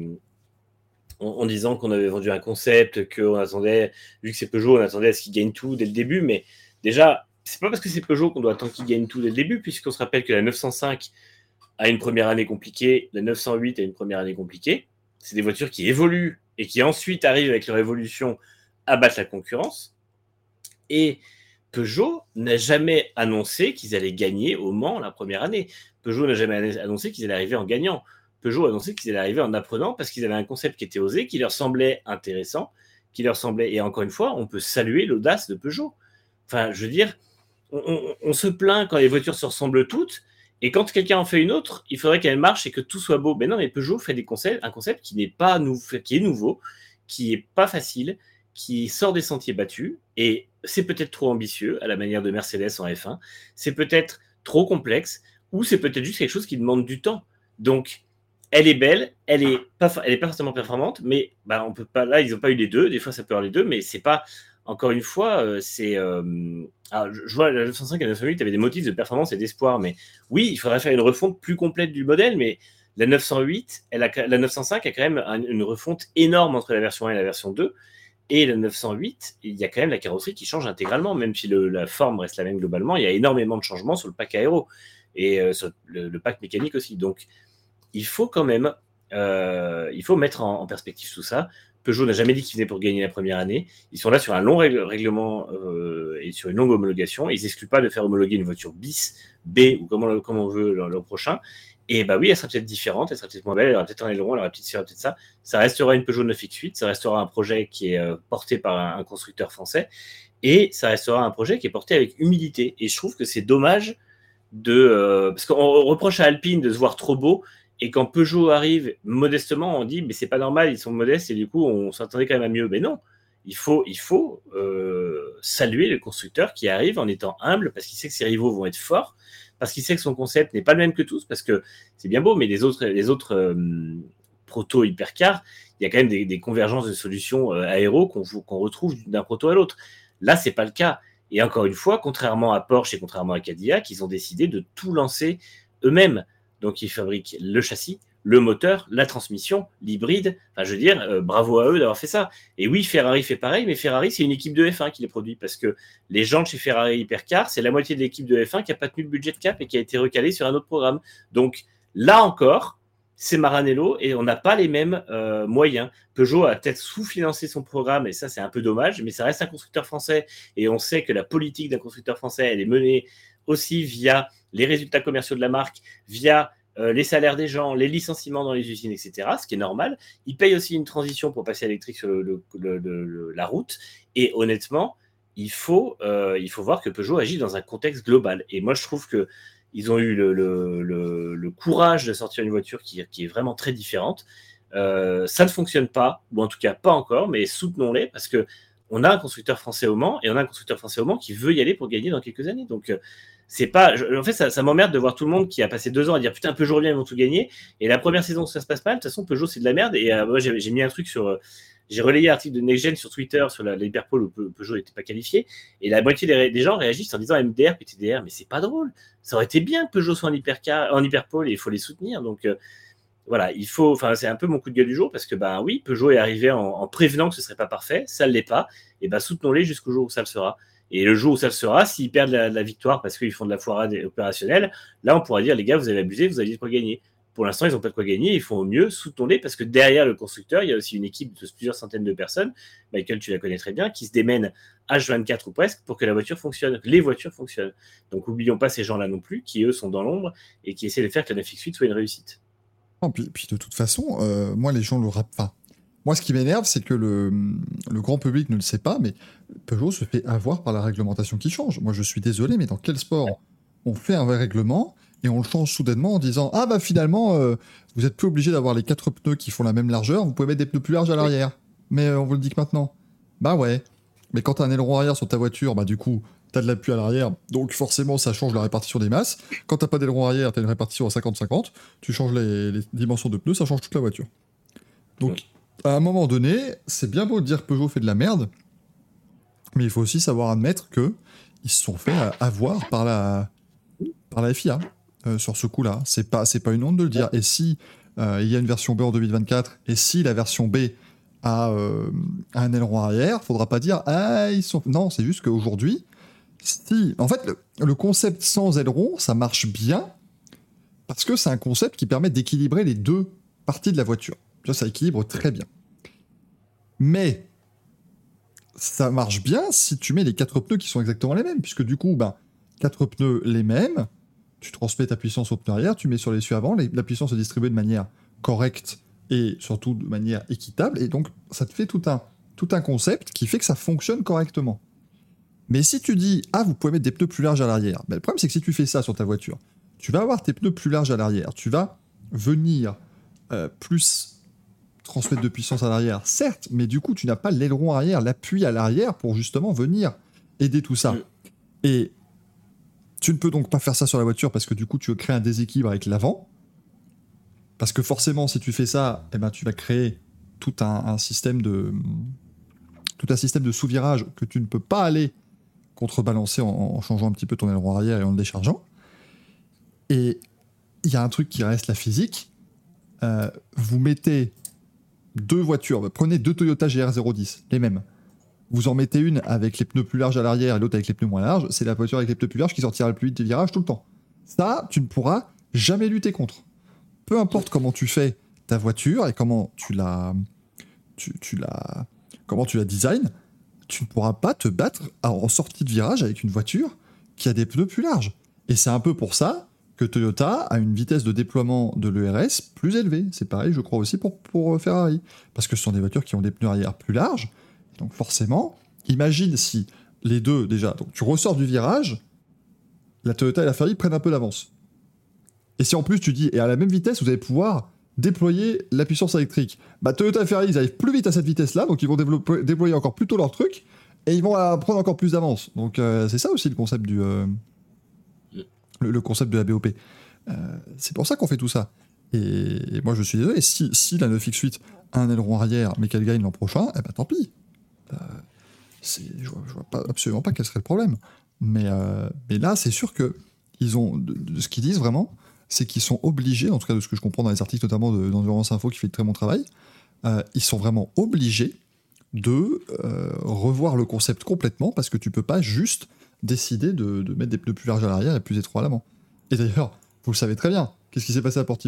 en, en disant qu'on avait vendu un concept, qu'on attendait, vu que c'est Peugeot, on attendait à ce qu'ils gagnent tout dès le début. Mais déjà, c'est pas parce que c'est Peugeot qu'on doit attendre qu'ils gagnent tout dès le début, puisqu'on se rappelle que la neuf cent cinq a une première année compliquée, la neuf cent huit a une première année compliquée. C'est des voitures qui évoluent et qui ensuite arrivent avec leur évolution à battre la concurrence. Et Peugeot n'a jamais annoncé qu'ils allaient gagner au Mans la première année. Peugeot n'a jamais annoncé qu'ils allaient arriver en gagnant. Peugeot a annoncé qu'ils allaient arriver en apprenant parce qu'ils avaient un concept qui était osé, qui leur semblait intéressant, qui leur semblait... Et encore une fois, on peut saluer l'audace de Peugeot. Enfin, je veux dire, on, on, on se plaint quand les voitures se ressemblent toutes, et quand quelqu'un en fait une autre, il faudrait qu'elle marche et que tout soit beau. Mais non, mais Peugeot fait des concepts, un concept qui n'est pas nou- qui est nouveau, qui est pas facile, qui sort des sentiers battus, et c'est peut-être trop ambitieux à la manière de Mercedes en F un, c'est peut-être trop complexe, ou c'est peut-être juste quelque chose qui demande du temps. Donc, elle est belle, elle est pas, elle est pas forcément performante, mais bah, on peut pas. Là, ils n'ont pas eu les deux. Des fois, ça peut avoir les deux, mais c'est pas. Encore une fois, euh, c'est. Euh, alors, je vois la neuf cent cinq et la neuf cent huit, tu avais des motifs de performance et d'espoir, mais oui, il faudrait faire une refonte plus complète du modèle, mais La neuf cent huit, elle a, la neuf cent cinq a quand même un, une refonte énorme entre la version un et la version deux. Et la neuf cent huit, il y a quand même la carrosserie qui change intégralement, même si le, la forme reste la même globalement. Il y a énormément de changements sur le pack aéro et euh, sur le, le pack mécanique aussi. Donc, il faut quand même euh, il faut mettre en, en perspective tout ça. Peugeot n'a jamais dit qu'ils venaient pour gagner la première année. Ils sont là sur un long règle, règlement euh, et sur une longue homologation. Ils n'excluent pas de faire homologuer une voiture bis, B ou comme on, comme on veut l'an prochain. Et bah oui, elle sera peut-être différente, elle sera peut-être moins belle, elle aura peut-être un aileron, elle aura peut-être, peut-être ça. Ça restera une Peugeot neuf X huit, ça restera un projet qui est euh, porté par un, un constructeur français, et ça restera un projet qui est porté avec humilité. Et je trouve que c'est dommage de... Euh, parce qu'on reproche à Alpine de se voir trop beau, et quand Peugeot arrive modestement, on dit mais c'est pas normal, ils sont modestes, et du coup on s'attendait quand même à mieux. Mais non, il faut, il faut euh, saluer le constructeur qui arrive en étant humble, parce qu'il sait que ses rivaux vont être forts, parce qu'il sait que son concept n'est pas le même que tous, parce que c'est bien beau, mais les autres, les autres euh, proto hypercars, il y a quand même des, des convergences de solutions euh, aéro qu'on, qu'on retrouve d'un proto à l'autre. Là, c'est pas le cas. Et encore une fois, contrairement à Porsche et contrairement à Cadillac, ils ont décidé de tout lancer eux-mêmes. Donc, ils fabriquent le châssis, le moteur, la transmission, l'hybride. Enfin, je veux dire, euh, bravo à eux d'avoir fait ça. Et oui, Ferrari fait pareil, mais Ferrari, c'est une équipe de F un qui les produit, parce que les gens de chez Ferrari Hypercar, c'est la moitié de l'équipe de F un qui n'a pas tenu le budget de cap et qui a été recalé sur un autre programme. Donc, là encore, c'est Maranello et on n'a pas les mêmes euh, moyens. Peugeot a peut-être sous-financé son programme, et ça, c'est un peu dommage, mais ça reste un constructeur français, et on sait que la politique d'un constructeur français, elle est menée aussi via les résultats commerciaux de la marque, via Euh, les salaires des gens, les licenciements dans les usines, et cetera, ce qui est normal. Ils payent aussi une transition pour passer à l'électrique sur le, le, le, le, la route. Et honnêtement, il faut, euh, il faut voir que Peugeot agit dans un contexte global. Et moi, je trouve qu'ils ont eu le, le, le, le courage de sortir une voiture qui, qui est vraiment très différente. Euh, ça ne fonctionne pas, ou en tout cas pas encore, mais soutenons-les, parce que on a un constructeur français au Mans, et on a un constructeur français au Mans qui veut y aller pour gagner dans quelques années. Donc, euh, c'est pas, je, en fait, ça, ça m'emmerde de voir tout le monde qui a passé deux ans à dire putain, Peugeot revient, ils vont tout gagner. Et la première saison, ça se passe mal. De toute façon, Peugeot, c'est de la merde. Et euh, moi, j'ai, j'ai mis un truc sur, euh, j'ai relayé un article de Next Gen sur Twitter sur la, l'Hyperpole où Pe- Peugeot n'était pas qualifié. Et la moitié des, des gens réagissent en disant M D R, P T D R, mais c'est pas drôle. Ça aurait été bien que Peugeot soit en, hypercar, en Hyperpole, et il faut les soutenir. Donc, euh, voilà, il faut, enfin, c'est un peu mon coup de gueule du jour, parce que, ben oui, Peugeot est arrivé en, en prévenant que ce serait pas parfait. Ça ne l'est pas. Et ben, soutenons-les jusqu'au jour où ça le sera. Et le jour où ça le sera, s'ils perdent la, la victoire parce qu'ils font de la foirade opérationnelle, là, on pourra dire, les gars, vous avez abusé, vous avez dit de quoi gagner. Pour l'instant, ils n'ont pas de quoi gagner, ils font au mieux, soutenons-les, parce que derrière le constructeur, il y a aussi une équipe de plusieurs centaines de personnes, Michael, tu la connais très bien, qui se démènent H vingt-quatre ou presque pour que la voiture fonctionne, que les voitures fonctionnent. Donc, n'oublions pas ces gens-là non plus, qui, eux, sont dans l'ombre et qui essaient de faire que la neuf X huit soit une réussite. Non, puis, puis de toute façon, euh, moi, les gens le rappellent. Enfin, moi, ce qui m'énerve, c'est que le, le grand public ne le sait pas, mais Peugeot se fait avoir par la réglementation qui change. Moi, je suis désolé, mais dans quel sport on fait un vrai règlement et on le change soudainement en disant « Ah, bah finalement, euh, vous n'êtes plus obligé d'avoir les quatre pneus qui font la même largeur, vous pouvez mettre des pneus plus larges à l'arrière. Oui. Mais euh, on vous le dit que maintenant. » Bah ouais. Mais quand t'as un aileron arrière sur ta voiture, bah du coup, t'as de l'appui à l'arrière, donc forcément, ça change la répartition des masses. Quand t'as pas d'aileron arrière, t'as une répartition à cinquante cinquante, tu changes les, les dimensions de pneus, ça change toute la voiture. Donc, oui. À un moment donné, c'est bien beau de dire que Peugeot fait de la merde, mais il faut aussi savoir admettre que ils se sont fait avoir par la, par la F I A euh, sur ce coup-là. C'est pas, c'est pas une honte de le dire. Et si euh, il y a une version B en deux mille vingt-quatre, et si la version B a euh, un aileron arrière, faudra pas dire ah ils sont. Non, c'est juste qu'aujourd'hui, si, en fait, le, le concept sans aileron, ça marche bien parce que c'est un concept qui permet d'équilibrer les deux parties de la voiture. Ça, ça équilibre très bien. Mais ça marche bien si tu mets les quatre pneus qui sont exactement les mêmes, puisque du coup, ben, quatre pneus les mêmes, tu transmets ta puissance au pneu arrière, tu mets sur l'essieu avant, les, la puissance est distribuée de manière correcte et surtout de manière équitable, et donc ça te fait tout un, tout un concept qui fait que ça fonctionne correctement. Mais si tu dis, ah, vous pouvez mettre des pneus plus larges à l'arrière, ben, le problème c'est que si tu fais ça sur ta voiture, tu vas avoir tes pneus plus larges à l'arrière, tu vas venir euh, plus transmettre de puissance à l'arrière, certes, mais du coup, tu n'as pas l'aileron arrière, l'appui à l'arrière pour justement venir aider tout ça. Mmh. Et tu ne peux donc pas faire ça sur la voiture parce que du coup, tu crées un déséquilibre avec l'avant. Parce que forcément, si tu fais ça, eh ben, tu vas créer tout un, un système de tout un système de sous-virage que tu ne peux pas aller contrebalancer en, en changeant un petit peu ton aileron arrière et en le déchargeant. Et il y a un truc qui reste la physique, euh, vous mettez deux voitures, prenez deux Toyota G R zéro dix, les mêmes. Vous en mettez une avec les pneus plus larges à l'arrière et l'autre avec les pneus moins larges, c'est la voiture avec les pneus plus larges qui sortira le plus vite des virages tout le temps. Ça, tu ne pourras jamais lutter contre. Peu importe comment tu fais ta voiture et comment tu la, tu, tu la, comment tu la design, tu ne pourras pas te battre en sortie de virage avec une voiture qui a des pneus plus larges. Et c'est un peu pour ça que Toyota a une vitesse de déploiement de l'E R S plus élevée. C'est pareil, je crois aussi pour, pour Ferrari. Parce que ce sont des voitures qui ont des pneus arrière plus larges. Donc forcément, imagine si les deux, déjà, donc tu ressors du virage, la Toyota et la Ferrari prennent un peu d'avance. Et si en plus tu dis, et à la même vitesse, vous allez pouvoir déployer la puissance électrique. Bah Toyota et Ferrari, ils arrivent plus vite à cette vitesse-là, donc ils vont développer, déployer encore plus tôt leur truc, et ils vont euh, prendre encore plus d'avance. Donc euh, c'est ça aussi le concept du... Euh, le, le concept de la B O P. Euh, c'est pour ça qu'on fait tout ça. Et, et moi je suis désolé, si, si la neuf X huit a un aileron arrière, mais qu'elle gagne l'an prochain, eh ben tant pis. Euh, c'est, je vois, je vois pas, absolument pas quel serait le problème. Mais, euh, mais là, c'est sûr que ils ont, de, de ce qu'ils disent vraiment, c'est qu'ils sont obligés, en tout cas de ce que je comprends dans les articles notamment de, d'Endurance Info qui fait de très bon travail, euh, ils sont vraiment obligés de euh, revoir le concept complètement parce que tu peux pas juste décider de, de mettre des pneus plus larges à l'arrière et plus étroits à l'avant. Et d'ailleurs, vous le savez très bien, qu'est-ce qui s'est passé à Portimao ?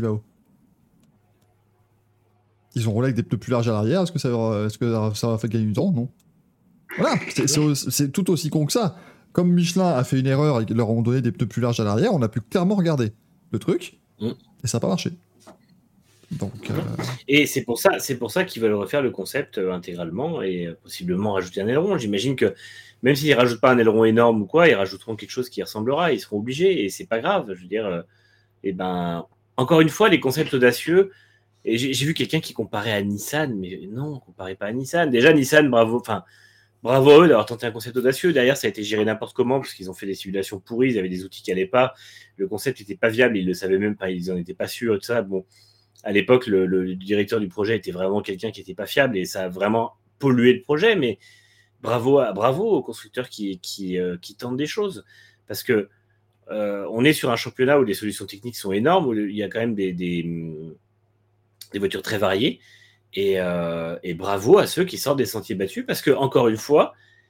Ils ont roulé avec des pneus plus larges à l'arrière, est-ce que ça leur, est-ce que ça leur a fait gagner du temps ? Non. Voilà, c'est, c'est, c'est tout aussi con que ça. Comme Michelin a fait une erreur et leur ont donné des pneus plus larges à l'arrière, on a pu clairement regarder le truc, mmh. et ça n'a pas marché. Donc, euh... Et c'est pour ça, c'est pour ça qu'ils veulent refaire le concept euh, intégralement et euh, possiblement rajouter un aileron. J'imagine que même s'ils ne rajoutent pas un aileron énorme ou quoi, ils rajouteront quelque chose qui ressemblera, ils seront obligés, et c'est pas grave. Je veux dire, euh, et ben, encore une fois, les concepts audacieux. Et j'ai, j'ai vu quelqu'un qui comparait à Nissan, mais non, comparez pas à Nissan. Déjà, Nissan, bravo, enfin, bravo à eux d'avoir tenté un concept audacieux. Derrière, ça a été géré n'importe comment, parce qu'ils ont fait des simulations pourries, ils avaient des outils qui n'allaient pas. Le concept n'était pas viable, ils ne le savaient même pas, ils n'en étaient pas sûrs de ça. Bon, à l'époque, le, le, le directeur du projet était vraiment quelqu'un qui n'était pas fiable, et ça a vraiment pollué le projet. Mais bravo, à, bravo aux constructeurs qui, qui, euh, qui tentent des choses. Parce que euh, on est sur un championnat où les solutions techniques sont énormes, où il y a quand même des... des des voitures très variées, et, euh, et bravo à ceux qui sortent des sentiers battus, parce que, encore une fois,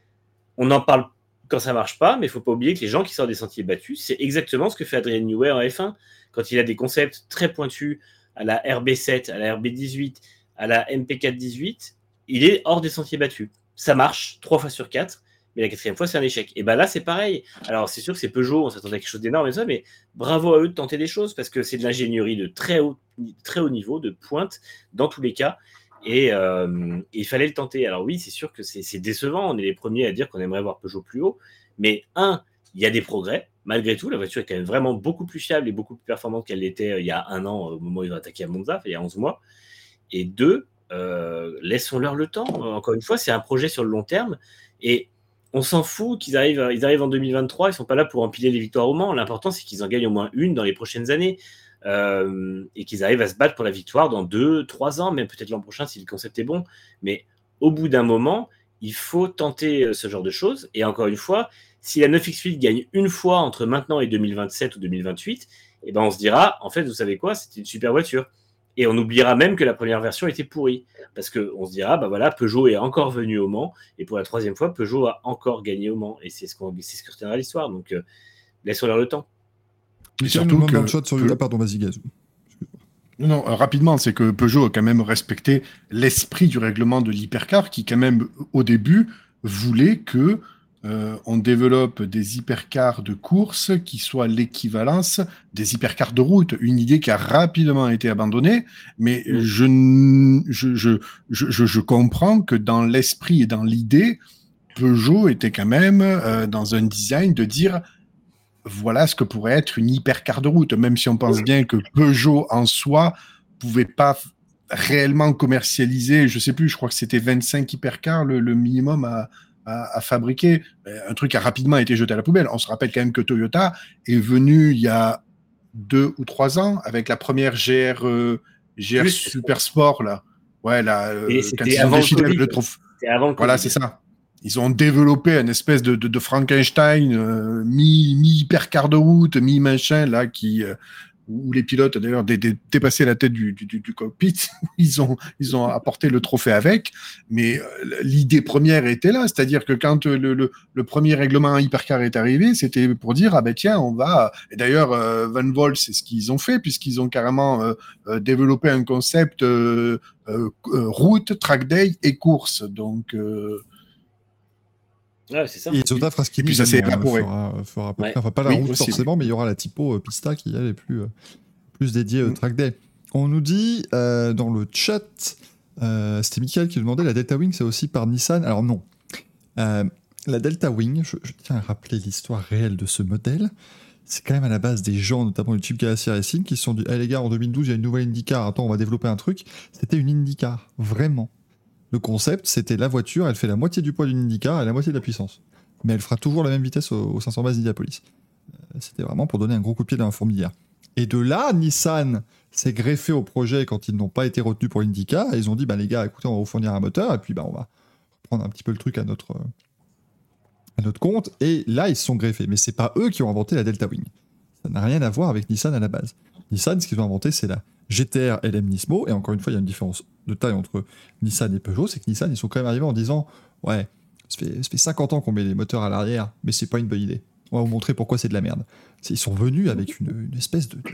on en parle quand ça marche pas, mais il faut pas oublier que les gens qui sortent des sentiers battus, c'est exactement ce que fait Adrian Newey en F un, quand il a des concepts très pointus à la R B sept, à la R B dix-huit, à la M P quatre dix-huit, il est hors des sentiers battus. Ça marche trois fois sur quatre, mais la quatrième fois, c'est un échec. Et bien là, c'est pareil. Alors, c'est sûr que c'est Peugeot, on s'attendait à quelque chose d'énorme et ça, mais bravo à eux de tenter des choses, parce que c'est de l'ingénierie de très haut, très haut niveau, de pointe, dans tous les cas. Et, euh, et il fallait le tenter. Alors oui, c'est sûr que c'est, c'est décevant. On est les premiers à dire qu'on aimerait voir Peugeot plus haut. Mais un, il y a des progrès. Malgré tout, la voiture est quand même vraiment beaucoup plus fiable et beaucoup plus performante qu'elle l'était il y a un an, au moment où ils ont attaqué à Monza, il y a onze mois. Et deux, euh, laissons-leur le temps. Encore une fois, c'est un projet sur le long terme. Et on s'en fout qu'ils arrivent, ils arrivent en deux mille vingt-trois, ils ne sont pas là pour empiler les victoires au Mans. L'important, c'est qu'ils en gagnent au moins une dans les prochaines années, euh, et qu'ils arrivent à se battre pour la victoire dans deux, trois ans, même peut-être l'an prochain si le concept est bon. Mais au bout d'un moment, il faut tenter ce genre de choses. Et encore une fois, si la neuf X huit gagne une fois entre maintenant et deux mille vingt-sept ou deux mille vingt-huit, eh ben on se dira, en fait, vous savez quoi, c'était une super voiture. Et on oubliera même que la première version était pourrie. Parce qu'on se dira, bah voilà, Peugeot est encore venu au Mans. Et pour la troisième fois, Peugeot a encore gagné au Mans. Et c'est ce, qu'on, c'est ce que retiendra l'histoire. Donc, euh, laissons-leur le temps. Mais surtout que... Dans sur Peu... Pardon, vas-y, Gaz. Non, non, euh, rapidement, c'est que Peugeot a quand même respecté l'esprit du règlement de l'hypercar qui, quand même, au début, voulait que Euh, on développe des hypercars de course qui soient l'équivalence des hypercars de route, une idée qui a rapidement été abandonnée, mais je, je, je, je, je comprends que dans l'esprit et dans l'idée, Peugeot était quand même euh, dans un design de dire voilà ce que pourrait être une hypercar de route, même si on pense bien que Peugeot en soi pouvait pas réellement commercialiser, je sais plus, je crois que c'était vingt-cinq hypercars le, le minimum à À, à fabriquer. Un truc a rapidement été jeté à la poubelle. On se rappelle quand même que Toyota est venu il y a deux ou trois ans avec la première G R, euh, G R oui, Super Sport, là. Ouais, là, euh, quand ils ont décidé le trophée. Voilà, c'est ça. Ils ont développé une espèce de, de, de Frankenstein, euh, mi, mi-hypercar de route, mi-machin, là, qui, euh, où les pilotes d'ailleurs dé- dé- dépassaient la tête du, du, du, du cockpit, ils ont, ils ont apporté le trophée avec, mais euh, l'idée première était là, c'est-à-dire que quand le, le, le premier règlement hypercar est arrivé, c'était pour dire, ah ben tiens, on va... Et d'ailleurs, euh, Van Volt, c'est ce qu'ils ont fait, puisqu'ils ont carrément euh, euh, développé un concept euh, euh, euh, route, track day et course, donc... Euh, Ouais, c'est ça. Et Zota Fraschini Et puis ça s'est également, évaporé. fera, fera à peu Ouais. près, enfin pas la Oui, route aussi, forcément, mais il y aura la typo euh, Pista qui elle est plus, euh, plus dédiée au Mm. track day. On nous dit euh, dans le chat, euh, c'était Michael qui nous demandait, la Delta Wing c'est aussi par Nissan. Alors non. Euh, la Delta Wing, je, je tiens à rappeler l'histoire réelle de ce modèle. C'est quand même à la base des gens, notamment du Chip Ganassi Racing, qui se sont dit, hey, les gars, en deux mille douze, il y a une nouvelle IndyCar, attends, on va développer un truc. C'était une IndyCar, vraiment. Le concept, c'était la voiture, elle fait la moitié du poids d'une IndyCar et la moitié de la puissance. Mais elle fera toujours la même vitesse au, au cinq cents bases d'Indianapolis. Euh, c'était vraiment pour donner un gros coup de pied dans la fourmilière. Et de là, Nissan s'est greffé au projet quand ils n'ont pas été retenus pour l'IndyCar. Et ils ont dit, bah, les gars, écoutez, on va vous fournir un moteur, et puis bah, on va prendre un petit peu le truc à notre, euh, à notre compte. Et là, ils se sont greffés. Mais c'est pas eux qui ont inventé la Delta Wing. Ça n'a rien à voir avec Nissan à la base. Nissan, ce qu'ils ont inventé, c'est la G T R L M Nismo. Et encore une fois, il y a une différence de taille entre Nissan et Peugeot. C'est que Nissan, ils sont quand même arrivés en disant, ouais, ça fait, ça fait cinquante ans qu'on met les moteurs à l'arrière, mais c'est pas une bonne idée. On va vous montrer pourquoi c'est de la merde. C'est, ils sont venus avec une, une espèce de...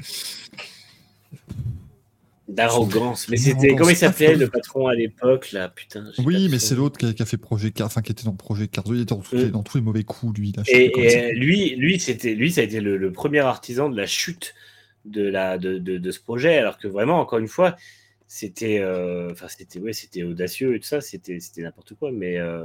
D'arrogance. Mais Une c'était. arrogance Comment il s'appelait affreuse. le patron à l'époque, là? Putain. j'ai Oui, pas mais son c'est nom. l'autre qui a, qui a fait Projet Cars, enfin qui était dans Projet Cars. Il était dans tous, les, Mm. dans tous les mauvais coups, lui. Là, je sais plus Et, comment il et s'appelle. lui, lui, c'était, lui, ça a été le, le premier artisan de la chute de, la, de, de, de ce projet, alors que vraiment, encore une fois, c'était, euh, enfin, c'était, ouais, c'était audacieux et tout ça, c'était, c'était n'importe quoi. Mais, euh,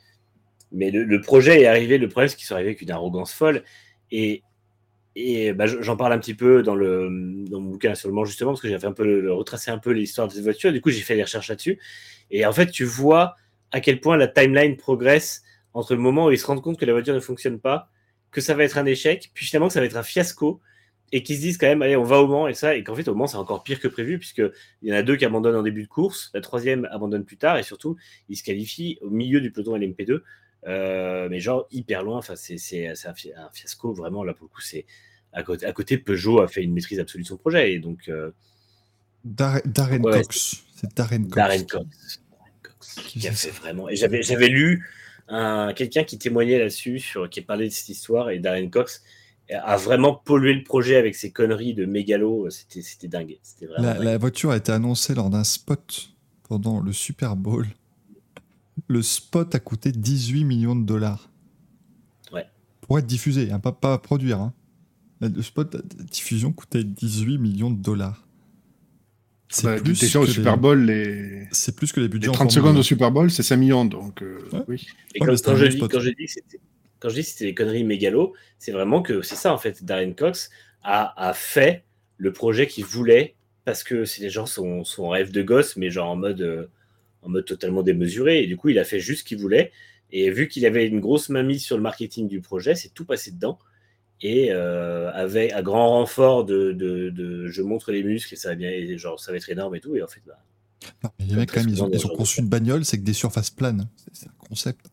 mais le, le projet est arrivé. Le problème, c'est qu'ils sont arrivés avec une arrogance folle. Et, et bah, j'en parle un petit peu dans le dans mon bouquin sur le Mans justement parce que j'ai fait un peu le, le retracer un peu l'histoire de cette voiture. Du coup, j'ai fait des recherches là-dessus. Et en fait, tu vois à quel point la timeline progresse entre le moment où ils se rendent compte que la voiture ne fonctionne pas, que ça va être un échec, puis finalement que ça va être un fiasco, et qu'ils se disent quand même, allez, on va au Mans et ça, et qu'en fait au Mans c'est encore pire que prévu puisque il y en a deux qui abandonnent en début de course, la troisième abandonne plus tard, et surtout ils se qualifient au milieu du peloton L M P deux. Euh, mais genre hyper loin, enfin c'est, c'est, c'est un, fi- un fiasco vraiment là pour le coup. C'est à côté, à côté Peugeot a fait une maîtrise absolue de son projet et donc euh, Dar- Darren Ouais, Cox. C'est Darren Cox. Darren Cox, Darren Cox Qui qui a faisait fait ça. vraiment. Et j'avais, j'avais lu un, quelqu'un qui témoignait là-dessus, sur, qui parlait de cette histoire, et Darren Cox a vraiment pollué le projet avec ses conneries de mégalo. C'était, c'était dingue. C'était vraiment La, dingue. la voiture a été annoncée lors d'un spot pendant le Super Bowl. Le spot a coûté dix-huit millions de dollars. Ouais. Pour être diffusé, hein, pas, pas à produire. Hein. Le spot de diffusion coûtait dix-huit millions de dollars. C'est Bah, plus déjà au que Super les- Bowl, les, C'est plus que les les budgets en trente Formule secondes un. au Super Bowl, c'est cinq millions, donc euh, Ouais. oui. Et Ouais, quand, mais c'était un quand je bon dis, spot. quand je dis que c'était, quand je dis que c'était des conneries mégalo, c'est vraiment que c'est ça en fait. Darren Cox a, a fait le projet qu'il voulait parce que c'est les gens son, son rêve de gosse, mais genre en mode, euh, en mode totalement démesuré. Et du coup, il a fait juste ce qu'il voulait. Et vu qu'il avait une grosse mainmise sur le marketing du projet, c'est tout passé dedans. Et euh, avec un grand renfort de, de, de je montre les muscles et ça va bien, et genre ça va être énorme et tout. Et en fait, bah, Non, mais les Comme mecs, très quand même, ils souvent ont, dans ils ce ont genre de conçu cas. une bagnole, c'est que des surfaces planes. C'est, c'est un concept.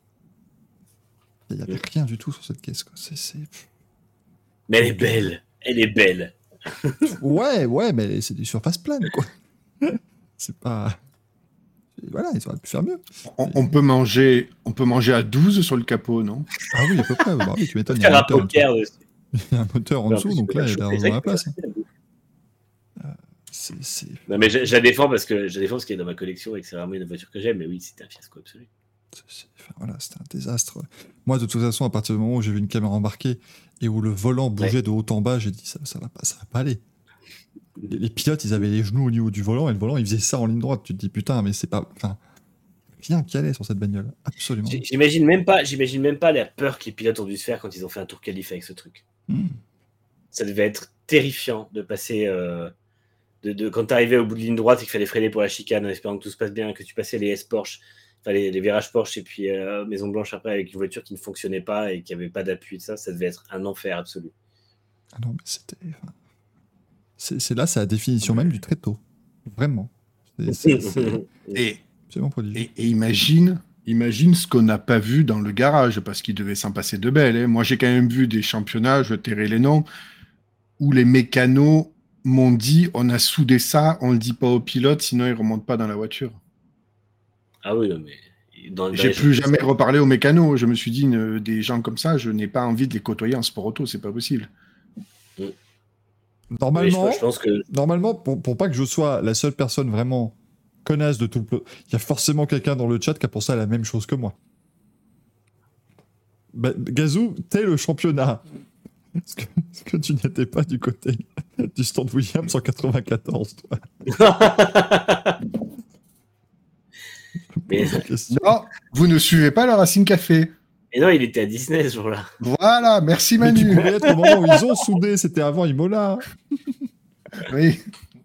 Il n'y avait Mm. rien du tout sur cette caisse. Quoi. C'est, c'est... mais elle est belle, elle est belle. Ouais, ouais, mais c'est des surfaces planes, quoi. C'est pas... Voilà, ils auraient pu faire mieux. On, on peut manger, on peut manger à douze sur le capot, non? Ah oui, à peu près. Bah oui, tu m'étonnes, il y a Faire un un moteur en dessous. poker dessus. Il y a un moteur en En dessous, plus, donc tu peux là, il y a chauffer, largement c'est la vrai que place. tu peux faire la bouffe. C'est, c'est... Non, mais je, je la défends parce que je la défends parce qu'elle est dans ma collection et que c'est vraiment une voiture que j'aime. Mais oui, c'était un fiasco absolu. c'est- c'est- enfin, voilà, c'était un désastre. Moi, de toute façon, à partir du moment où j'ai vu une caméra embarquée et où le volant bougeait Ouais. de haut en bas, j'ai dit, ça, ça va pas, ça va pas aller. Les, les pilotes, ils avaient les genoux au niveau du volant et le volant, il faisait ça en ligne droite. Tu te dis, putain, mais c'est pas... Enfin, rien qui allait sur cette bagnole. Absolument. J'- J'imagine même pas, j'imagine même pas la peur que les pilotes ont dû se faire quand ils ont fait un tour qualif avec ce truc. Hmm. Ça devait être terrifiant de passer. Euh, de, de, quand tu arrivais au bout de ligne droite et qu'il fallait freiner pour la chicane en espérant que tout se passe bien, que tu passais les S Porsche, enfin les, les virages Porsche et puis euh, Maison Blanche après avec une voiture qui ne fonctionnait pas et qui avait pas d'appui et ça, ça devait être un enfer absolu. Ah non, mais c'était... enfin, C'est, c'est là, c'est la définition même du tréteau. Vraiment. C'est, c'est, c'est, Et, c'est vraiment prodigieux. et, et imagine, imagine ce qu'on n'a pas vu dans le garage, parce qu'il devait s'en passer de belles. Hein. Moi, j'ai quand même vu des championnats, je tairai les noms, où les mécanos m'ont dit on a soudé ça, on le dit pas au pilote, sinon il remonte pas dans la voiture. Ah oui, non, mais. Dans, dans J'ai les plus choses- jamais reparlé aux mécanos. Je me suis dit, ne- des gens comme ça, je n'ai pas envie de les côtoyer en sport auto, c'est pas possible. Mais Normalement, je, je pense que. normalement pour, pour pas que je sois la seule personne vraiment connasse de tout le peloton, il y a forcément quelqu'un dans le chat qui a pensé à la même chose que moi. Bah, Gazou, t'es le championnat. Est-ce que, est-ce que tu n'étais pas du côté du stand Williams en quatre-vingt-quatorze, toi? Mais, La question. Non, vous ne suivez pas le Racing Café. mais non, il était à Disney ce jour-là. Voilà, merci Mais tu Manu. pouvais être au moment où ils ont soudé, c'était avant Imola. Oui.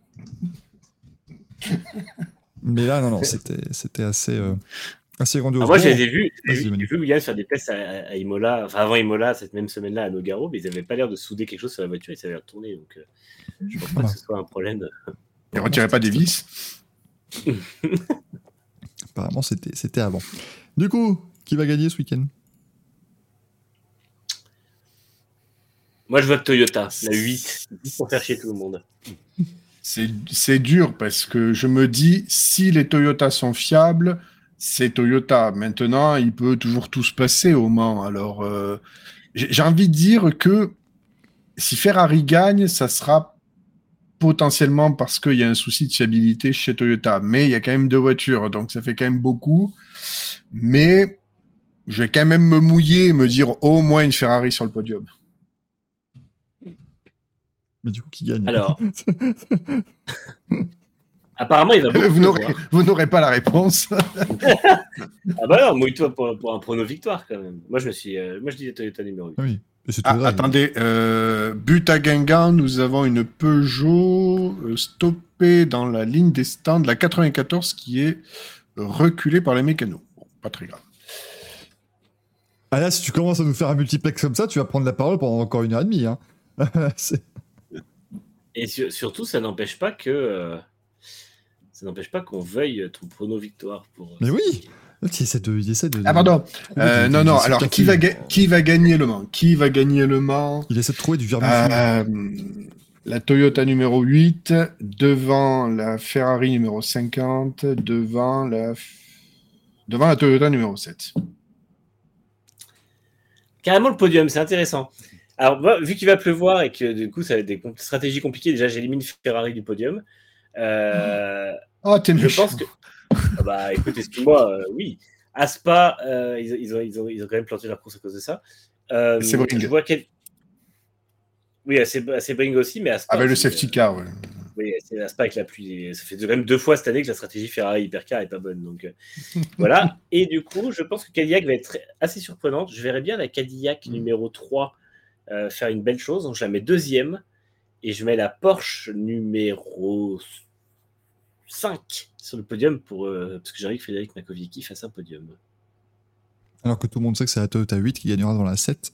Mais là, non, non, c'était, c'était assez, euh, assez grandiose. Ah, moi, Bon, je les ai vus, j'ai vas-y, vu, Manu. j'ai vu Williams faire des tests à, à Imola, enfin avant Imola, cette même semaine-là à Nogaro, mais ils n'avaient pas l'air de souder quelque chose sur la voiture, ils savaient retourner. Donc, euh, je pense pas que ce soit un problème. Ne retirez pas des vis. Apparemment, c'était, c'était avant. Du coup, qui va gagner ce week-end? Moi, je vote Toyota, la huit, pour faire chier tout le monde. C'est c'est dur parce que je me dis, si les Toyota sont fiables, c'est Toyota. Maintenant, il peut toujours tout se passer au Mans. Alors, euh, j'ai j'ai envie de dire que si Ferrari gagne, ça sera potentiellement parce qu'il y a un souci de fiabilité chez Toyota. Mais il y a quand même deux voitures, donc ça fait quand même beaucoup. Mais je vais quand même me mouiller et me dire au moins une Ferrari sur le podium. Mais du coup, qui gagne? Alors, apparemment, il va beaucoup Vous n'aurez pleuvoir. vous n'aurez pas la réponse. Ah bah non, mouille-toi pour, pour un prono victoire quand même. Moi, je me suis, euh, moi, je dis Toyota numéro huit. Ah oui, mais c'est Ah, tout vrai. attendez, euh, but à Guingamp, nous avons une Peugeot euh, stoppée dans la ligne des stands, la quatre-vingt-quatorze, qui est reculée par les mécanos. Bon, pas très grave. Ah là, si tu commences à nous faire un multiplex comme ça, tu vas prendre la parole pendant encore une heure et demie. Hein. C'est- Et sur- surtout, ça n'empêche pas que euh, ça n'empêche pas qu'on veuille ton prono victoire pour. euh, Mais oui. Il essaie de, il essaie de. Ah, pardon. trouver Euh, du- non, du- non, du alors, qui va, ga- qui va gagner le Mans Qui va gagner le Mans Il essaie de trouver du vermicule. Euh, La Toyota numéro huit, devant la Ferrari numéro cinquante, devant la, F- devant la Toyota numéro sept. Carrément le podium, c'est intéressant. Alors, moi, vu qu'il va pleuvoir et que du coup, ça va être des com- stratégies compliquées, déjà, j'élimine Ferrari du podium. Euh, Oh, t'es je méchant. pense que. Ah bah, écoute, excuse-moi, euh, oui. Aspa, euh, ils, ils, ont, ils, ont, ils ont quand même planté leur course à cause de ça. Euh, Sebring. je vois quel. Oui, à Seb- à Sebring aussi, mais Aspa. Avec le c'est- safety car, ouais. Oui, c'est Aspa avec la pluie. Ça fait quand même deux fois cette année que la stratégie Ferrari Hypercar est pas bonne. Donc euh, voilà. Et du coup, je pense que Cadillac va être assez surprenante. Je verrais bien la Cadillac numéro trois euh, faire une belle chose. Donc je la mets deuxième. Et je mets la Porsche numéro cinq sur le podium pour, euh, parce que j'ai envie que Frédéric Makoviecki fasse un podium. Alors que tout le monde sait que c'est la Toyota huit qui gagnera devant la sept.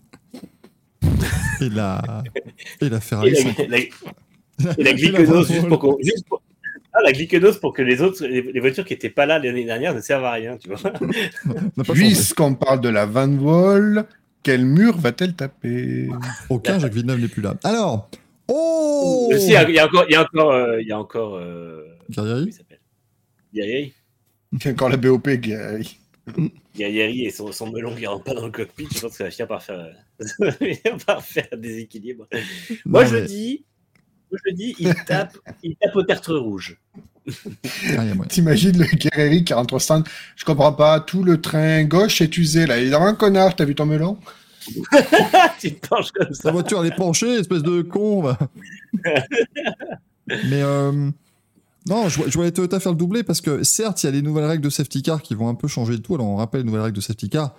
Et la, et la Et Ferrari la, cinq. la- et la glyconose, juste pour qu'on. juste pour- Ah, la glyconose pour que les autres, les, les voitures qui n'étaient pas là l'année dernière ne servent à rien, tu vois. N'a pas changé. Puisqu'on parle de la Van Wall, quel mur va-t-elle taper? Aucun Jacques Villeneuve n'est plus là. Alors, oh Si, il y a il y a encore, il y a encore, euh, il y a encore. euh, comment Guerrieri il s'appelle Guerrieri. Il y a encore la B O P, Gary. Guerrieri et son, son melon qui rentre pas dans le cockpit, je pense que ça va finir par faire, ça va finir par faire un déséquilibre. Moi, Non, je mais- dis, moi, je dis, il tape, il tape au tertre rouge. Ah, il y a moyen. T'imagines le Guerrieri qui rentre au stand. Je comprends pas, tout le train gauche est usé là. Il est un connard, t'as vu ton melon? Tu te penches comme ça. Ta voiture, elle est penchée, espèce de con. va. Mais euh, non, je vois, je vois les Toyota faire le doublé parce que certes, il y a les nouvelles règles de safety car qui vont un peu changer le tout. Alors, on rappelle les nouvelles règles de safety car.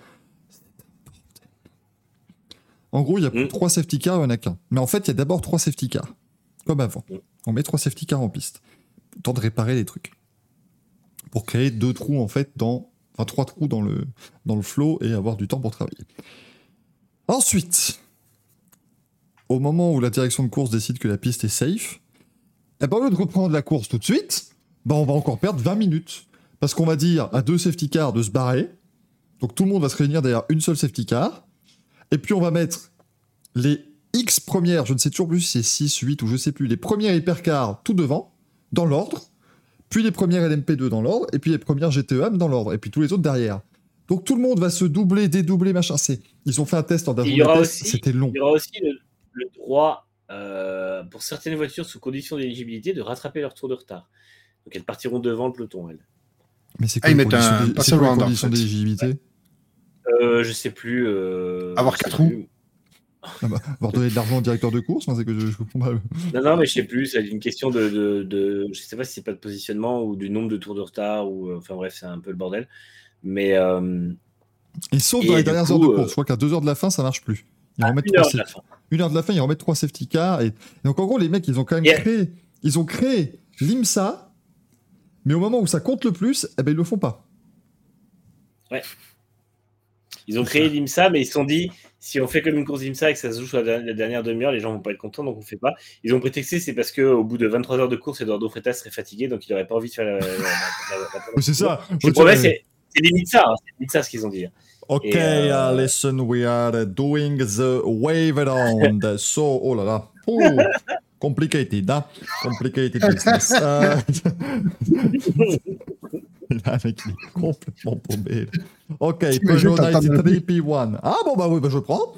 En gros, il y a plus Mm. trois safety cars, il n'y en a qu'un. Mais en fait, il y a d'abord trois safety cars. Comme avant. Mm. On met trois safety cars en piste. Temps de réparer les trucs. Pour créer deux trous, en fait, dans. Enfin, trois trous dans le, dans le flow et avoir du temps pour travailler. Ensuite, au moment où la direction de course décide que la piste est safe, eh ben, au lieu de reprendre la course tout de suite, ben, on va encore perdre vingt minutes. Parce qu'on va dire à deux safety cars de se barrer. Donc tout le monde va se réunir derrière une seule safety car. Et puis on va mettre les X premières, je ne sais toujours plus si c'est six, huit ou je sais plus, les premières hypercars tout devant, dans l'ordre, puis les premières L M P deux dans l'ordre, et puis les premières G T E M dans l'ordre, et puis tous les autres derrière. Donc tout le monde va se doubler, dédoubler, machin. C'est... Ils ont fait un test en Il y avant aura test, aussi, c'était long. il y aura aussi le, le droit, euh, pour certaines voitures sous condition d'éligibilité, de rattraper leur tour de retard. Donc elles partiront devant le peloton, elles. Mais c'est Ah, quoi ils les mettent conditions, un d'é- c'est passage quoi les au handball, conditions en fait. d'éligibilité? Euh, je sais plus. Euh, Avoir je sais quatre roues. plus. Ah bah, avoir donné de l'argent au directeur de course, enfin, c'est que je, je comprends pas. Non, non, mais je sais plus. C'est une question de, de, de. Je sais pas si c'est pas de positionnement ou du nombre de tours de retard ou. euh, Enfin bref, c'est un peu le bordel. Mais. Euh, Et sauf Et dans les du dernières coup, heures de euh, course, je crois qu'à deux heures de la fin, ça marche plus. Ils à remettent une trois heure de la safety- fin. une heure de la fin, ils remettent trois safety cars. Et... et donc en gros, les mecs, ils ont quand même Yeah. créé, ils ont créé l'IMSA, mais au moment où ça compte le plus, eh ben ils le font pas. Ils ont créé l'IMSA, mais ils se sont dit, si on fait comme une course d'IMSA et que ça se joue sur la, la dernière demi-heure, les gens vont pas être contents, donc on fait pas. Ils ont prétexté, c'est parce qu'au bout de vingt-trois heures de course, Eduardo Freitas serait fatigué, donc il aurait pas envie de faire la. la- la- la- la- Mais c'est ça. Je Ok, promets, c'est c'est limite ça, hein, c'est limite ça ce qu'ils ont dit. Ok, Et, euh, uh, listen, we are doing the wave around. So, oh là là. Oh, complicated, hein? Complicated business. Euh, Là, mec, il est complètement paumé. Ok, T'imagines, Peugeot t'entends le- quatre-vingt-treize P un. Ah bon, bah oui, bah je prends.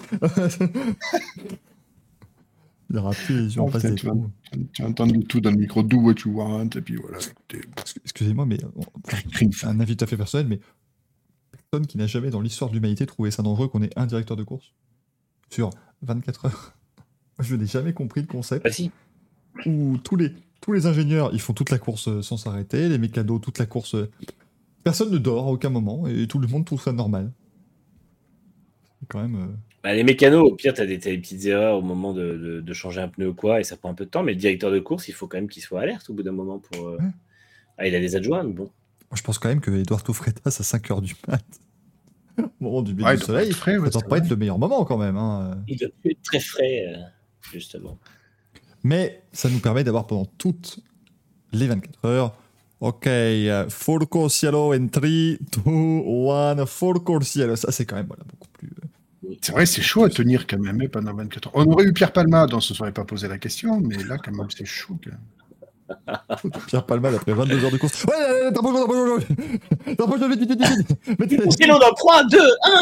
Il aura plus les yeux en Oh, face putain, des tu, vas, trous. tu vas entendre tout dans le micro, do what you want, et puis voilà. écoutez, Excuse- Excusez-moi, mais euh, enfin, crime. un avis tout à fait personnel, mais personne qui n'a jamais dans l'histoire de l'humanité trouvé ça dangereux qu'on ait un directeur de course sur vingt-quatre heures. Je n'ai jamais compris le concept Bah si. où tous les, tous les ingénieurs ils font toute la course euh, sans s'arrêter, les mécanos toute la course. euh, Personne ne dort à aucun moment et tout le monde trouve ça normal. C'est quand même. euh, Bah, les mécanos, au pire, tu as des, t'as des petites erreurs au moment de, de- de changer un pneu ou quoi, et ça prend un peu de temps, mais le directeur de course, il faut quand même qu'il soit alerte au bout d'un moment pour. euh, Ouais. Ah, il a des adjoints, mais bon. Moi, je pense quand même que Eduardo Freitas à cinq heures du mat, au moment du Ouais, lever il du doit soleil, être frais, ça ouais, doit c'est pas vrai. être le meilleur moment quand même. hein. Il doit plus être très frais, euh, justement. Mais ça nous permet d'avoir pendant toutes les vingt-quatre heures. Ok, euh, full course yellow in trois, deux, un, full course yellow. Ça, c'est quand même voilà, beaucoup plus. euh, C'est vrai, c'est chaud à tenir quand même hein, pendant vingt-quatre heures. On aurait eu Pierre Palma, dont on se serait pas posé la question, mais là, quand même, c'est chaud. Quand même. Pierre Palma après vingt-deux heures de course. Ouais, ouais, ouais, t'approches, t'approches, t'approches. T'approches, vite, vite, vite, vite. Mettez- Au stylo dans trois, deux, un.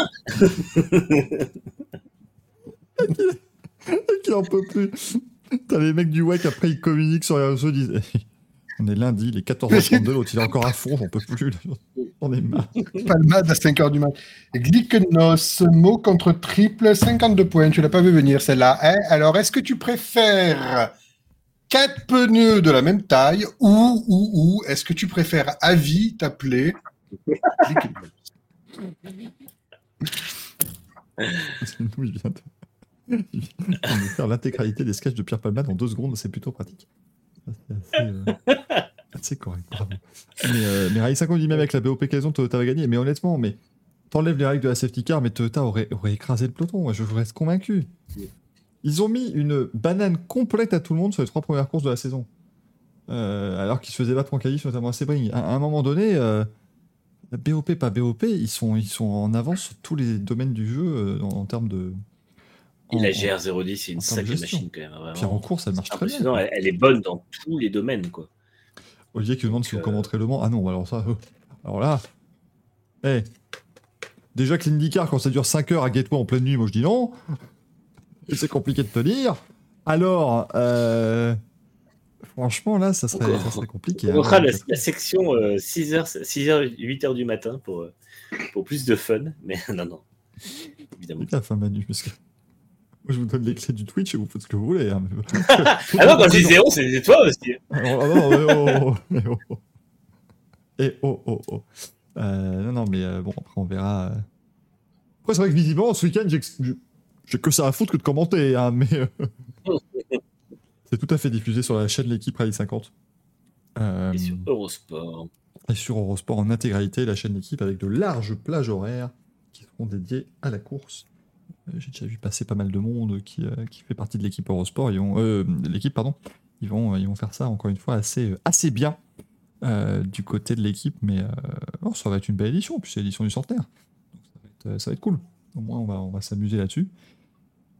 Qui en peut plus. T'as les mecs du W E C, après ils communiquent sur les réseaux, ils disent eh, on est lundi, il est quatorze heures trente-deux, l'autre il est encore à fond, j'en peux plus. là. On est marre. Palmade à cinq heures du mat. Glickenos, mot contre triple, cinquante-deux points. Tu l'as pas vu venir celle-là. Hein. Alors, est-ce que tu préfères quatre pneus de la même taille ou, ou, ou est-ce que tu préfères à vie t'appeler Glickenos? Nous, il vient de... il vient de faire l'intégralité des sketchs de Pierre Palma dans deux secondes, c'est plutôt pratique. Ça, c'est assez, euh, assez correct, bravo. Mais, euh, mais Rallye cinq, on dit même avec la B O P qu'ils ont, Toyota va gagner. Mais honnêtement, mais t'enlèves les règles de la safety car, mais Toyota aurait, aurait écrasé le peloton. Moi, je reste convaincu. Ils ont mis une banane complète à tout le monde sur les trois premières courses de la saison. Euh, alors qu'ils se faisaient battre en qualif, notamment à Sebring. À, à un moment donné, euh, B O P, pas B O P, ils sont, ils sont en avance sur tous les domaines du jeu euh, en, en termes de. Et en- la en- G R zéro dix, c'est une en termes de sacrée gestion. machine quand même. Vraiment. Puis en course, elle marche C'est très bien. impressionnant, quoi. elle, elle est bonne dans tous les domaines, quoi. Olivier qui nous demande si vous euh, commenterez Le Mans. Ah non, alors ça. euh, Alors là. Eh. Déjà que l'IndyCar, quand ça dure cinq heures à Gateway en pleine nuit, moi je dis non. Et c'est compliqué de tenir. Alors. Euh... Franchement, là, ça serait, ça serait compliqué. On hein. montrera la, la section euh, six heures, six heures, huit heures du matin pour, euh, pour plus de fun. Mais non, non. Évidemment. Faites gaffe, hein, Manu, parce que. Moi, je vous donne les clés du Twitch et vous faites ce que vous voulez. Hein. Ah non, quand je dis zéro, c'est toi aussi. Alors, ah non, mais oh, oh, oh. Et oh, oh, oh. Euh, non, non, mais euh, bon, après, on verra. euh. Après, c'est vrai que visiblement, ce week-end, j'ai j'ai que ça à foutre que de commenter, hein, mais. euh, C'est tout à fait diffusé sur la chaîne L'équipe Rallye cinquante. Euh, Et sur Eurosport. et sur Eurosport en intégralité, la chaîne L'équipe avec de larges plages horaires qui seront dédiées à la course. Euh, J'ai déjà vu passer pas mal de monde qui, euh, qui fait partie de l'équipe Eurosport. Ils vont, euh, l'équipe, pardon. Ils vont, ils vont faire ça encore une fois assez, assez bien euh, du côté de l'équipe, mais euh, oh, ça va être une belle édition. Puis c'est l'édition du centenaire, donc ça va être, ça va être cool. Au moins, on va, on va s'amuser là-dessus. Et puis,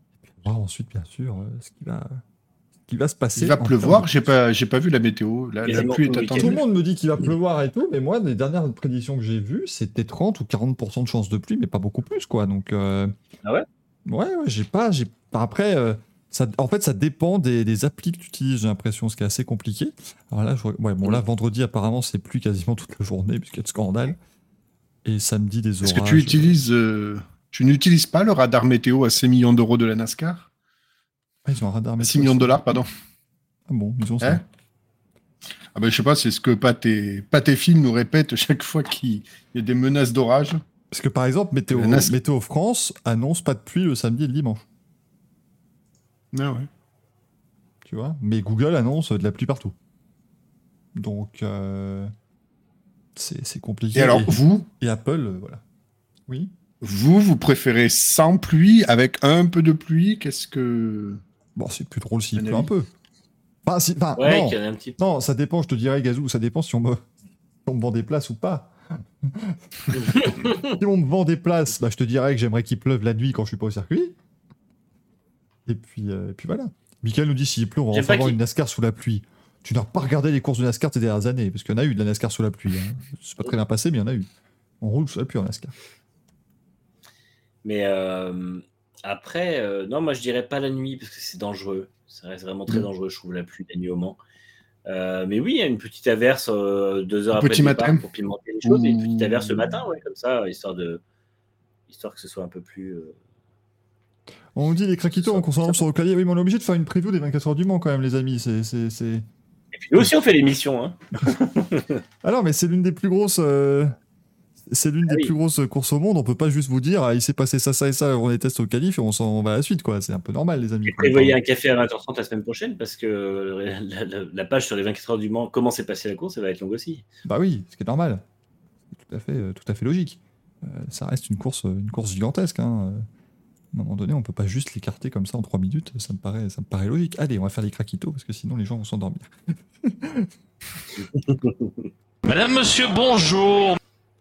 voir ensuite, bien sûr, euh, ce qui va, ce qui va se passer. Il va en pleuvoir, termes j'ai pas, j'ai pas vu la météo. La, la Quasiment pluie est tout le de- attendue. Tout le monde me dit qu'il va pleuvoir et tout, mais moi, les dernières prédictions que j'ai vues, c'était trente ou quarante pour cent de chance de pluie, mais pas beaucoup plus, quoi. Donc, euh, Ah ouais ouais, ouais, j'ai pas, j'ai pas. Après, euh, ça, en fait, ça dépend des, des applis que tu utilises, j'ai l'impression, ce qui est assez compliqué. Alors là, je, vois- ouais, bon, là, vendredi, apparemment, c'est pluie quasiment toute la journée, puisqu'il y a de scandale. Et samedi, des orages. Est-ce que tu utilises, euh, tu n'utilises pas le radar météo à six millions d'euros de la NASCAR? Ah, ils ont un radar météo. six millions de dollars, pardon. Ah bon, ils ont ça. Hein Ah ben, je sais pas, c'est ce que Pat et, Pat et Phil nous répètent chaque fois qu'il y a des menaces d'orage. Parce que par exemple, Météo, La NAS- Météo France annonce pas de pluie le samedi et le dimanche. Ah ouais. Tu vois. Mais Google annonce de la pluie partout. Donc, euh, c'est c'est compliqué. Et alors, vous, et Apple, euh, voilà. Oui. vous, vous préférez sans pluie, avec un peu de pluie? Qu'est-ce que... Bon, c'est plus drôle s'il Un pleut avis. un peu. Enfin, si, enfin, Ouais, non. qu'il y en a un petit peu. Non, ça dépend, je te dirais, Gazou, ça dépend si on me, si on me vend des places ou pas. Si on me vend des places, bah, je te dirais que j'aimerais qu'il pleuve la nuit quand je suis pas au circuit. Et puis, euh, et puis voilà. Michael nous dit s'il pleut, on va J'aime enfin pas avoir qu'il- une NASCAR sous la pluie. Tu n'as pas regardé les courses de NASCAR ces dernières années, parce qu'il y en a eu de la NASCAR sous la pluie. Hein. C'est pas très bien passé, mais il y en a eu. On roule sous la pluie en NASCAR. Mais euh, après, euh, non, moi je dirais pas la nuit parce que c'est dangereux. Ça reste vraiment très Mm. dangereux, je trouve, la pluie la nuit au Mans. Euh, mais oui, il y a une petite averse euh, deux heures Un après petit le départ matin. pour pimenter les choses. Et une petite Ouh. averse le matin, ouais, comme ça, histoire, de, histoire que ce soit un peu plus. euh, On nous dit les craquitos en consommant sur le clavier. Oui, mais on est obligé de faire une preview des vingt-quatre heures du Mans quand même, les amis. C'est, c'est, c'est... Et puis nous aussi, on fait l'émission. Hein. Ah non, mais c'est l'une des plus grosses. euh, C'est l'une Ah des oui. plus grosses courses au monde. On peut pas juste vous dire, ah, il s'est passé ça, ça et ça, on les teste au qualif et on s'en va à la suite, quoi. C'est un peu normal, les amis. Et prévoyez un café à vingt heures trente la semaine prochaine parce que la, la- la page sur les vingt-quatre heures du Mans, comment s'est passée la course, elle va être longue aussi. Bah oui, ce qui est normal. C'est tout à fait, euh, tout à fait logique. Euh, ça reste une course, une course gigantesque. Hein. Euh, À un moment donné, on peut pas juste l'écarter comme ça en trois minutes. Ça me paraît, ça me paraît logique. Allez, on va faire les craquitos parce que sinon les gens vont s'endormir. Madame, monsieur, bonjour.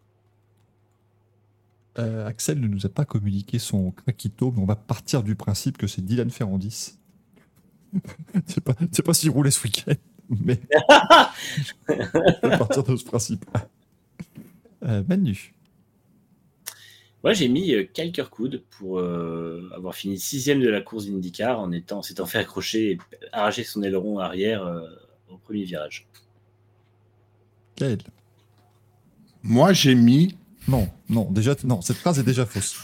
Euh, Axel ne nous a pas communiqué son craquito, mais on va partir du principe que c'est Dylan Ferrandis. Je sais pas, je sais pas s'il roulait ce week-end, mais on va partir de ce principe-là. Euh, Manu. Moi, j'ai mis euh, quelques coudes pour euh, avoir fini sixième de la course d'IndyCar en étant, en s'étant fait accrocher et arracher son aileron arrière euh, au premier virage. Gaël. Moi, j'ai mis... Non, non, déjà, non, cette phrase est déjà fausse.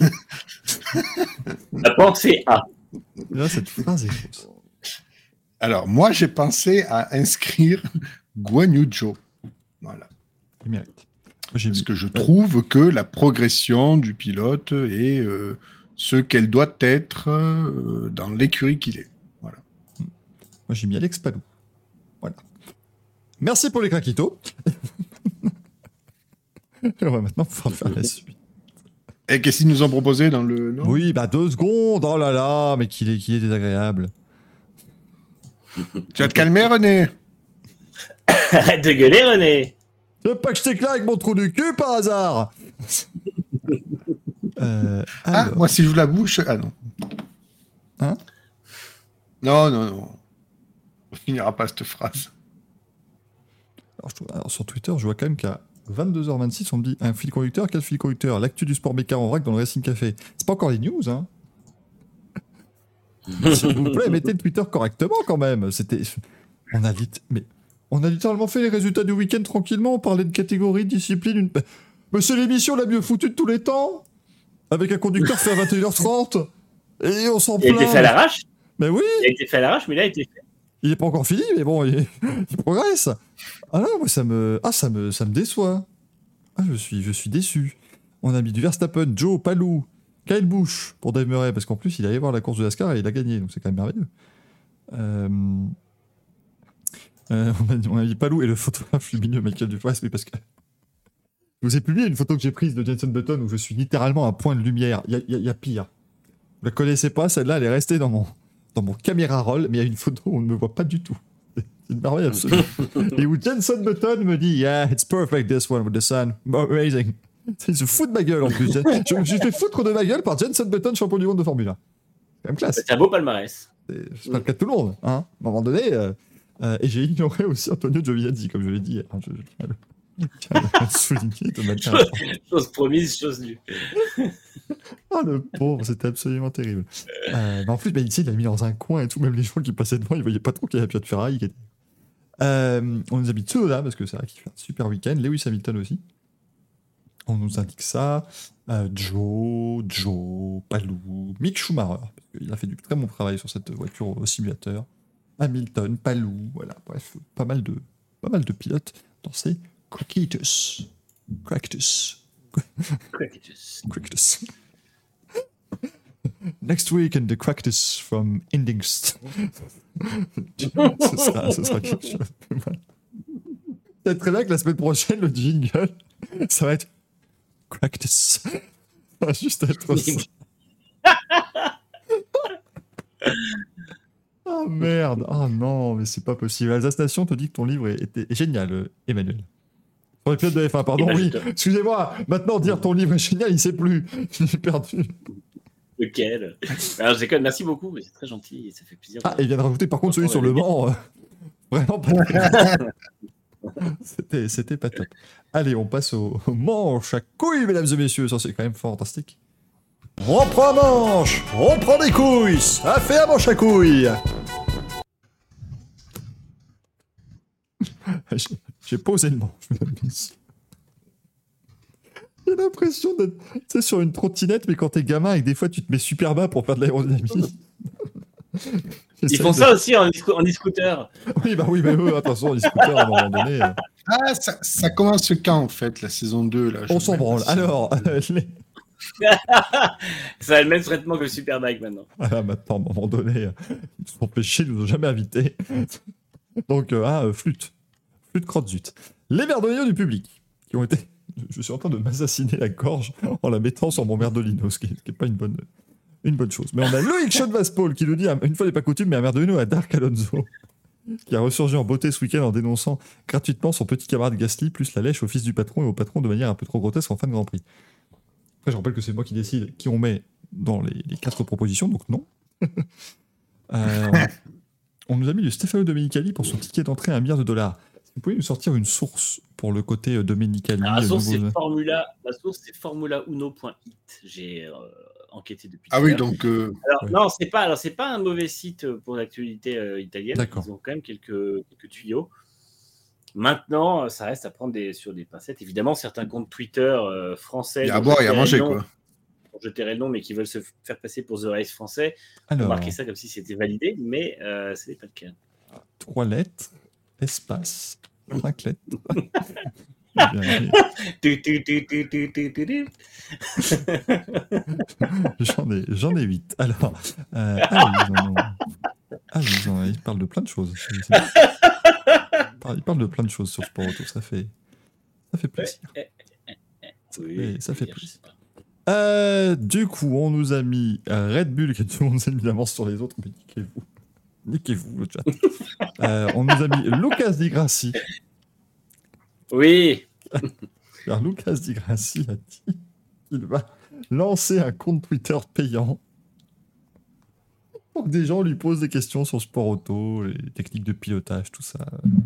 La pensée A. Déjà, cette phrase est fausse. Alors, moi, j'ai pensé à inscrire Guan Yu Zhou. Voilà. Il mérite. J'ai Parce mis- que je trouve que la progression du pilote est euh, ce qu'elle doit être euh, dans l'écurie qu'il est. Voilà. Moi, j'ai mis Alex Palou. Voilà. Merci pour les craquitos. Et on va maintenant pouvoir faire la suite. Et qu'est-ce qu'ils nous ont proposé dans le... non Oui, bah deux secondes. Oh là là, mais qu'il est, qu'il est désagréable. Tu vas te calmer, René? Arrête de gueuler, René. Tu veux pas que je t'éclaire avec mon trou du cul par hasard? euh, Ah, alors, moi, si je la bouche... Ah non. Hein? Non, non, non. On finira pas cette phrase. alors, je trouve- alors, sur Twitter, je vois quand même qu'à vingt-deux heures vingt-six, on me dit un fil conducteur, quel fil conducteur? L'actu du sport méca en vrac dans le Racing Café. C'est pas encore les news, hein? S'il vous plaît, mettez le Twitter correctement quand même. C'était, on a lit... mais on a littéralement fait les résultats du week-end tranquillement. On parlait de catégorie, de discipline. Une... Mais c'est l'émission la mieux foutue de tous les temps, avec un conducteur fait à vingt et une heures trente et on s'en Il a été fait à plaint. l'arrache. Mais oui, Il a été fait à l'arrache, mais là, il a été fait. il est pas encore fini, mais bon, il, il progresse. Ah non, moi ça me, ah ça me, ça me déçoit. Ah je suis, je suis déçu. On a mis du Verstappen, Joe, Palou, Kyle Busch pour Dave Murray, parce qu'en plus il allait voir la course de NASCAR et il a gagné, donc c'est quand même merveilleux. Euh... Euh, on, a, on a mis Palou et le photographe lumineux Michael Dufour, mais parce que je vous ai publié une photo que j'ai prise de Jenson Button où je suis littéralement à point de lumière. Il y a, il y a- il y a pire. Vous la connaissez pas, celle-là, elle est restée dans mon, dans mon caméra roll, mais il y a une photo où on ne me voit pas du tout. C'est une merveille absolue. Et où Jenson Button me dit, yeah, it's perfect this one with the sun. Amazing. Il se fout de ma gueule en plus. Je je me suis fait foutre de ma gueule par Jenson Button, champion du monde de Formule un. quand même classe. C'est un beau palmarès. C'est c'est pas le cas de tout le monde. Hein. À un moment donné, euh, euh, et j'ai ignoré aussi Antonio Giovinazzi, comme je l'ai dit. Hein, je, je tiens à le, je tiens à le souligner de manière importante. Chose promise, chose nue. Oh le pauvre, c'était absolument terrible. Euh, mais en plus, bah, il, il l'a mis dans un coin et tout, même les gens qui passaient devant, ils voyaient pas trop qu'il y avait Piotr Ferrari. Qui était... euh, on nous a mis Tsunoda, parce que c'est vrai qu'il fait un super week-end. Lewis Hamilton aussi. On nous indique ça. Euh, Joe, Joe, Palou, Mick Schumacher, parce qu'il a fait du très bon travail sur cette voiture au simulateur. Hamilton, Palou, voilà, bref, pas mal de, pas mal de pilotes dans ces Crackitus. Cractus. Crackitus. Cractus. Next week in the Cractus from Indingst. ce, sera, ce sera quelque chose de mal. C'est très bien que la semaine prochaine, le jingle, ça va être Cractus. Ça va juste être ça. Oh merde, oh non, mais c'est pas possible. Alsace Nation te dit que ton livre était est génial, Emmanuel. Sur les pilotes de F un, pardon, oui. Excusez-moi, maintenant dire ton livre est génial, il sait plus. J'ai perdu. Lequel? Alors, j'ai quand même, merci beaucoup, c'est très gentil et ça fait plaisir. Ah, et il vient de rajouter par contre celui sur le banc. Euh, vraiment pas c'était, c'était pas top. Allez, on passe au, au manche à couilles, mesdames et messieurs. Ça, c'est quand même fantastique. On prend un manche, on prend des couilles. Ça fait un manche à couilles. j'ai, j'ai posé le manche, mesdames et messieurs. J'ai l'impression d'être tu sais, sur une trottinette, mais quand t'es gamin et que des fois tu te mets super bas pour faire de l'aérodynamique. Ils font de... ça aussi en, en e-scooter. Oui, bah oui, mais eux, attention, e-scooter, à un moment donné. Euh... Ah, ça, ça commence quand, en fait, la saison deux là, on s'en branle. Alors, euh, les... ça a le même traitement que le Superbike maintenant. Voilà, maintenant, à un moment donné, ils se sont pêchés, ils nous ont jamais invités. Donc, euh, ah, euh, flûte. Flûte crotte-zut. Les merdolino du public, qui ont été... Je suis en train de m'assassiner la gorge en la mettant sur mon merdolino, ce qui n'est pas une bonne, une bonne chose. Mais on a Loïc Chodvaspol qui nous dit, une fois n'est pas coutume, mais un merdolino à Dark Alonso, qui a ressurgi en beauté ce week-end en dénonçant gratuitement son petit camarade Gasly, plus la lèche au fils du patron et au patron de manière un peu trop grotesque en fin de Grand Prix. Après, je rappelle que c'est moi qui décide qui on met dans les, les quatre propositions, donc non. euh, on, on nous a mis du Stefano Domenicali pour son ticket d'entrée à un milliard de dollars. Vous pouvez nous sortir une source pour le côté Domenicali? La source, nouveau... c'est Formula, la source, c'est formula uno point it. J'ai euh, enquêté depuis. Ah oui, donc. Euh... Alors, ouais. Non, c'est pas, alors, c'est pas un mauvais site pour l'actualité euh, italienne. D'accord. Ils ont quand même quelques, quelques tuyaux. Maintenant, ça reste à prendre des, sur des pincettes. Évidemment, certains comptes Twitter euh, français. Il y a à boire et à manger, quoi. Je tairai le nom, mais qui veulent se faire passer pour The Race français. Alors, on marquer ça comme si c'était validé, mais euh, ce n'est pas le cas. Trois lettres, espace, cinq lettres. j'en ai, j'en ai huit. Alors, euh, ah oui, ils, en ont... ah, ils, en... ils parlent de plein de choses. Ils parlent de plein de choses sur Sport Auto. Ça fait, ça fait plaisir. Ça fait, ça fait plaisir. Euh, du coup, on nous a mis Red Bull, qui est tout le monde évidemment sur les autres, mais niquez-vous. Niquez-vous, le chat. euh, on nous a mis Lucas Di Grassi. Oui. Alors, Lucas Di Grassi a dit qu'il va lancer un compte Twitter payant pour que des gens lui posent des questions sur sport auto, les techniques de pilotage, tout ça.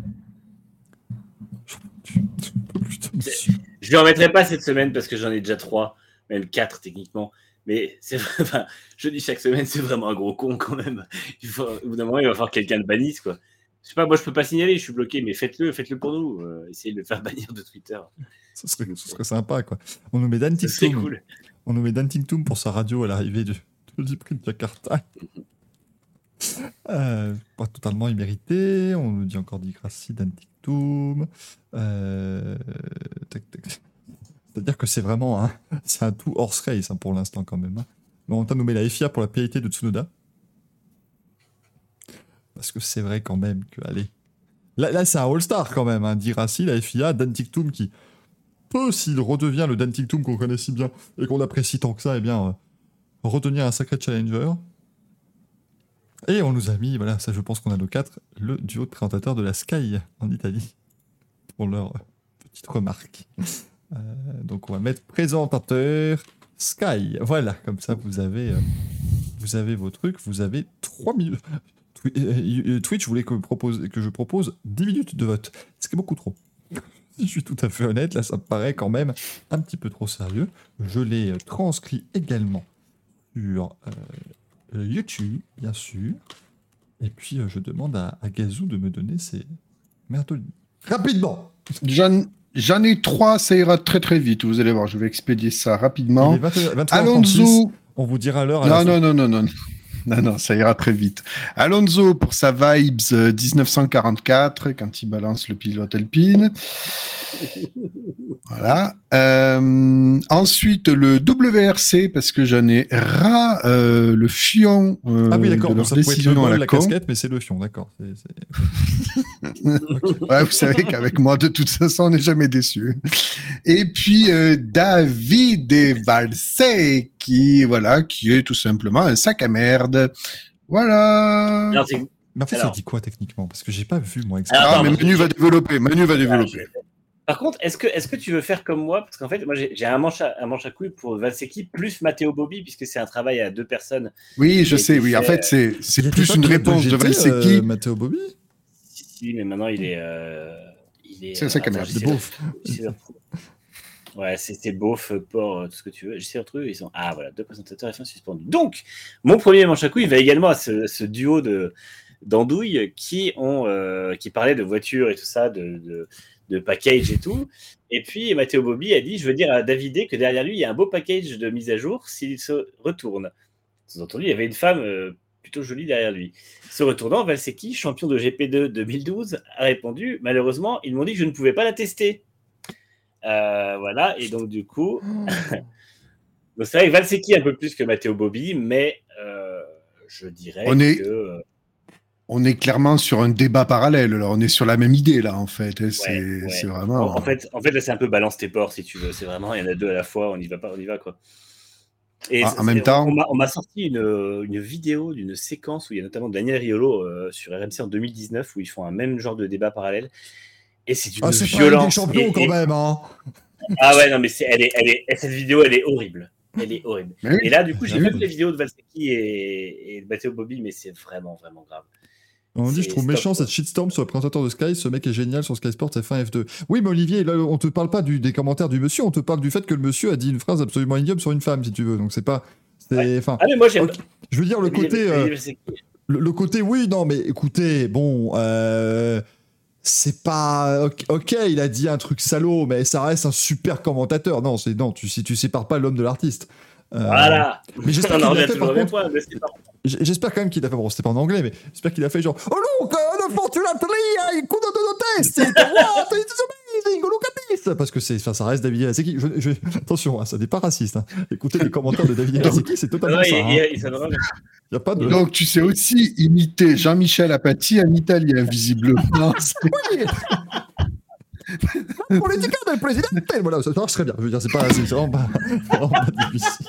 Je, je lui en mettrai pas cette semaine parce que j'en ai déjà trois, même quatre techniquement. Mais c'est enfin, je dis chaque semaine, c'est vraiment un gros con quand même. Il faut, au bout d'un moment, il va falloir que quelqu'un le bannisse, quoi. Je sais pas, moi je peux pas signaler, je suis bloqué, mais faites-le, faites-le pour nous. Euh, essayez de le faire bannir de Twitter. Ce serait, ce serait sympa, quoi. On nous met Dan Tictum. Cool. On nous met Dan Tictum pour sa radio à l'arrivée du Grand Prix de Jakarta. euh, pas totalement immérité. On nous dit encore Di Grassi, Dan Tictum. Euh, tac, tac. C'est-à-dire que c'est vraiment un, c'est un tout horse race hein, pour l'instant quand même. Hein. Mais on t'a nommé la F I A pour la pénalité de Tsunoda. Parce que c'est vrai quand même que, allez, là, là c'est un all-star quand même, hein. Di Grassi, la F I A, Dan Tictum qui peut, s'il redevient le Dan Tictum qu'on connaît si bien et qu'on apprécie tant que ça, eh bien, euh, retenir un sacré challenger. Et on nous a mis, voilà, ça je pense qu'on a nos quatre, le duo de présentateurs de la Sky en Italie pour leur euh, petite remarque. Euh, donc on va mettre présentateur Sky. Voilà, comme ça vous avez, euh, vous vous avez vos trucs, vous avez trois minutes. Twitch voulait que, propose, que je propose dix minutes de vote. Ce qui est beaucoup trop. Si je suis tout à fait honnête, là, ça me paraît quand même un petit peu trop sérieux. Je l'ai transcrit également sur euh, YouTube, bien sûr. Et puis, euh, je demande à, à Gazou de me donner ses merdes. Rapidement. J'en, j'en ai trois, ça ira très très vite. Vous allez voir, je vais expédier ça rapidement. Il est vingt, vingt-trois heures Alonso. trente-six. On vous dira l'heure à non, la non, fin. non, non, non, non. Non, non, ça ira très vite. Alonso pour sa vibes euh, dix-neuf cent quarante-quatre, quand il balance le pilote Alpine. Voilà. Euh, ensuite, le W R C, parce que j'en ai ras euh, le fion euh, Ah oui, d'accord. de Donc leur ça pouvait être le décision bol, à la la con. casquette, mais c'est le fion, d'accord. C'est, c'est... Ouais, vous savez qu'avec moi, de toute façon, on n'est jamais déçu. Et puis, euh, David Valsey, qui, voilà, qui est tout simplement un sac à merde. Voilà. Alors, c'est- Mais en fait, Alors. ça dit quoi techniquement? Parce que j'ai pas vu, moi, exactement. Alors, Ah, attends, mais moi, Manu je- va développer. Manu va Ah, développer. je- Par contre, est-ce que, est-ce que tu veux faire comme moi? Parce qu'en fait, moi, j'ai, j'ai un, manche à, un manche à couilles pour Valsecchi plus Matteo Bobby, puisque c'est un travail à deux personnes. Oui, je a sais, été oui. En fait, fait, c'est, c'est Il était plus pas une pilote réponse de G T, Valsecchi. euh, Matteo Bobby? Si, si, mais maintenant, il est. Euh, il est C'est un sac à attends, merde, j'essaie c'est de- beauf. j'essaie de retrouver. Ouais, c'est, c'est beauf, port, tout ce que tu veux. J'essaie de retrouver. Ils sont... Ah, voilà, deux présentateurs F un suspendus. Donc, mon premier manche à couilles va également à ce, ce duo de, d'andouilles qui, ont, euh, qui parlaient de voitures et tout ça, de, de, de package et tout. Et puis, Matteo Bobby a dit, je veux dire à Davidé que derrière lui, il y a un beau package de mise à jour s'il se retourne. Sous-entendu, il y avait une femme euh, plutôt jolie derrière lui. Se retournant, Valsecchi, champion de G P deux deux mille douze, a répondu, malheureusement, ils m'ont dit que je ne pouvais pas la tester. Euh, voilà, et donc du coup, donc c'est vrai que Valsecchi un peu plus que Matteo Bobby, mais euh, je dirais On est- que... euh, On est clairement sur un débat parallèle. Là. On est sur la même idée, là, en fait. Et C'est, Ouais, ouais. c'est vraiment. En, en fait, en fait, là, c'est un peu balance tes ports, si tu veux. C'est vraiment, il y en a deux à la fois, on y va pas, on y va, quoi. Et Ah, ça- en même c'est- temps- on m'a, on m'a sorti une, une vidéo d'une séquence où il y a notamment Daniel Riolo euh, sur R M C en deux mille dix-neuf, où ils font un même genre de débat parallèle. Et c'est une Ah, c'est pas une violence. des champions et- quand et- même, hein. Ah ouais, non, mais c'est, elle est, elle est, cette vidéo, elle est horrible. Elle est horrible. Mais oui. Et là, du coup, j'ai Ah pas oui. vu les vidéos de Valsecchi et, et de Matteo Bobby, mais c'est vraiment, vraiment grave. On dit, C'est je trouve stop, méchant quoi. cette shitstorm sur le présentateur de Sky. Ce mec est génial sur Sky Sport F un F deux. Oui, mais Olivier, là, on te parle pas du, des commentaires du monsieur, on te parle du fait que le monsieur a dit une phrase absolument ignoble sur une femme, si tu veux. Donc c'est pas. C'est, enfin, Ah, mais moi, j'aime ok. Je veux dire, le côté. euh, Valsecchi. le, le côté, oui, non, mais écoutez, bon. Euh, c'est pas. Ok, ok, il a dit un truc salaud, mais ça reste un super commentateur. Non, c'est, non tu, si tu sépares pas l'homme de l'artiste. Euh, Voilà. Mais j'espère On en qu'il l'a revient fait toujours par au même contre. point, mais c'est pas- J- J'espère quand même qu'il a fait, bon, c'était pas en anglais, mais j'espère qu'il a fait genre, oh look, uh, unfortunately, I couldn't do the test, it, what, it's amazing, look at this. Parce que c'est, enfin, ça reste David Valsecchi. Je, je, attention, hein, ça n'est pas raciste. Hein. Écoutez les commentaires de David Valsecchi, c'est totalement Ouais, ça. il- hein. il- il- ça devrait- Y a pas de. Donc, tu sais aussi imiter Jean-Michel Apathy en italien, visiblement. C'est- Politica del presidente. Voilà, ça marche très bien. Je veux dire, c'est pas, c'est vraiment pas, vraiment pas difficile.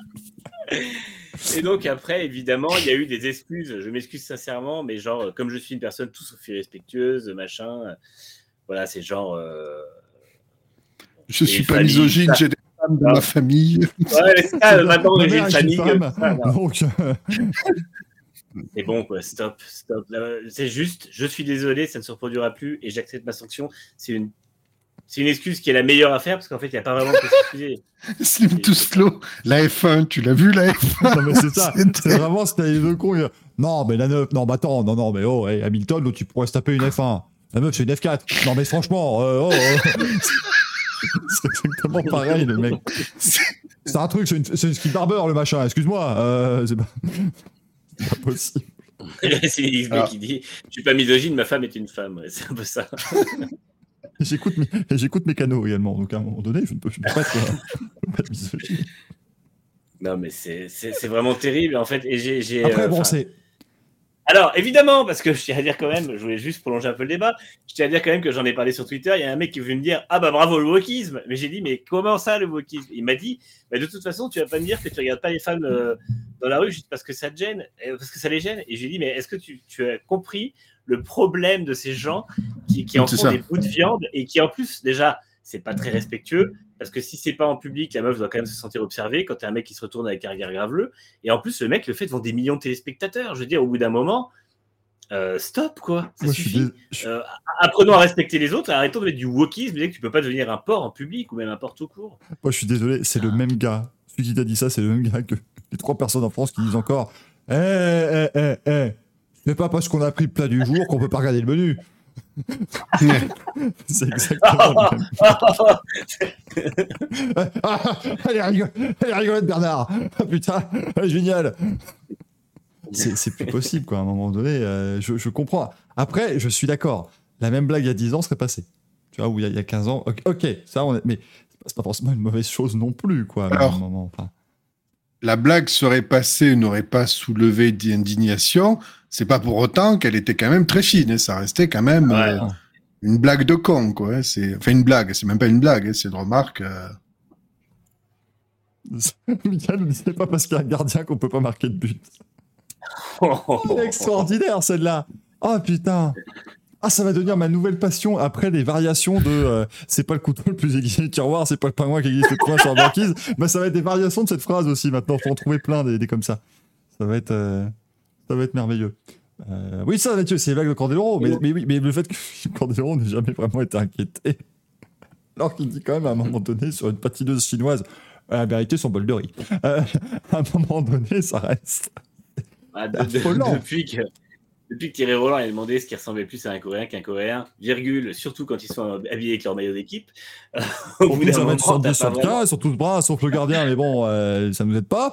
Et donc après, évidemment, il y a eu des excuses. Je m'excuse sincèrement, mais genre, euh, comme je suis une personne tout sauf irrespectueuse, machin, euh, voilà, c'est genre. euh, Je les suis pas familles, misogyne, ça- j'ai des femmes dans Ah. ma famille. Ouais, mais ça, euh, maintenant, Ma j'ai mère une est famille. femme, comme ça, non. donc, euh, C'est bon, quoi, stop, stop. Là, c'est juste, je suis désolé, ça ne se reproduira plus et j'accepte ma sanction. C'est une, c'est une excuse qui est la meilleure à faire parce qu'en fait, il n'y a pas vraiment de s'excuser. Slim to slow. La F un, tu l'as vu, la F un? non, mais c'est ça. C'était- C'est vraiment, c'était les deux cons. il- Non, mais la neuf, non, bah attends, non, non, mais oh, hey, Hamilton, donc tu pourrais se taper une F un. La meuf, c'est une F quatre. Non, mais franchement, euh, oh, oh. c'est exactement pareil, le mec. C'est un truc, c'est une, c'est une ski barber, le machin, excuse-moi. Euh, c'est pas... c'est pas possible. C'est X B Alors. qui dit, je suis pas misogyne, ma femme est une femme. Ouais, c'est un peu ça. J'écoute mes, j'écoute mes canaux également, donc à un moment donné, je ne peux, je ne peux pas être, euh, je peux pas être misogyne. Non, mais c'est, c'est, c'est vraiment terrible en fait. Et j'ai, j'ai, Après, euh, bon, enfin, c'est. Alors, évidemment, parce que je tiens à dire quand même, je voulais juste prolonger un peu le débat, je tiens à dire quand même que j'en ai parlé sur Twitter, il y a un mec qui est venu me dire « Ah bah bravo le wokisme !» Mais j'ai dit « Mais comment ça le wokisme ?» Il m'a dit bah, « De toute façon, tu vas pas me dire que tu regardes pas les femmes euh, dans la rue juste parce que ça te gêne, euh, parce que ça les gêne. » Et j'ai dit « Mais est-ce que tu, tu as compris le problème de ces gens qui, qui en C'est font ça. des bouts de viande et qui en plus, déjà, c'est pas très respectueux parce que si c'est pas en public, la meuf doit quand même se sentir observée quand t'as un mec qui se retourne avec un regard graveleux. Et en plus, le mec le fait devant des millions de téléspectateurs. Je veux dire, au bout d'un moment, euh, stop quoi, ça Moi, je suffit. suis dé- je- Euh, apprenons à respecter les autres, arrêtons de mettre du wokisme, dire que tu peux pas devenir un porc en public ou même un porc tout court. Moi, je suis désolé, c'est le même gars. Celui qui t'a dit ça, c'est le même gars que les trois personnes en France qui disent encore Eh, eh, eh, eh, c'est pas parce qu'on a pris le plat du jour qu'on peut pas regarder le menu. C'est exactement le même. Ah, elle est rigolo- elle est rigolote, Bernard. Ah, putain, elle est génial. C'est c'est plus possible, quoi, à un moment donné. euh, je, je comprends. Après, je suis d'accord. La même blague il y a dix ans serait passée. Tu vois, ou il y a, il y a quinze ans. Ok, ok, ça, on est... mais c'est pas forcément une mauvaise chose non plus, quoi. à Alors, un moment. Enfin, La blague serait passée, n'aurait pas soulevé d'indignation. C'est pas pour autant qu'elle était quand même très fine. hein. Ça restait quand même Ouais. euh, une blague de con, quoi. hein. C'est, enfin, une blague. C'est même pas une blague. hein. C'est une remarque. euh, Michael ne disait pas parce qu'il y a un gardien qu'on peut pas marquer de but. Elle est extraordinaire, celle-là. Oh putain. Ah, ça va devenir ma nouvelle passion après les variations de euh, c'est pas le couteau le plus aiguisé du tiroir, c'est pas le pingouin qui aiguise le poing sur la banquise. Bah, ça va être des variations de cette phrase aussi maintenant. Faut en trouver plein des, des comme ça. Ça va être, euh, ça va être merveilleux. Euh, oui, ça, Mathieu, c'est les blagues de Candeloro. Mais, mais oui, mais le fait que Candeloro n'ait jamais vraiment été inquiété. Alors qu'il dit quand même à un moment donné sur une patineuse chinoise, la vérité, son bol de riz. Euh, à un moment donné, ça reste. Ah, de- de- affolant. depuis que depuis que Thierry Roland a demandé ce qui ressemblait plus à un Coréen qu'un Coréen, virgule, surtout quand ils sont habillés avec leur maillot d'équipe. euh, au En bout plus, d'un ça va moment, être soixante-dix t'as sur pas le vraiment- cas, ils sont tous bras, sauf le gardien, mais bon, euh, ça nous aide pas.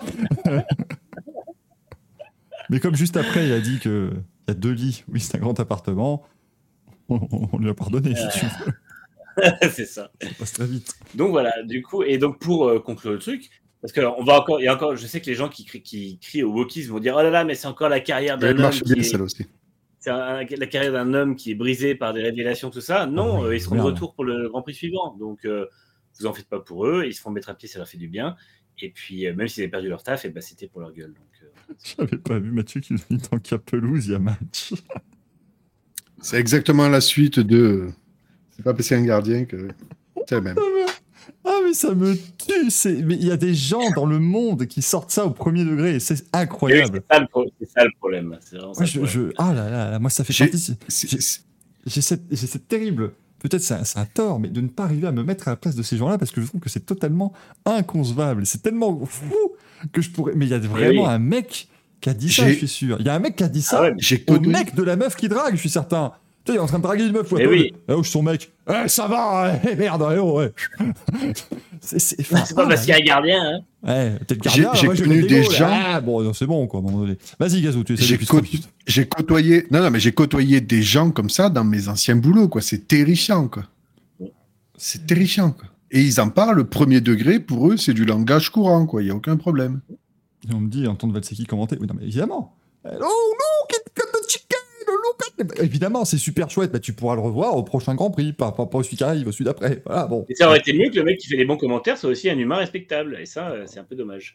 Mais comme juste après, il a dit qu'il y a deux lits, oui, c'est un grand appartement, on, on- on lui a pardonné, si tu veux. c'est ça. Ça passe très vite. Donc voilà, du coup, et donc pour euh, conclure le truc, parce que alors, on va encore, il y a encore, je sais que les gens qui crient, qui crient au wokisme vont dire oh là là, mais c'est encore la carrière d'un Elle homme marche qui bien, est, celle aussi. c'est un- la carrière d'un homme qui est brisée par des révélations, tout ça. Non, Oh oui, euh, ils seront de merde. retour pour le Grand Prix suivant. Donc euh, vous en faites pas pour eux, ils se font mettre à pied, ça leur fait du bien. Et puis euh, même s'ils avaient perdu leur taf, et ben c'était pour leur gueule. Donc, euh, J'avais pas vu Mathieu qui nous dit tant qu'il y a pelouse, il y a match. C'est exactement la suite de. C'est pas parce qu'il y a un gardien que. C'est le même. Ah, mais ça me tue. c'est- Mais il y a des gens dans le monde qui sortent ça au premier degré et c'est et oui, incroyable. c'est ça, le pro- c'est ça le problème. C'est vraiment ça Moi, le je, problème. je- Ah là là, là, moi, ça fait J'ai- partie. C'est- J'ai- c'est- J'ai cette, j'ai cette terrible, peut-être c'est un, c'est un tort, mais de ne pas arriver à me mettre à la place de ces gens-là parce que je trouve que c'est totalement inconcevable. C'est tellement fou que je pourrais. Mais il y a vraiment oui. un mec qui a dit ça, J'ai- je suis sûr. Il y a un mec qui a dit ça Ah ouais, J'ai au côtoyé- mec de la meuf qui drague, je suis certain. Tu sais, il est en train de draguer une meuf. Mais ouais, oui. Eh, oh, je suis son mec. Eh, ça va, eh, merde, eh, oh, ouais. c'est c'est- enfin, C'est pas ah, parce qu'il y a un gardien. Hein. Ouais, peut-être J'ai- gardien. j'ai moi, je connu mets des go, là. gens- Ah, bon, non, c'est bon, quoi, à un moment donné. Vas-y, Gazou, tu essaies J'ai depuis co- trois minutes. J'ai côtoyé, non, non, mais j'ai côtoyé des gens comme ça dans mes anciens boulots, quoi. C'est terrifiant, quoi. C'est terrifiant, quoi. Et ils en parlent premier degré, pour eux, c'est du langage courant, quoi. Il n'y a aucun problème. Et on me dit, entendre Valseki commenter. Oui, non, mais évidemment. Oh, look at the chicken, look at the- Évidemment, c'est super chouette. Bah, tu pourras le revoir au prochain Grand Prix, pas, pas, pas au celui qui arrive, au celui d'après. Voilà, bon. Et ça aurait été mieux que le mec qui fait des bons commentaires soit aussi un humain respectable. Et ça, euh, c'est un peu dommage.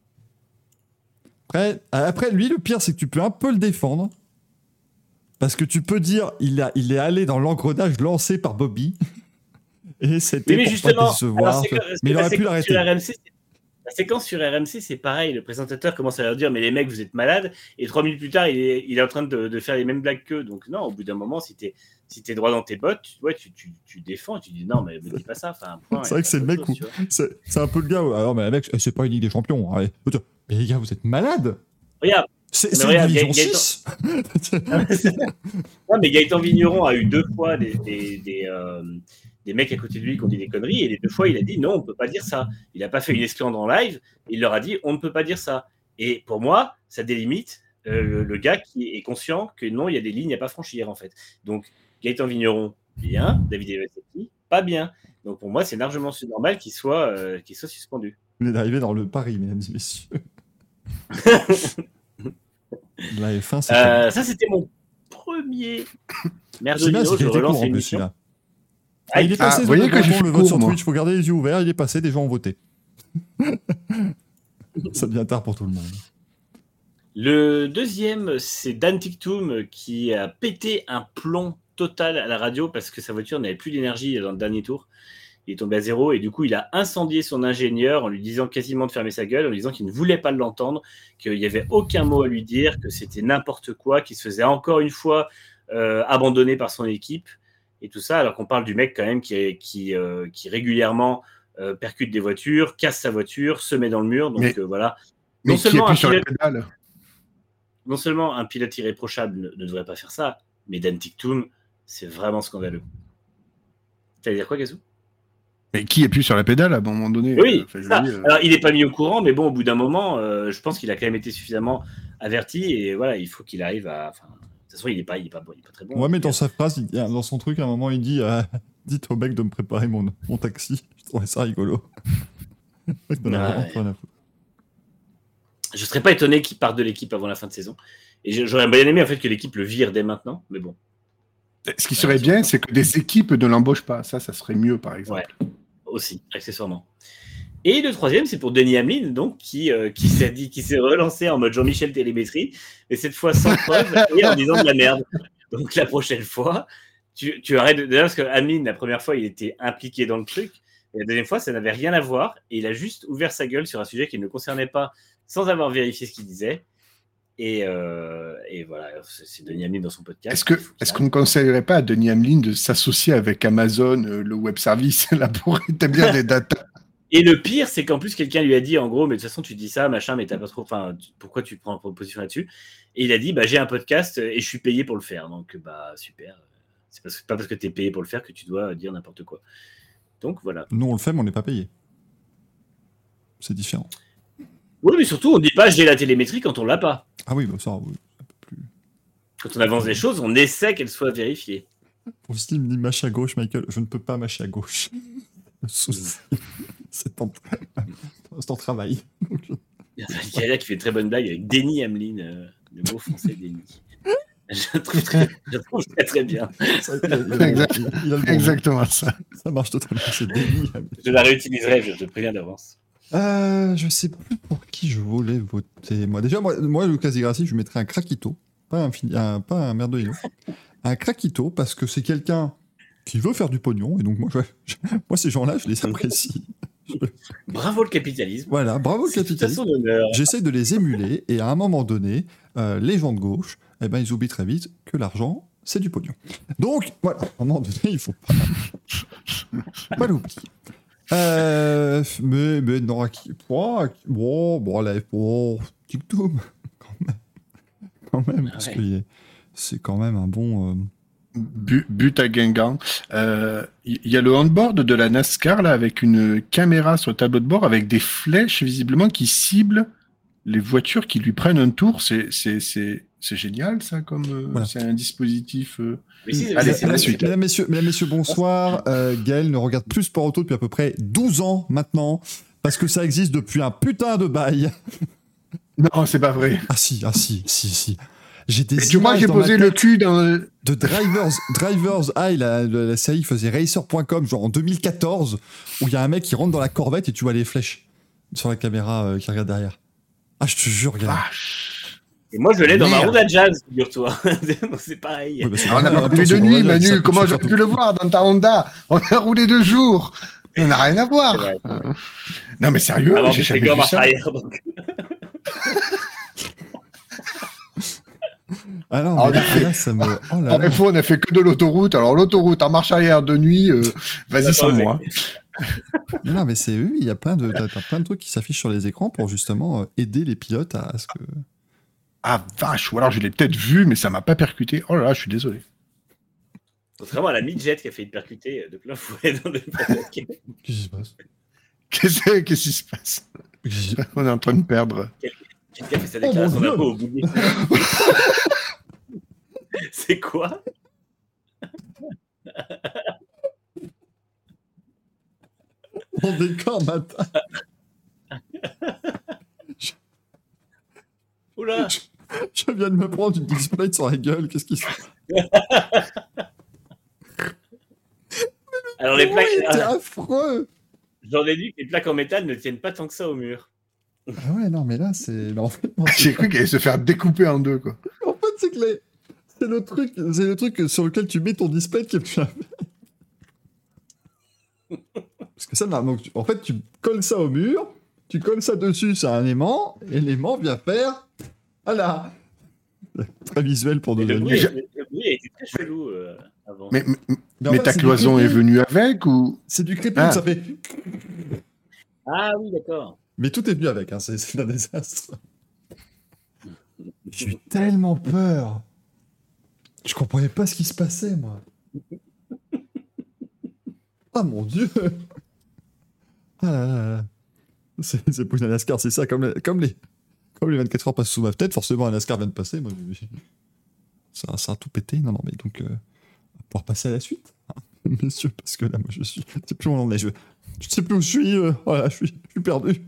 Après, après, lui, le pire, c'est que tu peux un peu le défendre. Parce que tu peux dire, il, a, il est allé dans l'engrenage lancé par Bobby. Et c'était Oui, mais pour justement, pas décevoir. alors, c'est tu que- vois. c'est Mais il que aurait la pu séquence l'arrêter. sur R M C, c'est- La séquence sur R M C, c'est pareil. Le présentateur commence à leur dire mais les mecs, vous êtes malades. Et trois minutes plus tard, il est, il est en train de, de faire les mêmes blagues qu'eux. Donc non, au bout d'un moment, si t'es si t'es droit dans tes bottes, tu, ouais, tu, tu, tu défends. Tu dis non, mais me dis pas ça. Enfin, un point, C'est vrai et que c'est le pas mec autre où- chose, tu vois. C'est c'est un peu le gars. où- Alors, mais le mec, c'est pas une Ligue des Champions. Allez. Mais les gars, vous êtes malades. Regarde, C'est Mais c'est regarde, une division Gaëtan- six. ouais, mais Gaëtan Vigneron a eu deux fois des, des, des, euh, des mecs à côté de lui qui ont dit des conneries. Et les deux fois, il a dit non, on peut pas dire ça. Il n'a pas fait une esclandre en live. Il leur a dit on ne peut pas dire ça. Et pour moi, ça délimite euh, le, le gars qui est conscient que non, il y a des lignes à pas franchir en fait. Donc Gaëtan Vigneron, bien. David Evassetti, pas bien. Donc pour moi, c'est largement normal qu'il soit, euh, qu'il soit suspendu. Vous venez d'arriver dans le Paris, mesdames et messieurs. La F un, c'est Euh, ça, c'était mon premier merde c'est bien, c'est je qu'il était relance court en plus, l'émission. celui-là. Ah, Ah, il est Ah, passé, vous ce voyez vote, que j'ai le fait vote court, sur moi. Twitch, faut garder les yeux ouverts, il est passé, des gens ont voté. Ça devient tard pour tout le monde. Le deuxième, c'est Dan Tictum qui a pété un plomb total à la radio parce que sa voiture n'avait plus d'énergie dans le dernier tour. il est tombé à zéro, et du coup, il a incendié son ingénieur en lui disant quasiment de fermer sa gueule, en lui disant qu'il ne voulait pas l'entendre, qu'il n'y avait aucun mot à lui dire, que c'était n'importe quoi, qu'il se faisait encore une fois euh, abandonner par son équipe, et tout ça, alors qu'on parle du mec quand même qui, est, qui, euh, qui régulièrement euh, percute des voitures, casse sa voiture, se met dans le mur, donc mais, euh, voilà. Mais non qui seulement, appuie un sur pilote, la pédale non seulement un pilote irréprochable ne, ne devrait pas faire ça, mais Dan Ticktum, c'est vraiment scandaleux. Ça veut dire quoi, Gazou? Mais qui appuie sur la pédale à un moment donné? Oui, euh, ça. dis, euh... Alors il n'est pas mis au courant, mais bon, au bout d'un moment, euh, je pense qu'il a quand même été suffisamment averti, et voilà, il faut qu'il arrive à... Enfin, de toute façon, il n'est pas, il est pas, il est pas très bon. Ouais, mais dans sa phrase, il, dans son truc, à un moment, il dit euh, « Dites au mec de me préparer mon, mon taxi. » Je trouvais ça rigolo. Le mec n'en a vraiment Ouais. pas rien à foutre. Je serais pas étonné qu'il parte de l'équipe avant la fin de saison. Et j'aurais bien aimé en fait que l'équipe le vire dès maintenant, mais bon. Ce qui serait bien, c'est que des équipes ne l'embauchent pas. Ça, ça serait mieux, par exemple. Ouais, aussi, accessoirement. Et le troisième, c'est pour Denis Hamlin, donc, qui, euh, qui s'est dit, qui s'est relancé en mode Jean-Michel Télémétrie, mais cette fois sans preuve et en disant de la merde. Donc la prochaine fois, tu, tu arrêtes de... D'ailleurs, parce que Hamlin, la première fois, il était impliqué dans le truc, et la deuxième fois, ça n'avait rien à voir, et il a juste ouvert sa gueule sur un sujet qui ne le concernait pas, sans avoir vérifié ce qu'il disait. Et, euh, et voilà, c'est, c'est Denis Hamlin dans son podcast. Est-ce, que, est-ce qu'on ne conseillerait pas à Denis Hamlin de s'associer avec Amazon, euh, le web service, là, pour établir des datas? Et le pire, c'est qu'en plus, quelqu'un lui a dit, en gros, mais de toute façon, tu dis ça, machin, mais t'as pas trop. Enfin, tu, pourquoi tu prends une position là-dessus? Et il a dit, bah, j'ai un podcast et je suis payé pour le faire. Donc, bah, super. C'est parce, pas parce que t'es payé pour le faire que tu dois dire n'importe quoi. Donc, voilà. Nous, on le fait, mais on n'est pas payé. C'est différent. Oui, mais surtout, on ne dit pas j'ai la télémétrie quand on l'a pas. Ah oui, bah ça, oui. Un peu plus... Quand on avance des choses, on essaie qu'elles soient vérifiées. Pour Steam, dit mâche à gauche, Michael. Je ne peux pas mâcher à gauche. Le souci, c'est en, c'est en travail. Il y a là qui fait une très bonne blague avec Denis Hamlin, euh, le mot français Denis. Je trouve très, je trouve très, très bien. Ça, il a, il a, Exact, il a, il a le bon exactement ça. Ça marche totalement. C'est Denis Hamlin. Je la réutiliserai, je te préviens d'avance. Euh, je sais plus pour qui je voulais voter. Moi, déjà, moi, moi Lucas Di Grassi, je mettrais un Krakito, pas un, un, pas un Merdolino. Un Krakito, parce que c'est quelqu'un qui veut faire du pognon, et donc moi, je, je, moi ces gens-là, je les apprécie. Je... Bravo le capitalisme. Voilà, bravo le capitalisme. J'essaie de les émuler, et à un moment donné, euh, les gens de gauche, eh ben, ils oublient très vite que l'argent, c'est du pognon. Donc, voilà, à un moment donné, il faut pas, pas l'oublier. Euh, mais, mais non, bon, bon, bon, là, bon, TikTok, quand même, quand même, parce Ouais. que c'est quand même un bon... Euh... But, but à Guingamp. Il euh, y a le handboard de la NASCAR, là, avec une caméra sur le tableau de bord, avec des flèches, visiblement, qui ciblent les voitures qui lui prennent un tour. C'est, c'est, c'est, c'est génial, ça, comme euh, voilà. C'est un dispositif... Euh... Mais si, Allez, c'est à la bon, suite. Mesdames, messieurs, mesdames, messieurs, bonsoir. Euh, Gaël ne regarde plus Sport Auto depuis à peu près douze ans maintenant, parce que ça existe depuis un putain de bail. Non, c'est pas vrai. Ah si, ah si, si, si. J'ai des Mais tu vois, j'ai posé le cul dans... De Drivers, Drivers Eye, la, la, la série faisait racer point com, genre en deux mille quatorze, où il y a un mec qui rentre dans la corvette et tu vois les flèches sur la caméra euh, qui regarde derrière. Ah, je te jure, regarde. Vache. Et moi, je l'ai dans ma Merde. Honda Jazz, figure-toi. c'est pareil. Ouais, bah, c'est On n'a normal, pas attends, roulé de c'est nuit, normal, ça Manu. peut Comment se j'aurais faire pu le voir dans ta Honda? On a roulé deux jours. Ça n'a rien à voir. C'est vrai. Non, mais sérieux, Alors, j'ai j'ai jamais fait vu marche ça. arrière, donc. Ah non, Ah, mais on a fait- là, ça me... Oh là En là. info, on a fait que de l'autoroute. Alors, l'autoroute en marche arrière de nuit, euh, vas-y sans Attends, moi. Mais non, mais c'est eux, il y a plein de, t'as, t'as plein de trucs qui s'affichent sur les écrans pour justement euh, aider les pilotes à, à ce que... Ah, vache. Ou alors, je l'ai peut-être vu, mais ça m'a pas percuté. Oh là là, je suis désolé. Contrairement à la Midjet qui a fait percuter de plein fouet dans le podcast. Qu'est-ce qui se passe? Qu'est-ce que- qu'est-ce qui se passe? Qu'est-ce qui- On est en train de perdre. Qui a fait sa Oh, déclaration mon Dieu. d'impôt au bout de C'est quoi? On décore, matin. Oula. Je viens de me prendre une display sur la gueule, qu'est-ce qui se passe? Alors, les Oh, plaques. il était Ah, affreux. j'en ai dit que les plaques en métal ne tiennent pas tant que ça au mur. Ah ouais, non, mais là, c'est... mais en fait, non, c'est- J'ai cru qu'elle allait se faire découper en deux, quoi. en fait, c'est que les... c'est le truc, c'est le truc sur lequel tu mets ton display qui est plus... Parce que ça, donc, tu- en fait, tu colles ça au mur, tu colles ça dessus, c'est un aimant, et l'aimant vient faire... Voilà. Très visuel pour nos Le amis. bruit, le le bruit a été très chelou euh, avant. Mais, mais, Mais en mais fait, ta c'est du cloison est creepy. venue avec ou C'est du creeping, Ah. ça fait... Ah oui, d'accord. Mais tout est venu avec, hein, c'est, c'est un désastre. J'ai eu tellement peur. Je comprenais pas ce qui se passait, moi. Ah mon dieu. Ah là là là. C'est, c'est pour une NASCAR, c'est ça, comme, les- comme, les, comme les vingt-quatre heures passent sous ma tête, forcément un NASCAR vient de passer. Moi, j'ai- ça, ça a tout pété. Non, non, mais donc, euh, on va pouvoir passer à la suite, hein, messieurs, parce que là, moi, je suis. Je sais plus où on en est. Je, je sais plus où je suis. euh, voilà, je suis, je suis perdu.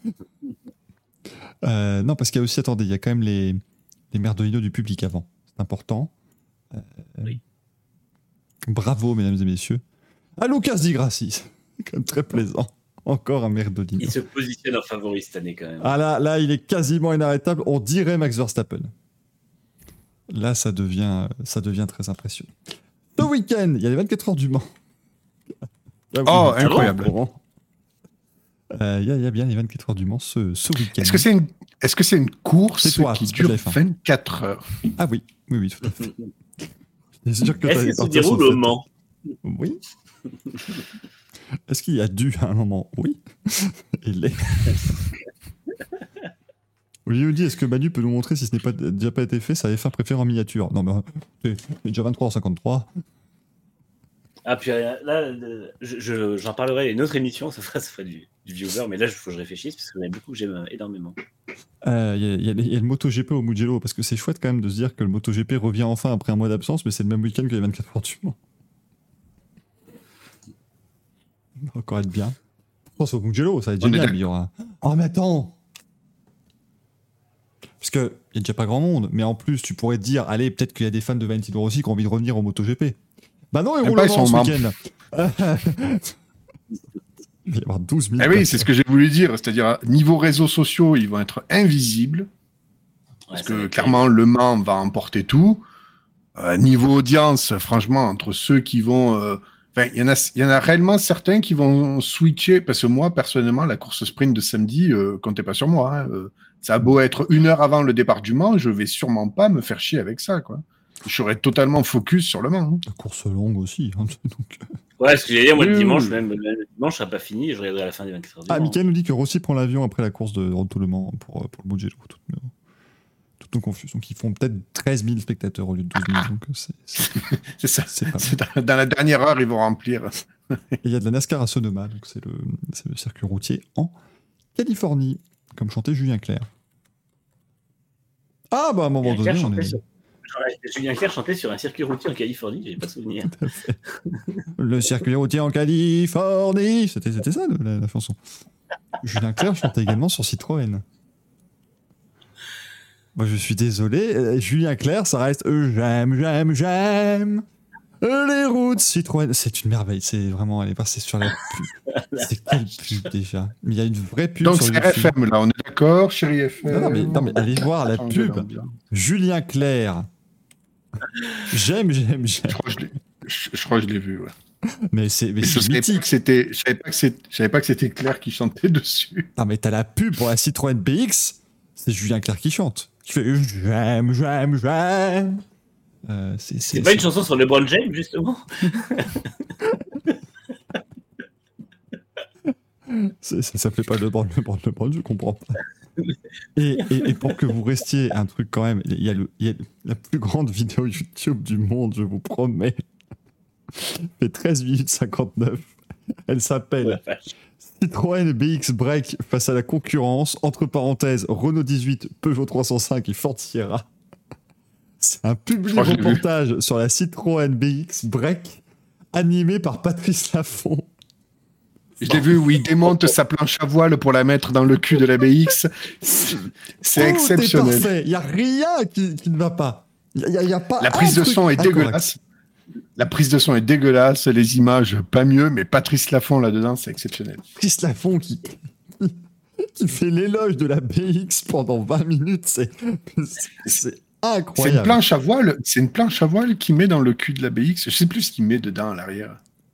Euh, non, parce qu'il y a aussi, attendez, il y a quand même les, les merdolino du public avant. C'est important. Euh, Oui. Bravo, mesdames et messieurs. À Lucas Di Grassi. C'est quand même très plaisant. Encore un merdolino. Il se positionne en favori cette année quand même. Ah là, là, il est quasiment inarrêtable. On dirait Max Verstappen. Là, ça devient, ça devient très impressionnant. Ce week-end, il y a les vingt-quatre heures du Mans. Là, Oh, vous êtes incroyable. au courant. Euh, Il y, a- il y a bien les vingt-quatre heures du Mans ce, ce week-end. est-ce que c'est une est-ce que c'est une course C'est toi, qui c'est dure pas de la F un. vingt-quatre heures? Ah oui, oui, oui, tout à fait. C'est sûr que Est-ce t'allais qu'il se partir sur déroule au cette- Mans? Oui. Est-ce qu'il y a dû à un moment? Oui. Il l'est. Olivier dit, est-ce que Manu peut nous montrer si ce n'est pas déjà pas été fait sa F un préférée en miniature? Non, mais euh, c'est c'est déjà vingt-trois heures cinquante-trois. Ah, puis euh, là, euh, je- je- j'en parlerai à une autre émission, ça ferait, ça ferait du, du viewer, mais là, il faut que je réfléchisse parce qu'il y en a beaucoup que j'aime euh, énormément. Euh, Il y, a- il y a il y a le MotoGP au Mugello, parce que c'est chouette quand même de se dire que le MotoGP revient enfin après un mois d'absence, mais c'est le même week-end que les vingt-quatre heures du Mans. Ça va encore être bien. Je pense au Mugello, ça va être On est génial. d'accord. mais il y aura... Oh, mais attends! Parce qu'il n'y a déjà pas grand monde, mais en plus, tu pourrais te dire, allez, peut-être qu'il y a des fans de Valentino Rossi qui ont envie de revenir au MotoGP. Bah non, ils Même roulent pas, au ils Mans sont ce membres. week-end. Il va y avoir douze mille. Ah oui, c'est ce que j'ai voulu dire, c'est-à-dire niveau réseaux sociaux, ils vont être invisibles. Ouais, Parce ça va que être clairement, Le Mans va emporter tout. Euh, niveau audience, franchement, entre ceux qui vont... euh, Enfin, il y en a, il y en a réellement certains qui vont switcher, parce que moi, personnellement, la course sprint de samedi, euh, comptez pas sur moi. Hein, euh, ça a beau être une heure avant le départ du Mans, je vais sûrement pas me faire chier avec ça, quoi. Je serai totalement focus sur Le Mans. Hein. La course longue aussi. hein, donc, euh. Ouais, ce que j'allais dire, moi, Oui, le oui, dimanche, oui. même, même le dimanche, ça sera pas fini, je regarderai à la fin des vingt-quatre heures du Ah, Mans. Mickaël nous dit que Rossi prend l'avion après la course de Road to Le Mans pour, euh, pour le Mugello. Toutes nos, toutes nos confusions. Donc ils font peut-être treize mille spectateurs au lieu de douze mille. Donc euh, c'est, c'est, C'est ça. c'est pas mal. C'est dans, dans la dernière heure, ils vont remplir. Et il y a de la NASCAR à Sonoma, donc c'est le, c'est le circuit routier en Californie, comme chantait Julien Clerc. Ah bah à un moment Julien Clerc donné, on chantait est... sur- Julien Clerc chantait sur un circuit routier en Californie, j'ai pas souvenir. Le circuit routier en Californie. C'était, c'était ça la, la chanson. Julien Clerc chantait également sur Citroën. Moi je suis désolé, euh, Julien Clerc, ça reste euh, j'aime, j'aime, j'aime euh, les routes Citroën. C'est une merveille, c'est vraiment aller passer sur la pub. C'est quelle pub déjà? Mais il y a une vraie pub Donc sur c'est YouTube. R F M, là, on est d'accord, chérie F M. Non, non, mais, non, mais allez voir la Changer pub. l'ambiance. Julien Clerc. J'aime, j'aime, j'aime. Je crois que je l'ai- je- je crois que je l'ai vu, ouais. Mais c'est, mais Mais je c'est savais pas mythique. que c'était, je savais pas que c'est- je savais pas que c'était Claire qui chantait dessus. Non, mais t'as la pub pour la Citroën B X, c'est Julien Clerc qui chante. Qui fait j'aime, j'aime, j'aime. Euh, c'est, c'est, C'est pas une chanson sur LeBron James, justement? c'est- ça s'appelait pas le brand, le brand, le brand, je comprends pas. Et, et, et pour que vous restiez un truc quand même, il y, a le, il y a la plus grande vidéo YouTube du monde, je vous promets. Elle fait treize minutes cinquante-neuf. Elle s'appelle Ouais, vache. Citroën B X Break face à la concurrence, entre parenthèses, Renault dix-huit, Peugeot trois cent cinq et Ford Sierra. C'est un public crois que je l'ai vu. reportage sur la Citroën B X Break, animé par Patrice Laffont. Je l'ai vu où il démonte sa planche à voile pour la mettre dans le cul de la B X. C'est- C'est Tout est exceptionnel. parfait, il n'y a rien qui, qui ne va pas. Il n'y a, y a pas La un prise de truc son est incorrect. dégueulasse. La prise de son est dégueulasse, les images pas mieux, mais Patrice Laffont là-dedans, c'est exceptionnel. Patrice Laffont qui, qui fait l'éloge de la B X pendant vingt minutes, c'est, c'est, c'est C'est une incroyable. planche à voile, c'est une planche à voile qu'il met dans le cul de la B X. Je sais plus ce qu'il met dedans à l'arrière.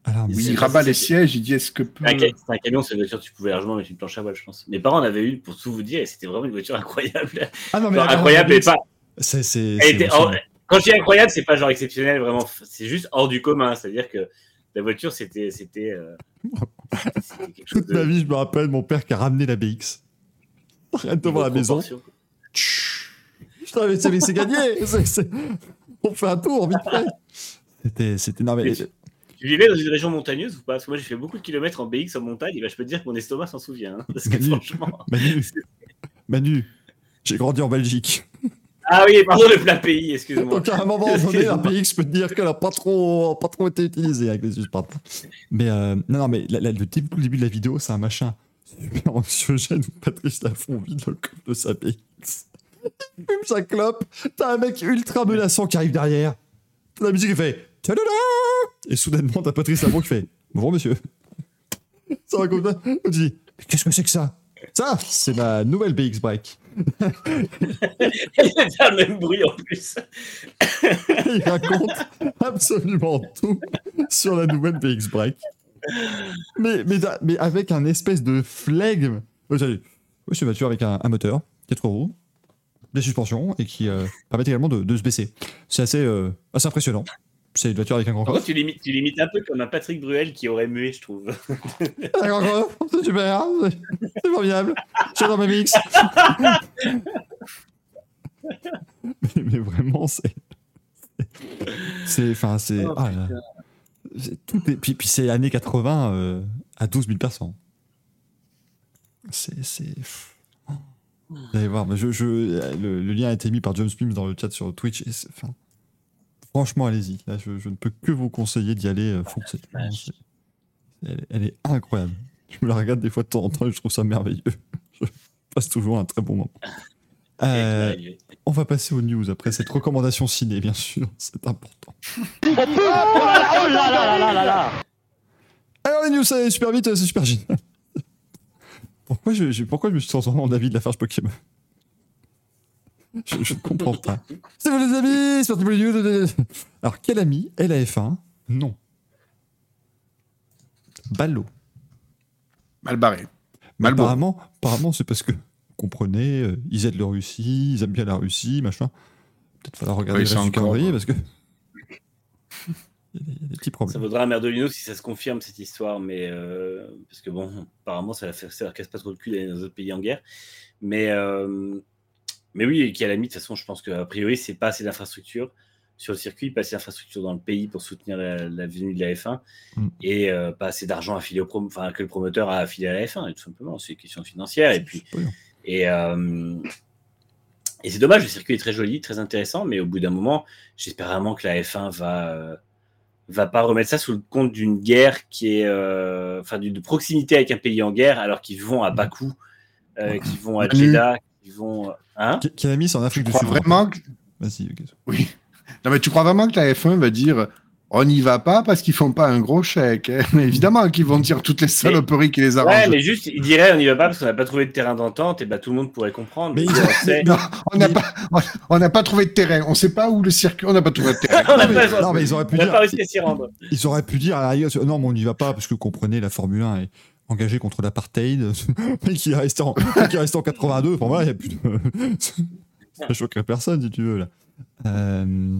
Alors, Oui, c'est- il rabat c'est- les sièges, il dit est-ce que peut... Un, ca- c'est un camion, c'est une voiture, tu pouvais largement mettre une planche à voile, je pense. Mes parents en avaient une, pour tout vous dire, et c'était vraiment une voiture incroyable. Ah non, mais Genre, la incroyable, mais pas. C'est, c'est, Elle c'est était hallucinant. hors- Quand je dis incroyable, c'est pas genre exceptionnel, vraiment. C'est juste hors du commun. C'est-à-dire que la voiture, c'était, c'était, euh, c'était quelque chose Toute ma de. vie, je me rappelle mon père qui a ramené la B X. Rien devant la maison. proportion. Je t'avais c'est, c'est gagné. C'est, c'est... On fait un tour, vite fait. C'était, c'était... Non, mais... Mais tu- Tu vivais dans une région montagneuse ou pas? Parce que moi, j'ai fait beaucoup de kilomètres en B X en montagne, et ben, je peux te dire que mon estomac s'en souvient. Hein, parce que Manu. franchement. Manu, Manu, j'ai grandi en Belgique. Ah oui, pardon, le plat pays, excuse-moi. Donc à un moment donné, la B X, je peux te dire qu'elle n'a pas trop, pas trop été utilisée avec les uspates. Mais euh, non, non, mais la, la, le début, le début de la vidéo, c'est un machin super anxiogène où Patrice Laffont vide le coffre de sa B X. Il fume sa clope, t'as un mec ultra menaçant qui arrive derrière. T'as la musique qui fait tadada. Et soudainement, t'as Patrice Laffont qui fait bonjour monsieur. Ça va comme ça. On dit mais qu'est-ce que c'est que ça? Ça, c'est ma nouvelle B X Break. Il y a le même bruit en plus. Il raconte absolument tout sur la nouvelle B X Break. Mais, mais, mais avec un espèce de flegme. Oh, salut. Oui, c'est une voiture avec un, un moteur, quatre roues, des suspensions et qui euh, permettent également de, de se baisser. C'est assez, euh, assez impressionnant. C'est une voiture avec un grand En coffre. gros, tu limites, tu limites un peu comme un Patrick Bruel qui aurait mué, je trouve. Un grand coffre, c'est super, c'est, c'est formidable. J'adore ma mix. mais, mais vraiment, c'est. C'est. Enfin, c'est. Oh, ah, là. C'est tout est, puis, puis c'est années quatre-vingts euh, à douze mille personnes. C'est. c'est... Vous allez voir, mais je, je, le, le lien a été mis par James Pims dans le chat sur Twitch. Et c'est, enfin, franchement, allez-y. Là, je, je ne peux que vous conseiller d'y aller. Euh, foncez. C'est, elle, elle est incroyable. Je me la regarde des fois de temps en temps et je trouve ça merveilleux. Je passe toujours un très bon moment. Euh, on va passer aux news après cette recommandation ciné, bien sûr. C'est important. Alors, les news, ça allait super vite, c'est super génial. Pourquoi je, je, pourquoi je me suis transformé en David Lafarge Pokémon? je, je ne comprends pas. C'est vous les amis, c'est parti pour les news. Alors, quel ami est la F un? Non. Ballot. Mal barré. Mais Mal bon. apparemment, apparemment, c'est parce que, vous comprenez, euh, ils aident la Russie, ils aiment bien la Russie, machin. Peut-être falloir regarder Oui, le reste c'est du encore- calendrier parce que. Il y, a des, il y a des petits Ça problèmes. vaudra un merdolino si ça se confirme cette histoire, mais euh, parce que bon, apparemment ça leur, ça leur casse pas trop le cul d'aller dans d'autres pays en guerre. Mais, euh, mais oui, qui à la limite, de toute façon, je pense qu'a priori, c'est pas assez d'infrastructures sur le circuit, pas assez d'infrastructures dans le pays pour soutenir la, la venue de la F un Mm. et euh, pas assez d'argent affilié au prom- enfin, que le promoteur a affilié à la F un, tout simplement. C'est une question financière. Et puis, C'est pas bien. et, euh, et c'est dommage, le circuit est très joli, très intéressant, mais au bout d'un moment, j'espère vraiment que la F un va. Euh, va pas remettre ça sous le compte d'une guerre qui est, euh, enfin, d'une proximité avec un pays en guerre, alors qu'ils vont à Bakou, euh, qu'ils vont à Manu. Jeddah, qu'ils vont, hein. Qui- Quel ami, c'est en Tu Afrique du crois Sud. vraiment que... Vas-y, ok. Oui. Non, mais tu crois vraiment que la F un va dire on n'y va pas parce qu'ils font pas un gros chèque hein. Mais évidemment qu'ils vont dire toutes les saloperies qui les arrangent. Ouais, mais juste, ils diraient on n'y va pas parce qu'on n'a pas trouvé de terrain d'entente, et bah tout le monde pourrait comprendre. Mais Mais ils- on sait- Non, on n'a Mais- pas, on n'a pas trouvé de terrain. On sait pas où le circuit. On n'a pas trouvé de terrain. on n'a Non, pas, mais- non, mais ils auraient pu on n'a dire- pas réussi à s'y rendre. Ils auraient pu dire à la rigueur, non, mais on n'y va pas parce que vous comprenez, la Formule un est engagée contre l'apartheid, mais qui est resté en, qui est resté en quatre-vingt-deux. Enfin voilà, il n'y a plus de. Ça choquerait personne si tu veux là. Euh,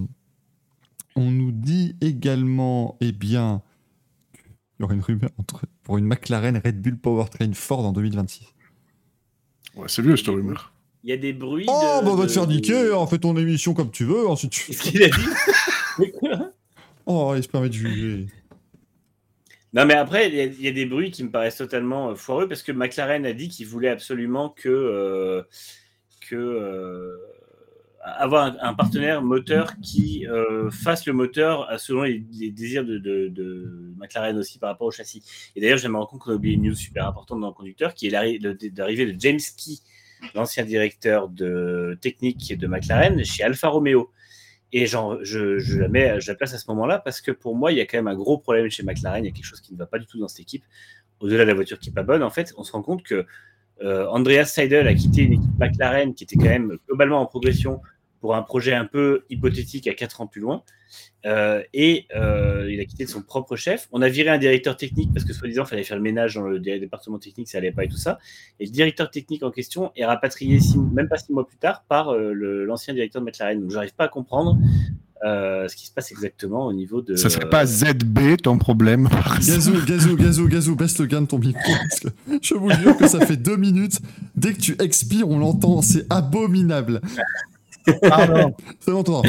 On nous dit également, eh bien, il y aurait une rumeur entre, pour une McLaren Red Bull Powertrain Ford en deux mille vingt-six. Ouais, c'est vieux cette rumeur. Il y a des bruits. Oh, de, bah on va de- te faire niquer, hein, fais ton émission comme tu veux, ensuite tu. Qu'est-ce qu'il a dit? Oh, il se permet de juger. Non, mais après, il y, a- il y a des bruits qui me paraissent totalement euh, foireux parce que McLaren a dit qu'il voulait absolument que, euh, que euh, avoir un, un partenaire moteur qui euh, fasse le moteur euh, selon les, les désirs de, de, de McLaren aussi par rapport au châssis. Et d'ailleurs, je me rends compte qu'on a oublié une news super importante dans le conducteur qui est l'arri- le- l'arrivée de James Key, l'ancien directeur de technique de McLaren chez Alfa Romeo. Et genre, je, je, la mets, je la place à ce moment-là parce que pour moi, il y a quand même un gros problème chez McLaren. Il y a quelque chose qui ne va pas du tout dans cette équipe. Au-delà de la voiture qui n'est pas bonne, en fait, on se rend compte que euh, Andreas Seidel a quitté une équipe McLaren qui était quand même globalement en progression pour un projet un peu hypothétique à quatre ans plus loin. Euh, et euh, il a quitté de son propre chef. On a viré un directeur technique parce que, soi-disant, il fallait faire le ménage dans le département technique, ça n'allait pas et tout ça. Et le directeur technique en question est rapatrié, six, même pas six mois plus tard, par euh, le, l'ancien directeur de McLaren. Donc, je n'arrive pas à comprendre euh, ce qui se passe exactement au niveau de... Ça serait pas Z B ton problème? Gazou, Gazou, Gazou, Gazou, baisse le gain de ton micro. Parce que je vous jure que ça fait deux minutes. Dès que tu expires, on l'entend. C'est abominable. Pardon. C'est bon, toi.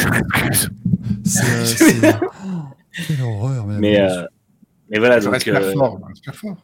C'est. Euh, c'est... Oh, quelle horreur, mais. Mais, euh, mais voilà, Je donc. respire euh, fort, je respire fort.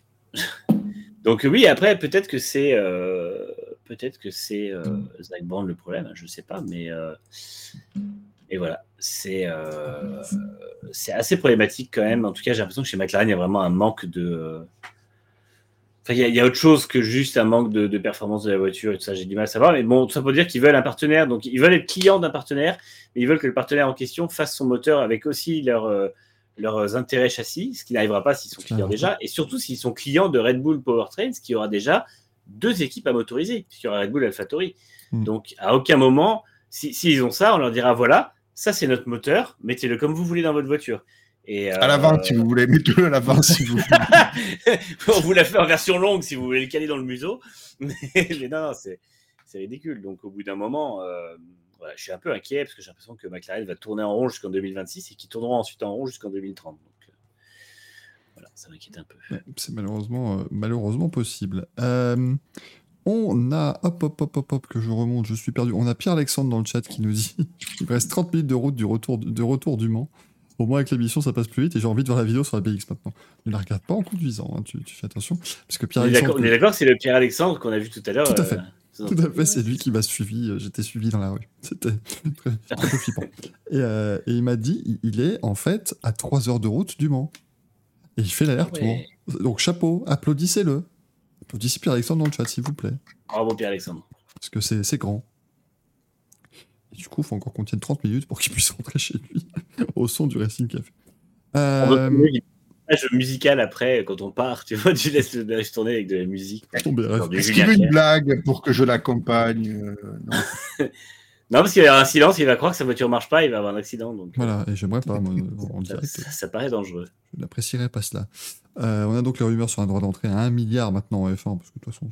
Donc oui, après peut-être que c'est euh, peut-être que c'est euh, Zach Brown le problème, je sais pas, mais euh, et voilà, c'est euh, c'est assez problématique quand même. En tout cas, j'ai l'impression que chez McLaren, il y a vraiment un manque de. Enfin, il y, a, il y a autre chose que juste un manque de, de performance de la voiture et tout ça. J'ai du mal à savoir, mais bon, tout ça pour dire qu'ils veulent un partenaire, donc ils veulent être clients d'un partenaire, mais ils veulent que le partenaire en question fasse son moteur avec aussi leur euh, leurs intérêts châssis, ce qui n'arrivera pas s'ils sont clients déjà, et surtout s'ils sont clients de Red Bull Powertrain, ce qui aura déjà deux équipes à motoriser, puisqu'il y aura Red Bull et AlphaTauri. Mm. Donc, à aucun moment, s'ils si, si ont ça, on leur dira, voilà, ça c'est notre moteur, mettez-le comme vous voulez dans votre voiture. Et, euh, à l'avant, si vous voulez, mettez-le à l'avant, si vous voulez. On vous l'a fait en version longue, si vous voulez le caler dans le museau, mais, mais non, non c'est, c'est ridicule. Donc, au bout d'un moment... Euh, Voilà, je suis un peu inquiet parce que j'ai l'impression que McLaren va tourner en rond jusqu'en deux mille vingt-six et qu'ils tourneront ensuite en rond jusqu'en deux mille trente. Donc, euh, voilà, ça m'inquiète un peu. Ouais, c'est malheureusement, euh, malheureusement possible. Euh, on a, hop, hop, hop, hop, hop, que je remonte, je suis perdu. On a Pierre-Alexandre dans le chat qui nous dit il me reste trente minutes de route du retour, de retour du Mans. Au moins, avec l'émission, ça passe plus vite et j'ai envie de voir la vidéo sur la B X maintenant. Ne la regarde pas en conduisant, hein, tu, tu fais attention. Parce que Pierre on, est d'accord, on est d'accord que c'est le Pierre-Alexandre qu'on a vu tout à l'heure. Tout à fait. Euh... Tout à fait, c'est lui qui m'a suivi. J'étais suivi dans la rue. C'était très, très flippant. Et, euh, et il m'a dit, il est en fait à trois heures de route du Mans. Et il fait l'aller-retour. Ouais. Donc chapeau, applaudissez-le. Applaudissez Pierre-Alexandre dans le chat, s'il vous plaît. Bravo Pierre-Alexandre. Parce que c'est, c'est grand. Et du coup, il faut encore qu'on tienne trente minutes pour qu'il puisse rentrer chez lui au son du Racing Café. Euh... Jeu musical après, quand on part, tu vois, tu laisses le laisses tourner avec de la musique. Est-ce qu'il veut une blague pour que je l'accompagne? euh, Non, non parce qu'il va y avoir un silence, il va croire que sa voiture marche pas, il va avoir un accident. Donc, voilà, et j'aimerais pas, moi, en direct. Ça, ça, ça paraît dangereux. Je n'apprécierais pas cela. Euh, on a donc les rumeurs sur un droit d'entrée à un milliard maintenant en F un, parce que de toute façon,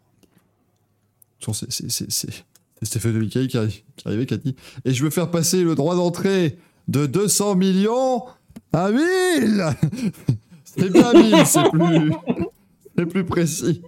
c'est, c'est, c'est, c'est, c'est Stéphane de Michael qui, arri- qui arrivait, qui a dit « Et je veux faire passer le droit d'entrée de deux cents millions à mille !» C'est bien mille, c'est plus, c'est plus précis.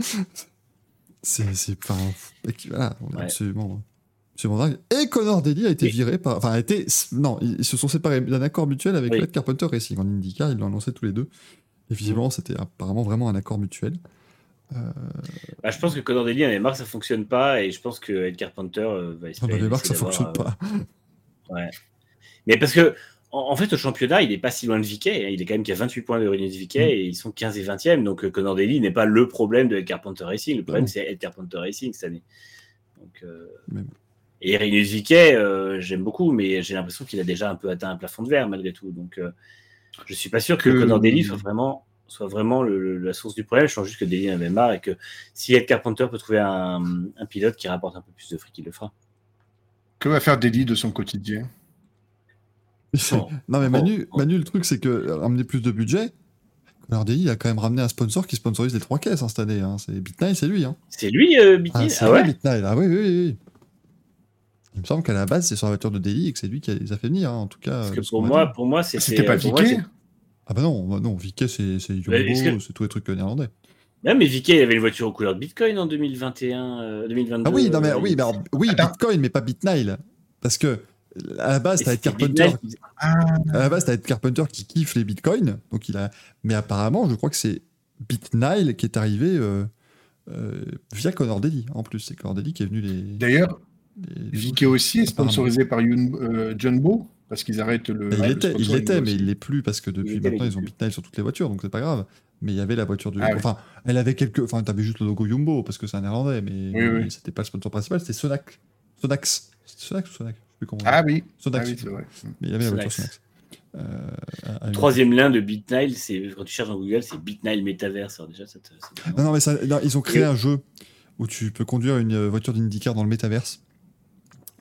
C'est, c'est pas... Voilà, on est ouais. absolument... absolument dingue. Et Connor Daly a été oui. viré par... Enfin, a été... Non, ils se sont séparés d'un accord mutuel avec oui. Red Carpenter Racing en IndyCar, ils l'ont annoncé tous les deux. Et visiblement, mmh. c'était apparemment vraiment un accord mutuel. Euh... Bah, je pense que Connor Daly en avait marre que ça fonctionne pas, et je pense que Ed Carpenter euh, va espérer... On avait marre que ça fonctionne euh... pas. Ouais. Mais parce que En fait, au championnat, il n'est pas si loin de Vickey. Hein. Il est quand même qu'à vingt-huit points de Rinus Vickey mmh. et ils sont quinze et vingtième. Donc, Connor Daly n'est pas le problème de Ed Carpenter Racing. Le problème, mmh. c'est Ed Carpenter Racing cette année. Donc, euh... Et Rinus Vickey, euh, j'aime beaucoup, mais j'ai l'impression qu'il a déjà un peu atteint un plafond de verre malgré tout. Donc, euh, je ne suis pas sûr que euh... Connor Daly soit vraiment, soit vraiment le, le, la source du problème. Je pense juste que Daly en avait marre et que si Ed Carpenter peut trouver un, un pilote qui rapporte un peu plus de fric, il le fera. Que va faire Daly de son quotidien? Oh. Non mais Manu, oh. Manu, le truc c'est que ramener plus de budget, alors Daly a quand même ramené un sponsor qui sponsorise les trois caisses hein, cette année. Hein. C'est BitNile, c'est lui. Hein. C'est lui, euh, BitNile. Ah, c'est ah ouais. BitNile. Ah oui, oui, oui, oui. Il me semble qu'à la base c'est sur la voiture de Daly et que c'est lui qui les a fait venir. Hein, en tout cas. Parce que pour moi, pour moi, c'était, c'était pas Vickey. Ah bah non, bah non, Vickey c'est c'est Jumbo, que... c'est tous les trucs néerlandais. Ouais, mais Vickey il avait une voiture aux couleurs de Bitcoin en deux mille vingt et un, euh, deux mille vingt-deux. Ah oui, non mais euh, oui, mais alors, oui, Bitcoin, mais pas BitNile, parce que. À la base, t'as Ed Carpenter. Ah. À la base, t'as Ed Carpenter qui kiffe les bitcoins. Donc il a. Mais apparemment, je crois que c'est BitNile qui est arrivé euh, euh, via Connor Daly. En plus, c'est Connor Daly qui est venu les. D'ailleurs, Vickey aussi est sponsorisé par euh, Jumbo parce qu'ils arrêtent le. Il l'était, il l'était, mais il l'est plus parce que depuis il maintenant ils ont BitNile sur toutes les voitures, donc c'est pas grave. Mais il y avait la voiture du. Ah, enfin, oui. Elle avait quelques. Enfin, t'avais juste le logo Jumbo parce que c'est un néerlandais, mais, oui, mais oui. c'était pas le sponsor principal, c'était Sonax. Sonax. C'était Sonax ou Sonax? Ah oui, Sonax. Ah oui, c'est vrai. Mais il y avait la voiture Sonax. Euh, Troisième lien de BitNile, c'est quand tu cherches dans Google, c'est BitNile Metaverse. Alors déjà, ça te, ça te... Non, non, mais ça, non, ils ont créé et... un jeu où tu peux conduire une voiture d'IndyCar dans le Metaverse.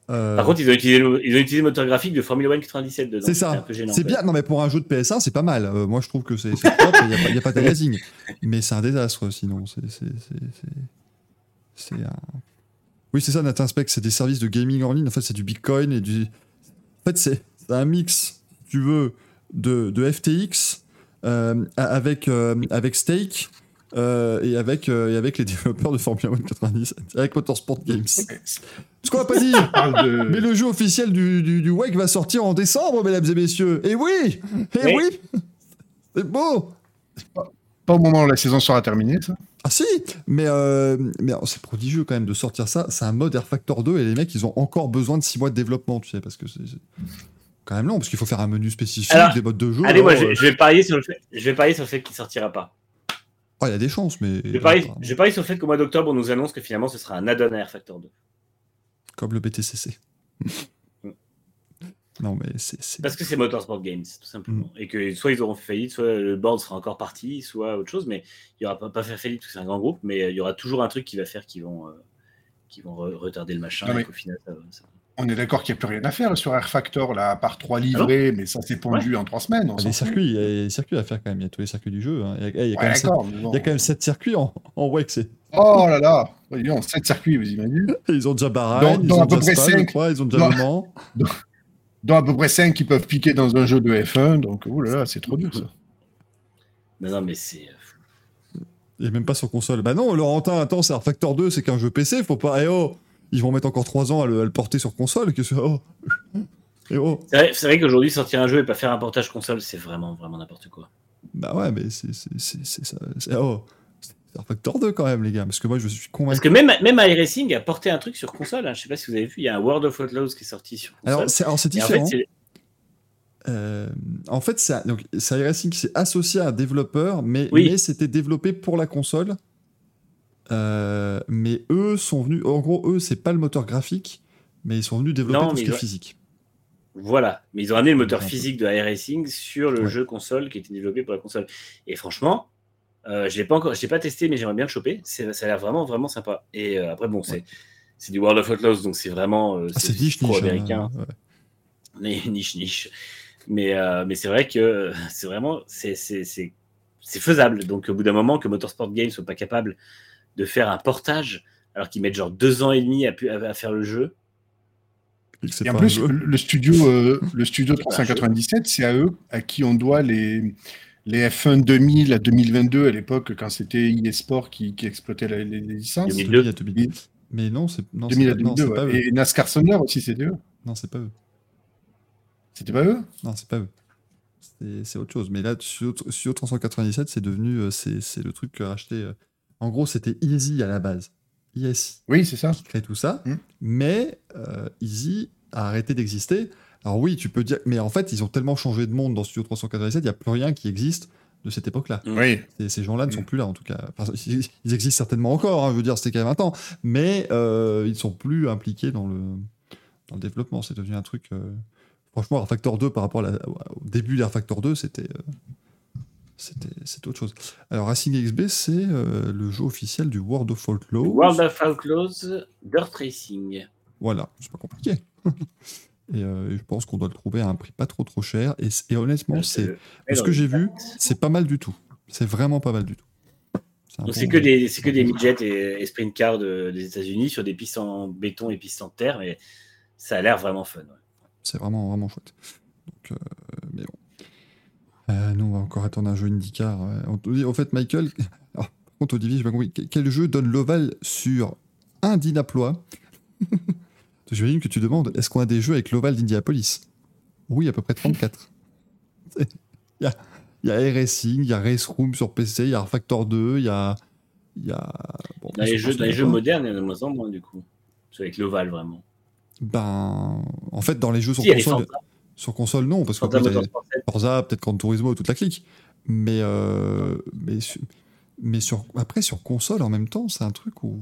Euh, Par contre, ils ont utilisé le, ils ont utilisé le moteur graphique de Formula One quatre-vingt-dix-sept dedans. c'est ça. un peu gênant, C'est bien. Non, mais pour un jeu de P S un, c'est pas mal. Euh, moi, je trouve que c'est c'est top. Il n'y a, pas- y a pas d'aliasing. Mais c'est un désastre, sinon. C'est. c'est, c'est, c'est, c'est un... Oui, c'est ça, Nathan Spec. C'est des services de gaming en ligne. En fait, c'est du Bitcoin et du. En fait, c'est, c'est un mix, si tu veux, de, de F T X euh, avec, euh, avec Stake. Euh, et, avec, euh, et avec les développeurs de Formula One quatre-vingt-dix-sept, avec Motorsport Games. Ce qu'on va pas dire, de... mais le jeu officiel du, du, du W E C va sortir en décembre, mesdames et messieurs. Et oui, et oui, Oui. c'est beau. Pas au moment où la saison sera terminée, ça. Ah si, mais, euh, mais alors, c'est prodigieux quand même de sortir ça. C'est un mode Air Factor deux et les mecs, ils ont encore besoin de six mois de développement, tu sais, parce que c'est, c'est quand même long, parce qu'il faut faire un menu spécifique, Alors, des modes de jeu. Allez, moi, alors, je, euh, je vais parier sur le fait, je vais parier sur le fait qu'il sortira pas. ah, il y a des chances, mais Je vais, parier, je vais parier sur le fait qu'au mois d'octobre, on nous annonce que finalement, ce sera un add-on à Air Factor deux. comme le B T C C. Non, mais c'est, c'est... Parce que c'est Motorsport Games, tout simplement. Mm. Et que soit ils auront fait faillite, soit le board sera encore parti, soit autre chose. Mais il n'y aura pas, pas faire faillite parce que c'est un grand groupe, mais il y aura toujours un truc qui va faire qu'ils vont, euh, qui vont re- retarder le machin. Non, mais- et qu'au final, ça, ça... On est d'accord qu'il n'y a plus rien à faire sur Air Factor, là, à part trois livrets, mais ça s'est pondu en trois semaines. On Il y a s'en des fout. circuits, il y a des circuits à faire quand même. Il y a tous les circuits du jeu. Hein. Il y a, il y a quand Ouais, même sept, d'accord, mais bon. il y a quand même sept circuits en, en W E C. C'est... Oh là là, voyons, sept circuits, vous imaginez, Ils ont déjà Bahreïn, Dans- ils dans ont à peu déjà près Spa, je cinq. crois, ils ont déjà Dans- Le Mans. dont à peu près cinq qui peuvent piquer dans un jeu de F un, donc oh là là, c'est trop dur ça. Non, non, mais c'est. Et même pas sur console. Bah non, Laurentin, attends, c'est Air Factor deux, c'est qu'un jeu P C, faut pas. Eh oh, ils vont mettre encore trois ans à le, à le porter sur console. Qu'est-ce que. Oh. Eh oh. C'est vrai, c'est vrai qu'aujourd'hui, sortir un jeu et pas faire un portage console, c'est vraiment, vraiment n'importe quoi. Bah ouais, mais c'est, c'est, c'est, c'est ça. C'est, oh. C'est Air Factor deux quand même, les gars, parce que moi je suis Parce convaincu. que même, même iRacing a porté un truc sur console. Hein. Je sais pas si vous avez vu, il y a un World of Outlaws qui est sorti sur console. Alors c'est, alors, c'est Et en différent. fait, c'est- Euh, en fait, c'est, donc, c'est iRacing qui s'est associé à un développeur, mais, Oui. mais c'était développé pour la console. Euh, mais eux sont venus. En gros, eux, c'est pas le moteur graphique, mais ils sont venus développer Non, tout ce mais qui est ils ont- physique. Voilà, mais ils ont amené le moteur Un peu. physique de iRacing sur le Ouais. jeu console qui était développé pour la console. Et franchement, euh, je l'ai pas encore, je l'ai pas testé, mais j'aimerais bien le choper. C'est, ça a l'air vraiment, vraiment sympa. Et euh, après, bon, c'est, c'est du World of Outlaws, donc c'est vraiment, euh, Ah, c'est c'est niche, pro niche. américain, hein, ouais. mais niche, niche. Mais, euh, mais c'est vrai que c'est vraiment, c'est, c'est, c'est, c'est faisable. Donc au bout d'un moment, que Motorsport Games soit pas capable de faire un portage, alors qu'ils mettent genre deux ans et demi à, pu- à, à faire le jeu. Et que c'est Et en pas un plus, jeu. le studio, euh, le studio trois cent quatre-vingt-dix-sept, c'est à eux à qui on doit les, les F un deux mille à deux mille vingt-deux à l'époque, quand c'était eSport qui, qui exploitait la- les, les licences. deux mille deux. deux mille à deux mille deux. Mais non, c'est, non, deux mille c'est à pas, non, deux mille deux, c'est pas ouais. eux. Et NASCAR Thunder aussi, c'est eux. Non, c'est pas eux. C'était pas eux? Non, c'est pas eux. C'est, c'est autre chose. Mais là, Studio, Studio trois cent quatre-vingt-dix-sept, c'est devenu. euh, C'est, c'est le truc euh, acheté. euh, En gros, c'était Easy à la base. E S I Oui, c'est ça. qui crée tout ça. Mm. Mais euh, Easy a arrêté d'exister. Alors oui, tu peux dire. Mais en fait, ils ont tellement changé de monde dans Studio trois cent quatre-vingt-dix-sept, il n'y a plus rien qui existe de cette époque-là. Oui. Et ces gens-là ne sont Mm. plus là, en tout cas. Enfin, ils, ils existent certainement encore, hein, je veux dire, c'était quand même un temps. Mais euh, ils ne sont plus impliqués dans le, dans le développement. C'est devenu un truc. euh, Franchement, Air Factor deux, par rapport à la- au début d'Air Factor deux, c'était, euh, c'était, c'était autre chose. Alors, Racing X B, c'est euh, le jeu officiel du World of Outlaws. World of Outlaws Dirt Racing. Voilà, c'est pas compliqué. Et euh, je pense qu'on doit le trouver à un prix pas trop trop cher. Et, c- et honnêtement, c'est, le- de ce que j'ai vu, c'est pas mal du tout. C'est vraiment pas mal du tout. C'est un Donc bon c'est que jeu. des, c'est que des midgets et, et sprint cars de- des États-Unis sur des pistes en béton et pistes en terre, mais ça a l'air vraiment fun. Ouais. C'est vraiment, vraiment chouette. Donc, euh, mais bon. Euh, nous, on va encore attendre un jeu IndyCar. ouais. On te dit, en fait, Michael. Alors, par contre, Olivier, j'ai pas compris. Quel- Quel jeu donne l'ovale sur Indianapolis? J'imagine que tu demandes, est-ce qu'on a des jeux avec l'ovale d'Indianapolis? Oui, à peu près trente-quatre. Il y a, il y a iRacing, il y a Race Room sur P C, il y a Factor deux, il y a. Il y a bon, Dans les je jeux, pense dans les qu'il y a jeux pas. modernes, il y en a de moins en moins du coup. C'est avec l'ovale vraiment. Ben, en fait, dans les jeux sur Si, il y a les console, Forza, sur console, non, parce que Forza oui, t'as- Motorsport sept. Forza, peut-être Gran Turismo, toute la clique. Mais, euh, mais, su- mais sur, après, sur console, en même temps, c'est un truc où.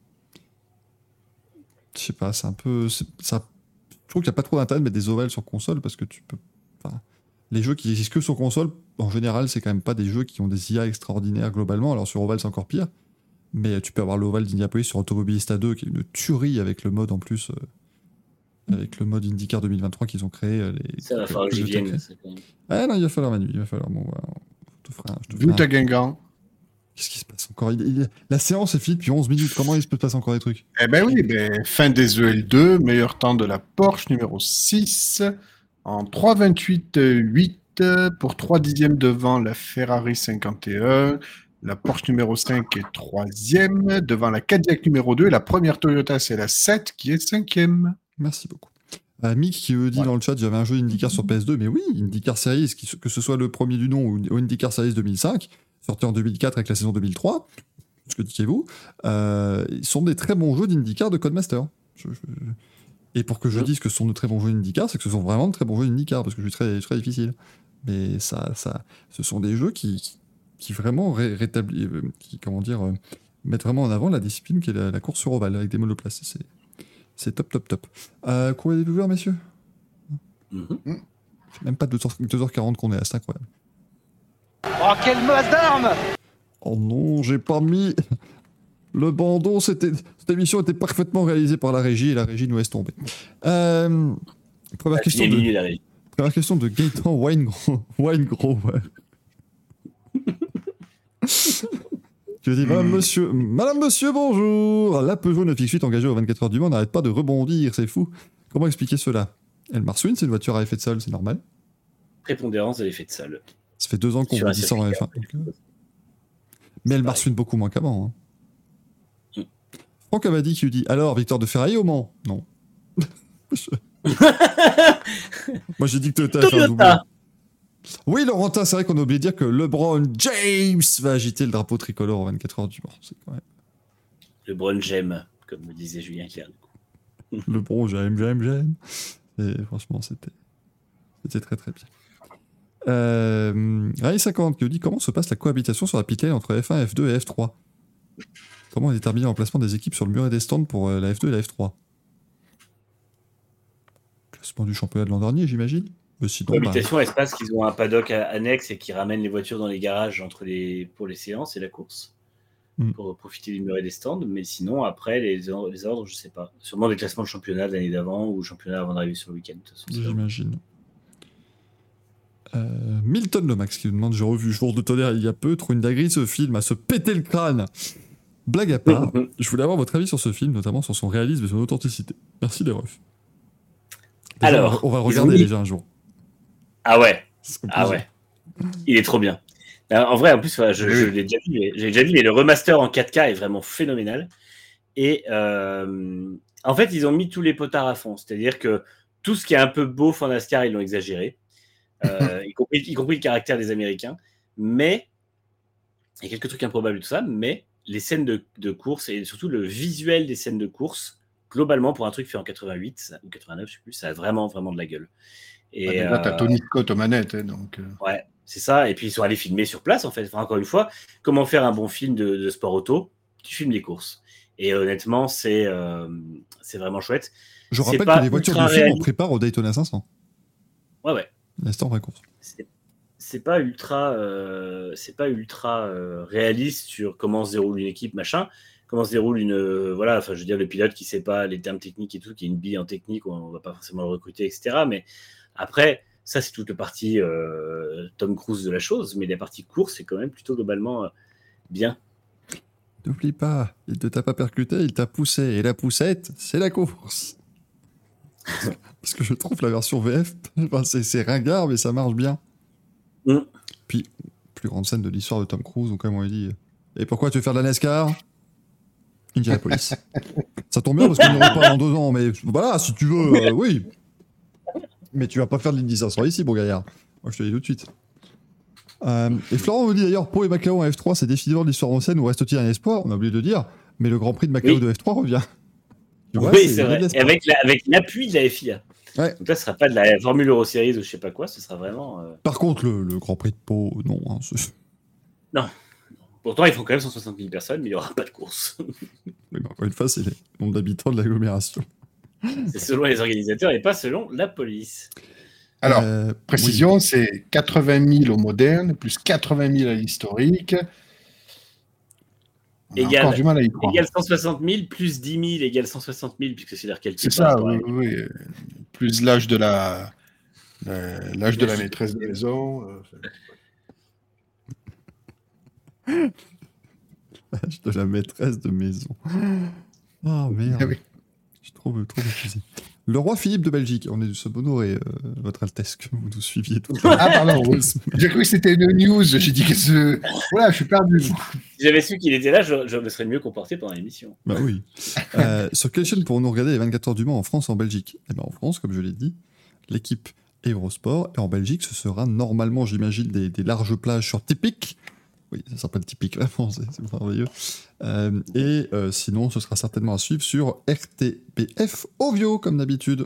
Je sais pas, c'est un peu. c'est- Ça, je trouve qu'il n'y a pas trop d'intérêt de mettre des ovales sur console parce que tu peux. Enfin, les jeux qui existent que sur console, en général, c'est quand même pas des jeux qui ont des I A extraordinaires globalement. Alors sur Oval, c'est encore pire. Mais tu peux avoir l'Oval d'Indianapolis sur Automobilista deux, qui est une tuerie avec le mode en plus. euh, avec le mode IndyCar deux mille vingt-trois qu'ils ont créé. euh, Les, Ça va que- falloir que que j'y je t'ai vienne. créé. ça, quand même. Ah non, il va falloir Manu, il va falloir. Bon, voilà, je te ferai un- je te ferai Vu un- ta Guingamp. Qu'est-ce qui se passe encore? Il- il- La séance est finie depuis onze minutes. Comment il se peut passer encore des trucs? Eh ben oui, ben, fin des E L deux, meilleur temps de la Porsche numéro six, en trois vingt-huit huit pour trois dixièmes devant la Ferrari cinquante et un. La Porsche numéro cinq est troisième, devant la Cadillac numéro deux, et la première Toyota, c'est la sept qui est cinquième. Merci beaucoup. Euh, Mick qui me dit Ouais. dans le chat, j'avais un jeu IndyCar sur P S deux, mais oui, IndyCar Series, qui- que ce soit le premier du nom ou, ou IndyCar Series deux mille cinq, sorti en deux mille quatre avec la saison deux mille trois, ce que dites-vous, euh, ils sont des très bons jeux d'IndyCar de Codemaster. Je- je- Et pour que je Mhm. dise que ce sont de très bons jeux d'IndyCar, c'est que ce sont vraiment de très bons jeux d'IndyCar, parce que je suis très, très difficile. Mais ça, ça, ce sont des jeux qui, qui, qui vraiment ré- rétablissent, euh, qui, comment dire, euh, mettent vraiment en avant la discipline qui est la, la course sur ovale avec des monoplaces. C'est, c'est top, top, top. Euh, courrier des viewers, messieurs? Mhm. C'est même pas deux heures quarante qu'on est là, c'est incroyable. Oh, quelle masse d'armes! Oh non, j'ai pas mis le bandeau. C'était... Cette émission était parfaitement réalisée par la régie et la régie nous laisse tomber. Euh, Première, Ah, question fini à de... minuit, la régie. Première question de Gaëtan Winegro. Winegro, ouais. Je dis, Madame, monsieur, Madame, monsieur, bonjour. La Peugeot neuf X huit engagée aux vingt-quatre heures du Mans n'arrête pas de rebondir, c'est fou. Comment expliquer cela? Elle Marswin, c'est une voiture à effet de sol, c'est normal. Prépondérance de l'effet de sol. Ça fait deux ans qu'on Sur vous un dit ça en circuit F un. carré. donc, euh, Mais elle pareil. Marswin beaucoup moins qu'avant. Hein. Mm. Franck Abadi qui lui dit, alors, victoire de Ferrari au Mans? Non. Je- Moi j'ai dit que Toyota a fait un doublé. Toyota. Oui, Laurentin, c'est vrai qu'on a oublié de dire que LeBron James va agiter le drapeau tricolore aux vingt-quatre heures du Mans. C'est quand même... Le Brown Gem, comme me disait Julien Clerc. LeBron, j'aime, j'aime, j'aime. Et franchement, c'était, c'était très très bien. Euh, Ray cinquante qui nous dit comment se passe la cohabitation sur la pit lane entre F un, F deux et F trois? Comment est déterminé l'emplacement des équipes sur le muret des stands pour euh, la F deux et la F trois? Classement du championnat de l'an dernier, j'imagine. Mais sinon, bah, Cohabitation, espace qu'ils ont un paddock à- annexe et qui ramènent les voitures dans les garages entre les, pour les séances et la course. Mm. Pour profiter du muret des stands. Mais sinon, après, les, or- les ordres, je sais pas. Sûrement des classements de championnat de l'année d'avant ou championnat avant d'arriver sur le week-end. De toute façon, c'est j'imagine. Euh, Milton Lomax qui nous demande, j'ai revu Jour de tonnerre il y a peu, trop une dinguerie ce film, à se péter le crâne. Blague à part, je voulais avoir votre avis sur ce film, notamment sur son réalisme et son authenticité. Merci les refs. Déjà, Alors, on va le ils ont regarder mis- déjà un jour. Ah ouais, Ce serait ah plaisir. ouais. Il est trop bien. Euh, En vrai, en plus, voilà, je, Oui. je l'ai déjà vu, mais- j'ai déjà vu, mais le remaster en quatre K est vraiment phénoménal. Et euh, en fait, ils ont mis tous les potards à fond. C'est-à-dire que tout ce qui est un peu beau en NASCAR, ils l'ont exagéré. Euh, y, compris, y compris le caractère des Américains. Mais, il y a quelques trucs improbables et tout ça, mais les scènes de, de course et surtout le visuel des scènes de course, globalement, pour un truc fait en quatre-vingt-huit ça- ou quatre-vingt-neuf, je sais plus, ça a vraiment, vraiment de la gueule. Et, Là, t'as euh, Tony Scott aux manettes, hein, donc. euh, Ouais, c'est ça. Et puis ils sont allés filmer sur place, en fait. Enfin, encore une fois, comment faire un bon film de, de sport auto? Tu filmes les courses. Et honnêtement, c'est euh, c'est vraiment chouette. Je c'est rappelle pas que les voitures de ultra film, on réaliste. prépare au Daytona cinq cents. Ouais, ouais. L'instant vraie course. C'est c'est pas ultra, euh, c'est pas ultra euh, réaliste sur comment se déroule une équipe, machin. Comment se déroule une, euh, voilà. Enfin, je veux dire, le pilote qui sait pas les termes techniques et tout, qui est une bille en technique, on va pas forcément le recruter, et cetera. Mais après, ça c'est toute la partie euh, Tom Cruise de la chose. Mais la partie course, c'est quand même plutôt globalement euh, bien. N'oublie pas, il ne t'a pas percuté, il t'a poussé. Et la poussette, c'est la course. Parce que je trouve la version V F, enfin, c'est, c'est ringard, mais ça marche bien. Mm. Puis, plus grande scène de l'histoire de Tom Cruise, donc comme on lui dit, et pourquoi tu veux faire de la NASCAR? Indianapolis. Ça tombe bien parce qu'on n'y aura pas dans deux ans, mais voilà, si tu veux, euh, oui. Mais tu vas pas faire de l'Indy cinq cents ici, bon gaillard. Moi, je te le dis tout de suite. Euh, et Florent me dit d'ailleurs, Pau et Macao en F trois, c'est décidément de l'histoire en scène, ou reste-t-il un espoir? On a oublié de le dire, mais le Grand Prix de Macao Oui. de F trois revient. Tu vois, oui, c'est- c'est il y a vrai. de Et l'espoir. avec, la- avec l'appui de la F I A. Ouais. Donc là, ce sera pas de la Formule Euro Series ou je sais pas quoi, ce sera vraiment. euh, Par contre, le, le Grand Prix de Pau, non. Hein, c'est- Pourtant, ils font quand même cent soixante mille personnes, mais il n'y aura pas de course. mais encore une fois, c'est le nombre d'habitants de l'agglomération. C'est selon les organisateurs et pas selon la police. Alors, Euh, précision, c'est quatre-vingt mille au moderne, plus quatre-vingt mille à l'historique. On a encore du mal à y croire. Égale cent soixante mille plus dix mille égale cent soixante mille, puisque c'est leur calcul. C'est ça, oui, oui, oui. Plus l'âge de la, euh, l'âge de la maîtresse de maison. Euh, L'âge de la maîtresse de maison. Oh merde. Ah oui. Je suis trop, trop épuisé. Le roi Philippe de Belgique. On est du sommes honorés, euh, votre Altesse, que vous nous suiviez tout le temps. Ah, pardon. Oui. J'ai cru que c'était une news. J'ai dit que ce. Voilà, je suis perdu. Si j'avais su qu'il était là, je, je me serais mieux comporté pendant l'émission. Bah oui. Euh, sur quelle chaîne pourrons-nous regarder les vingt-quatre heures du Mans en France et en Belgique? Eh ben en France, comme je l'ai dit, l'équipe Eurosport. Et en Belgique, ce sera normalement, j'imagine, des, des larges plages sur Typique. Oui, ça s'appelle Typique, vraiment, c'est, c'est merveilleux. Euh, et euh, sinon, ce sera certainement à suivre sur R T B F Ovio, comme d'habitude.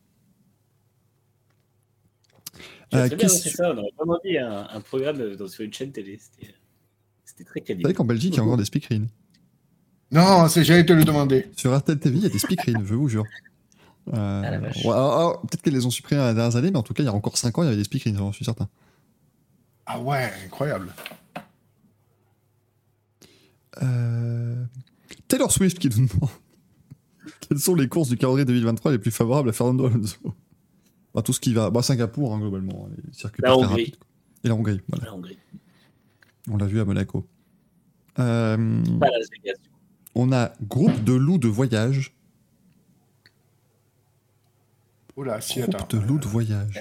Tu as Euh, très bien question- annoncé ça, on aurait vraiment dit un, un programme dans, sur une chaîne télé. C'était, c'était très Vous quali. savez qu'en Belgique, il y a encore des speakerines. Non, c'est, j'allais te le demander. Sur R T L T V, il y a des speakerines, je vous jure. Euh, Ah, la vache. ouais, alors, alors, peut-être qu'elles les ont supprimées dans les dernières années, mais en tout cas, il y a encore cinq ans, il y avait des speakerines, j'en suis certain. Ah ouais, incroyable. Euh... Taylor Swift qui nous demande quelles sont les courses du calendrier deux mille vingt-trois les plus favorables à Fernando Alonso. Bah, tout ce qui va. Bah, Singapour, hein, globalement. Les circuits La pas très Hongrie. rapides. Et la Hongrie, voilà. La Hongrie. On l'a vu à Monaco. Euh, Pas Las Vegas. on a groupe de loups de voyage. Oh là, si, Groupe attends. de loups de voyage.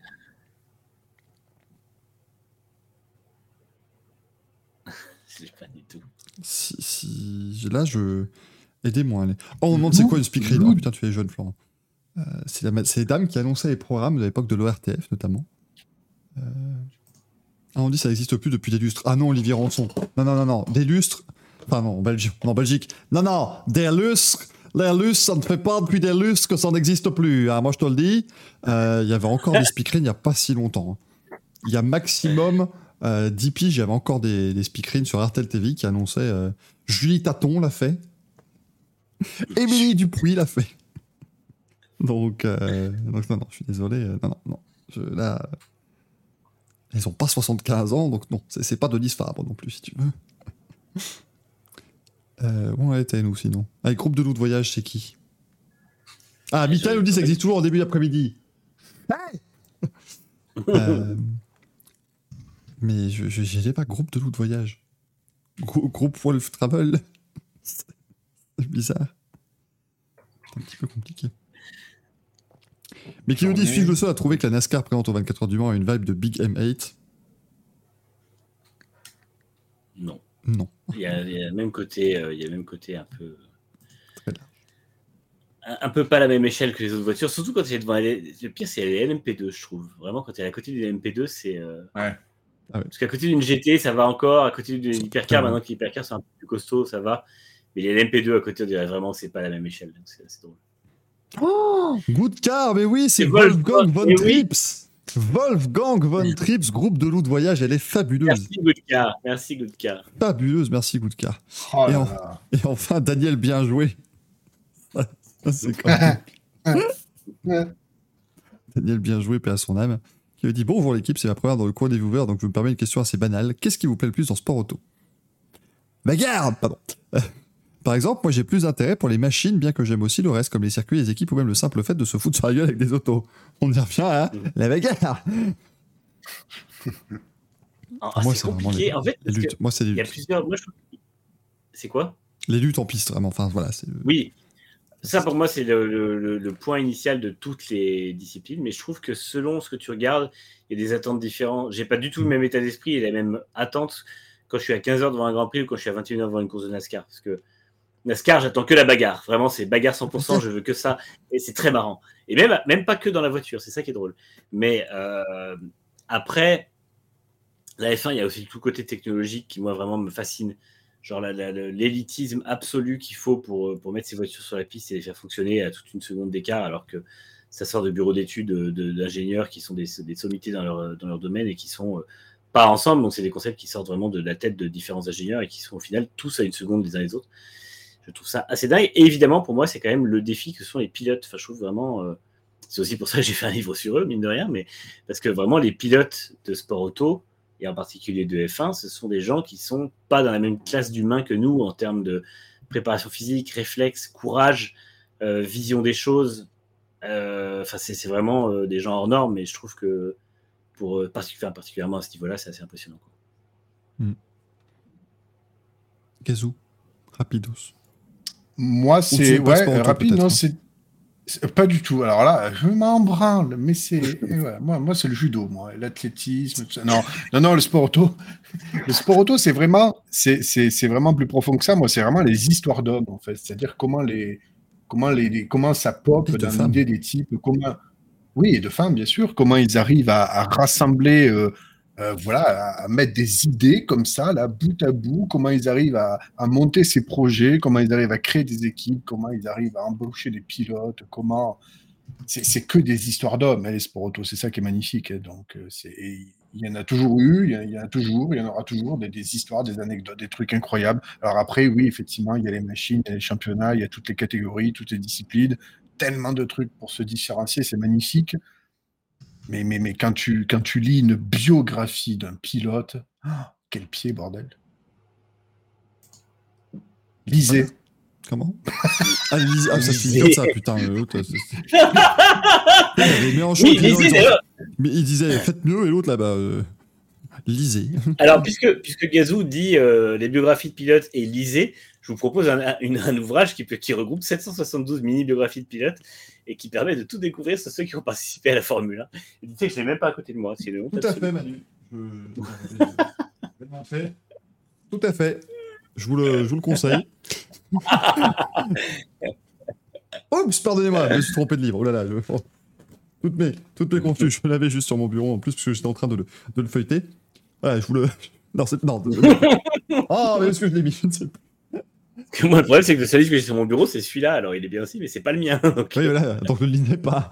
Je sais pas du tout. Si, si... Là, je. Aidez-moi. Allez. Oh, on demande c'est quoi une speakerine? Oh putain, tu es jeune, Florent. Euh, c'est, la... c'est les dames qui annonçaient les programmes de l'époque de l'O R T F, notamment. Euh... Ah, on dit ça n'existe plus depuis des lustres. Ah non, Olivier Ronson. Non, non, non, non. Des lustres. Enfin, non, en Belgique. Non, en Belgique. Non, non. Des lustres. Les lustres, ça ne fait pas depuis des lustres que ça n'existe plus. Ah, moi, je te le dis. Euh, Il y avait encore des speakerines il n'y a pas si longtemps. hein. Il y a maximum euh, dix piges, il y avait encore des, des speakerines sur R T L T V qui annonçaient. Euh, Julie Taton l'a fait. Émilie Dupuis l'a fait. Donc, euh, donc, non, non, je suis désolé. euh, Non, non, non. Je, là. euh, Ils n'ont pas soixante-quinze ans, donc non, c'est, c'est pas Denis Fabre non plus, si tu veux. Euh, où on a été, nous, sinon? Ah, les groupes de loups de voyage, c'est qui? Ah, Mika nous dit ça existe toujours en début d'après-midi. Euh, mais je je- j'ai pas groupe de loups de voyage. Grou- groupe Wolf Travel. C'est bizarre. C'est un petit peu compliqué. Mais qui nous dit, suis-je le seul à trouver que la NASCAR présente aux vingt-quatre heures du Mans a une vibe de Big M huit? Non. Non. Il y a, il y a le même côté, euh, il y a le même côté un peu, Très large. un, un peu pas la même échelle que les autres voitures. Surtout quand il est devant. Les, le pire, c'est les L M P deux, je trouve. Vraiment, quand il est à côté d'une L M P deux, c'est. Euh... Ouais. Ah ouais. Parce qu'à côté d'une G T, ça va encore. À côté d'une hypercar, Ouais. maintenant que l'hypercar c'est un peu plus costaud, ça va. Mais les L M P deux à côté, on dirait vraiment que c'est pas la même échelle. Donc c'est assez drôle. Oh, good car, mais oui, c'est C'est Wolfgang Wolfgang, von mais oui. Trips. Wolfgang von Trips, groupe de loups de voyage, elle est fabuleuse. Merci Goodcar. Merci Goodcar. Fabuleuse, merci good car. Oh Et là en- là. Et enfin, Daniel, bien joué. Ça, ça, c'est quand même- Daniel, bien joué, paix à son âme, qui lui dit bonjour l'équipe, c'est ma première dans le coin des viewers, donc je me permets une question assez banale. Qu'est-ce qui vous plaît le plus dans sport auto? Bagarre, pardon. Euh, Par exemple, moi j'ai plus d'intérêt pour les machines, bien que j'aime aussi le reste, comme les circuits, les équipes ou même le simple fait de se foutre sur la gueule avec des autos. On y revient à la bagarre. Ah, Moi, c'est c'est vraiment compliqué. les, En fait, les parce que luttes. Moi, c'est les il y a luttes. plusieurs. Moi, je trouve que- C'est quoi? Les luttes en piste, vraiment. Enfin, voilà. C'est... Oui. Ça, pour moi, c'est le, le- le- le point initial de toutes les disciplines. Mais je trouve que selon ce que tu regardes, il y a des attentes différentes. J'ai pas du tout le même état d'esprit et les mêmes attentes quand je suis à quinze heures devant un Grand Prix ou quand je suis à vingt et une heures devant une course de NASCAR. Parce que NASCAR, j'attends que la bagarre. Vraiment, c'est bagarre cent pour cent. Je veux que ça. Et c'est très marrant. Et même, même pas que dans la voiture. C'est ça qui est drôle. Mais euh, après, la F un, il y a aussi tout le côté technologique qui, moi, vraiment me fascine. Genre la- la- la- l'élitisme absolu qu'il faut pour, pour mettre ces voitures sur la piste et les faire fonctionner à toute une seconde d'écart, alors que ça sort de bureaux d'études de- de- d'ingénieurs qui sont des, des sommités dans leur, dans leur domaine et qui sont euh, pas ensemble. Donc, c'est des concepts qui sortent vraiment de la tête de différents ingénieurs et qui sont au final tous à une seconde les uns les autres. Je trouve ça assez dingue. Et évidemment, pour moi, c'est quand même le défi que sont les pilotes. Enfin, je trouve vraiment. euh, c'est aussi pour ça que j'ai fait un livre sur eux, mine de rien, mais parce que vraiment, les pilotes de sport auto et en particulier de F un, ce sont des gens qui sont pas dans la même classe d'humains que nous en termes de préparation physique, réflexe, courage, euh, vision des choses. Enfin, euh, c'est, c'est vraiment euh, des gens hors normes, mais je trouve que pour euh, particulièrement, particulièrement à ce niveau-là, c'est assez impressionnant. Quoi. Mm. Gazou, rapidos. Moi, c'est ouais, euh, rapide, non, c'est... c'est pas du tout. Alors là, je m'en branle, mais c'est ouais, moi, moi, c'est le judo, moi, l'athlétisme. Tout ça. Non, non, non, le sport auto, le sport auto, c'est vraiment, c'est, c'est, c'est vraiment plus profond que ça. Moi, c'est vraiment les histoires d'hommes, en fait. C'est-à-dire comment les, comment les, les comment ça pop de dans femmes. l'idée des types, comment, oui, et de femmes, bien sûr, comment ils arrivent à, à rassembler. Euh, Euh, voilà, à, à mettre des idées comme ça, là, bout à bout, comment ils arrivent à, à monter ces projets, comment ils arrivent à créer des équipes, comment ils arrivent à embaucher des pilotes, comment... C'est, c'est que des histoires d'hommes, hein, les sports auto, c'est ça qui est magnifique. Hein, donc, euh, c'est... il y en a toujours eu, il y, y en a toujours, il y en aura toujours des, des histoires, des anecdotes, des trucs incroyables. Alors après, oui, effectivement, il y a les machines, il y a les championnats, il y a toutes les catégories, toutes les disciplines, tellement de trucs pour se différencier, c'est magnifique. Mais, mais, mais quand, tu, quand tu lis une biographie d'un pilote, oh, quel pied, bordel. Lisez. Comment ah, lisez. Ah, ça se finit comme ça, putain. L'autre, c'est... mais, en oui, lisez, d'ailleurs. Mais il disait, faites mieux, et l'autre, là-bas, euh, lisez. Alors, puisque, puisque Gazou dit euh, les biographies de pilotes et lisez, je vous propose un, un, un ouvrage qui, peut, qui regroupe sept cent soixante-douze mini-biographies de pilotes et qui permet de tout découvrir sur ceux qui ont participé à la Formule un. Et tu sais que je ne l'ai même pas à côté de moi. C'est le tout à fait, Manu. Je... fait. Tout à fait. Je vous le, je vous le conseille. Oups, pardonnez-moi, je me suis trompé de livre. Oh là là, je... toutes mes, toutes mes confus, je l'avais juste sur mon bureau en plus parce que j'étais en train de le, de le feuilleter. Voilà, je vous le. Non, c'est. Non, de... oh, mais est-ce que je l'ai mis? Je ne sais pas. Parce que moi, le problème, c'est que le seul livre que j'ai sur mon bureau, c'est celui-là. Alors, il est bien aussi, mais c'est pas le mien. Donc, oui, voilà, donc ne le lisez pas.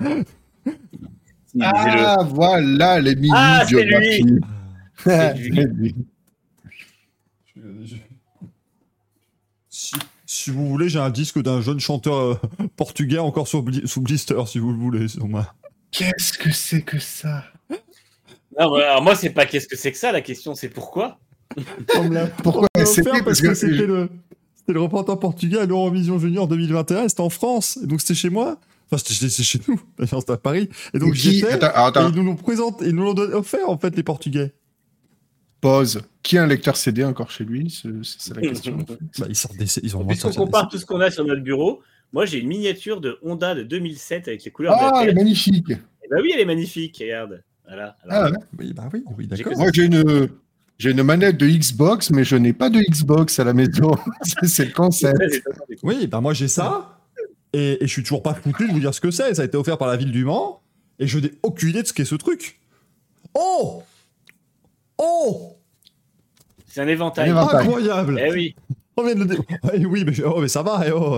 Ah, le... voilà les mini-biographies. Ah, c'est lui. je... si, si vous voulez, j'ai un disque d'un jeune chanteur euh, portugais encore sur bli- sous blister, si vous le voulez, sur moi. Qu'est-ce que c'est que ça? Non, alors moi, c'est pas qu'est-ce que c'est que ça, la question, c'est pourquoi. Pourquoi c'est parce, parce que, que c'était je... le... C'était le représentant portugais à l'Eurovision Junior deux mille vingt et un, c'était en France, et donc c'était chez moi. Enfin, c'était, c'était chez nous, d'ailleurs, c'était à Paris. Et donc j'y étais, attends, attends. Et ils nous l'ont présenté, ils nous l'ont offert, en fait, les Portugais. Pause. Qui a un lecteur C D encore chez lui? C'est, c'est la question. Bah, ils sortent des, ils ont Puisqu'on compare tout ce qu'on a sur notre bureau, moi, j'ai une miniature de Honda de deux mille sept avec les couleurs ah, de la Ah, elle est magnifique. Et bah oui, elle est magnifique, regarde. Voilà. Alors, ah, ouais. Oui, bah oui, oui, d'accord. J'ai moi, j'ai une... J'ai une manette de Xbox, mais je n'ai pas de Xbox à la maison. C'est le concept. Oui, bah moi j'ai ça, et, et je suis toujours pas foutu de vous dire ce que c'est. Ça a été offert par la ville du Mans, et je n'ai aucune idée de ce qu'est ce truc. Oh Oh C'est un éventail. Un éventail. Incroyable. Eh oui. On vient de le dé... eh oui, mais, oh, mais ça va, eh oh.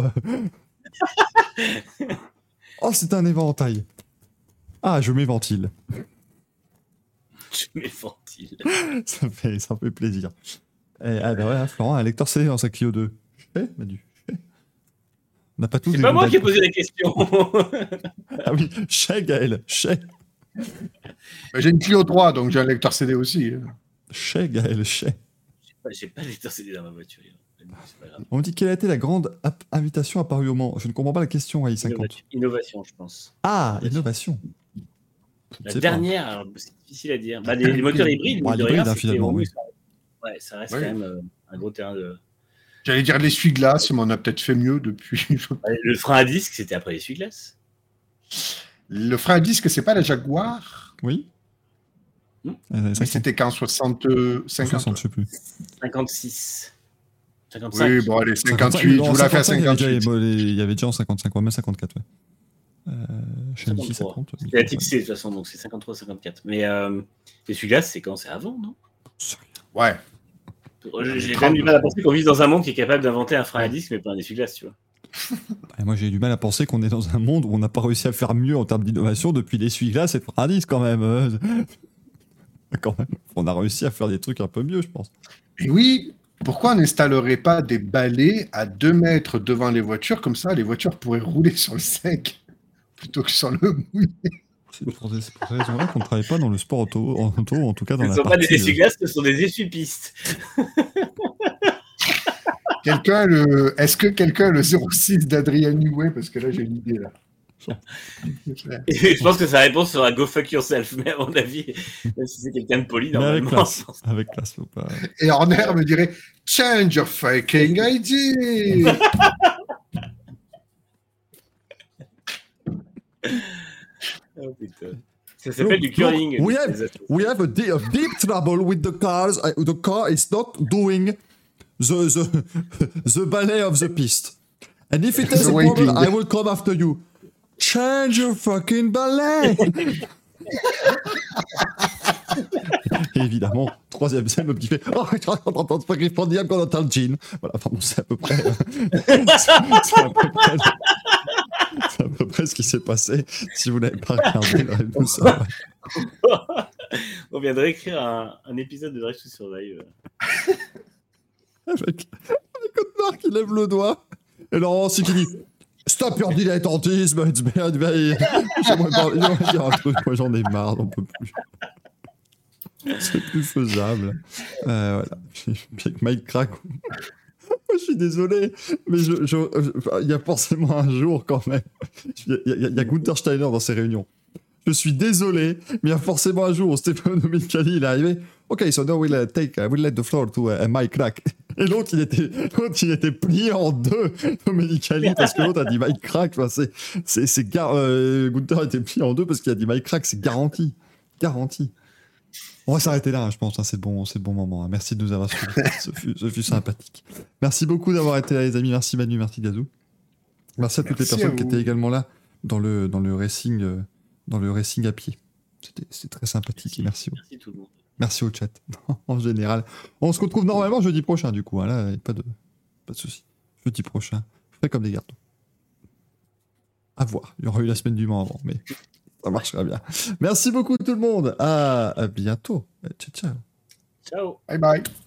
Oh, c'est un éventail. Ah, je m'éventile. Je m'éventile. ça, fait, ça fait plaisir. Et, ah bah ouais, Florent, un lecteur C D dans sa Clio deux. Je fais, Manu. Je fais. On n'a pas tous C'est des pas moi modèles. qui ai posé la question. Ah oui, chez Gaël, chez. J'ai une Clio trois, donc j'ai un lecteur C D aussi. Chez Gaël, chez. J'ai pas de lecteur C D dans ma voiture. C'est pas grave. On me dit quelle a été la grande ap- invitation apparue au Mans. Je ne comprends pas la question, A I cinquante. Innovation, je pense. Ah, innovation. La dernière, alors, c'est difficile à dire. Bah, les, les moteurs hybrides, bon, de hybride, rien, hein, finalement, oui. Ça, ouais, ça reste oui. quand même euh, un gros terrain de. J'allais dire l'essuie-glace, mais on a peut-être fait mieux depuis. Le frein à disque, c'était après l'essuie-glace. Le frein à disque, c'est pas la Jaguar? Oui. Hmm. Euh, mais c'était qu'en soixante, cinquante. soixante, je sais plus. cinquante-six. cinquante-cinq. Oui, bon, allez, cinquante-huit. Je vous la fais à cinquante-huit. Il y avait déjà en cinquante-cinq, ouais, même cinquante-quatre, ouais. Euh, cinquante-trois. cinquante, c'est la type C de toute façon, donc c'est cinquante-trois cinquante-quatre. Mais euh, l'essuie-glace, c'est quand c'est avant, non? Ouais. J'ai quand même du mal à penser qu'on vit dans un monde qui est capable d'inventer un frein à disque, mais pas un essuie-glace, tu vois. Et moi, j'ai du mal à penser qu'on est dans un monde où on n'a pas réussi à faire mieux en termes d'innovation depuis l'essuie-glace et le frein à disque, quand même. Quand même. On a réussi à faire des trucs un peu mieux, je pense. Et oui, pourquoi on n'installerait pas des balais à deux mètres devant les voitures? Comme ça, les voitures pourraient rouler sur le sec plutôt que sur le mouillé. C'est pour, c'est pour ces raisons-là qu'on ne travaille pas dans le sport auto, en auto, ou en tout cas dans Ce la ne sont pas partie... des essuie-glaces, ce sont des essuie-pistes. Quelqu'un le... Est-ce que quelqu'un a le zéro six d'Adrien Newey? Parce que là, j'ai une idée, là. Et je pense que sa réponse sera go fuck yourself, mais à mon avis, même si c'est quelqu'un de poli, Mais avec normalement. classe, avec classe, faut pas... Et Horner me dirait change your fucking I D. Oh, putain. Ça s'appelle du Look, curling. we have, we have a, de- a deep trouble with the cars. Uh, the car is not doing the, the, the ballet of the piste. And if it has The a problem, waiting. I will come after you. Change your fucking ballet. Et évidemment, troisième scène, l'autre qui fait oh, je suis en train de faire Griffon encore dans le jean. Voilà, enfin bon, c'est à peu près. c'est, c'est à peu près. C'est à peu près ce qui s'est passé. Si vous n'avez pas regardé le Drive to Survive. On vient de réécrire un, un épisode de Drive to Survive. Avec, avec Otmar qui lève le doigt. Et Laurent aussi qui dit stop your dilettantisme, it's bad, bad. J'aimerais parler- j'aimerais dire un truc, moi j'en ai marre, j'en peux plus. C'est plus faisable. Euh, voilà. Puis avec Mike Crack. Moi je suis désolé, mais je, je, je- il y a forcément un jour quand même. Il y a, il y a- il y a Gunther Steiner dans ces réunions. Je suis désolé, mais il y a forcément un jour où Stefano Domenicali il est arrivé. Ok, so now we'll uh, take, uh, we'll let the floor to uh, Mike Crack. Et l'autre il était, l'autre il était plié en deux, Domenicali, parce que l'autre a dit Mike Crack. Enfin, c'est, c'est, c'est gar- euh, Gunther était plié en deux parce qu'il a dit Mike Crack, c'est garanti, garanti. On va s'arrêter là, hein, je pense. Hein, c'est le bon, c'est le bon moment. Hein. Merci de nous avoir suivis. ce, fut, ce fut sympathique. Merci beaucoup d'avoir été là, les amis. Merci Manu, merci Gazou. Merci à toutes Merci les personnes à qui vous. étaient également là dans le, dans le racing, euh, dans le racing à pied. C'était, c'était très sympathique. Et merci. Merci tout le monde. Merci au chat en général. On se retrouve normalement jeudi prochain, du coup. Hein, là, y a pas de, pas de souci. Jeudi prochain, fait comme des garçons. À voir. Il y aura eu la semaine du Mans avant, mais ça marchera bien. Merci beaucoup tout le monde. À, à bientôt. Ciao, ciao. Ciao. Bye bye.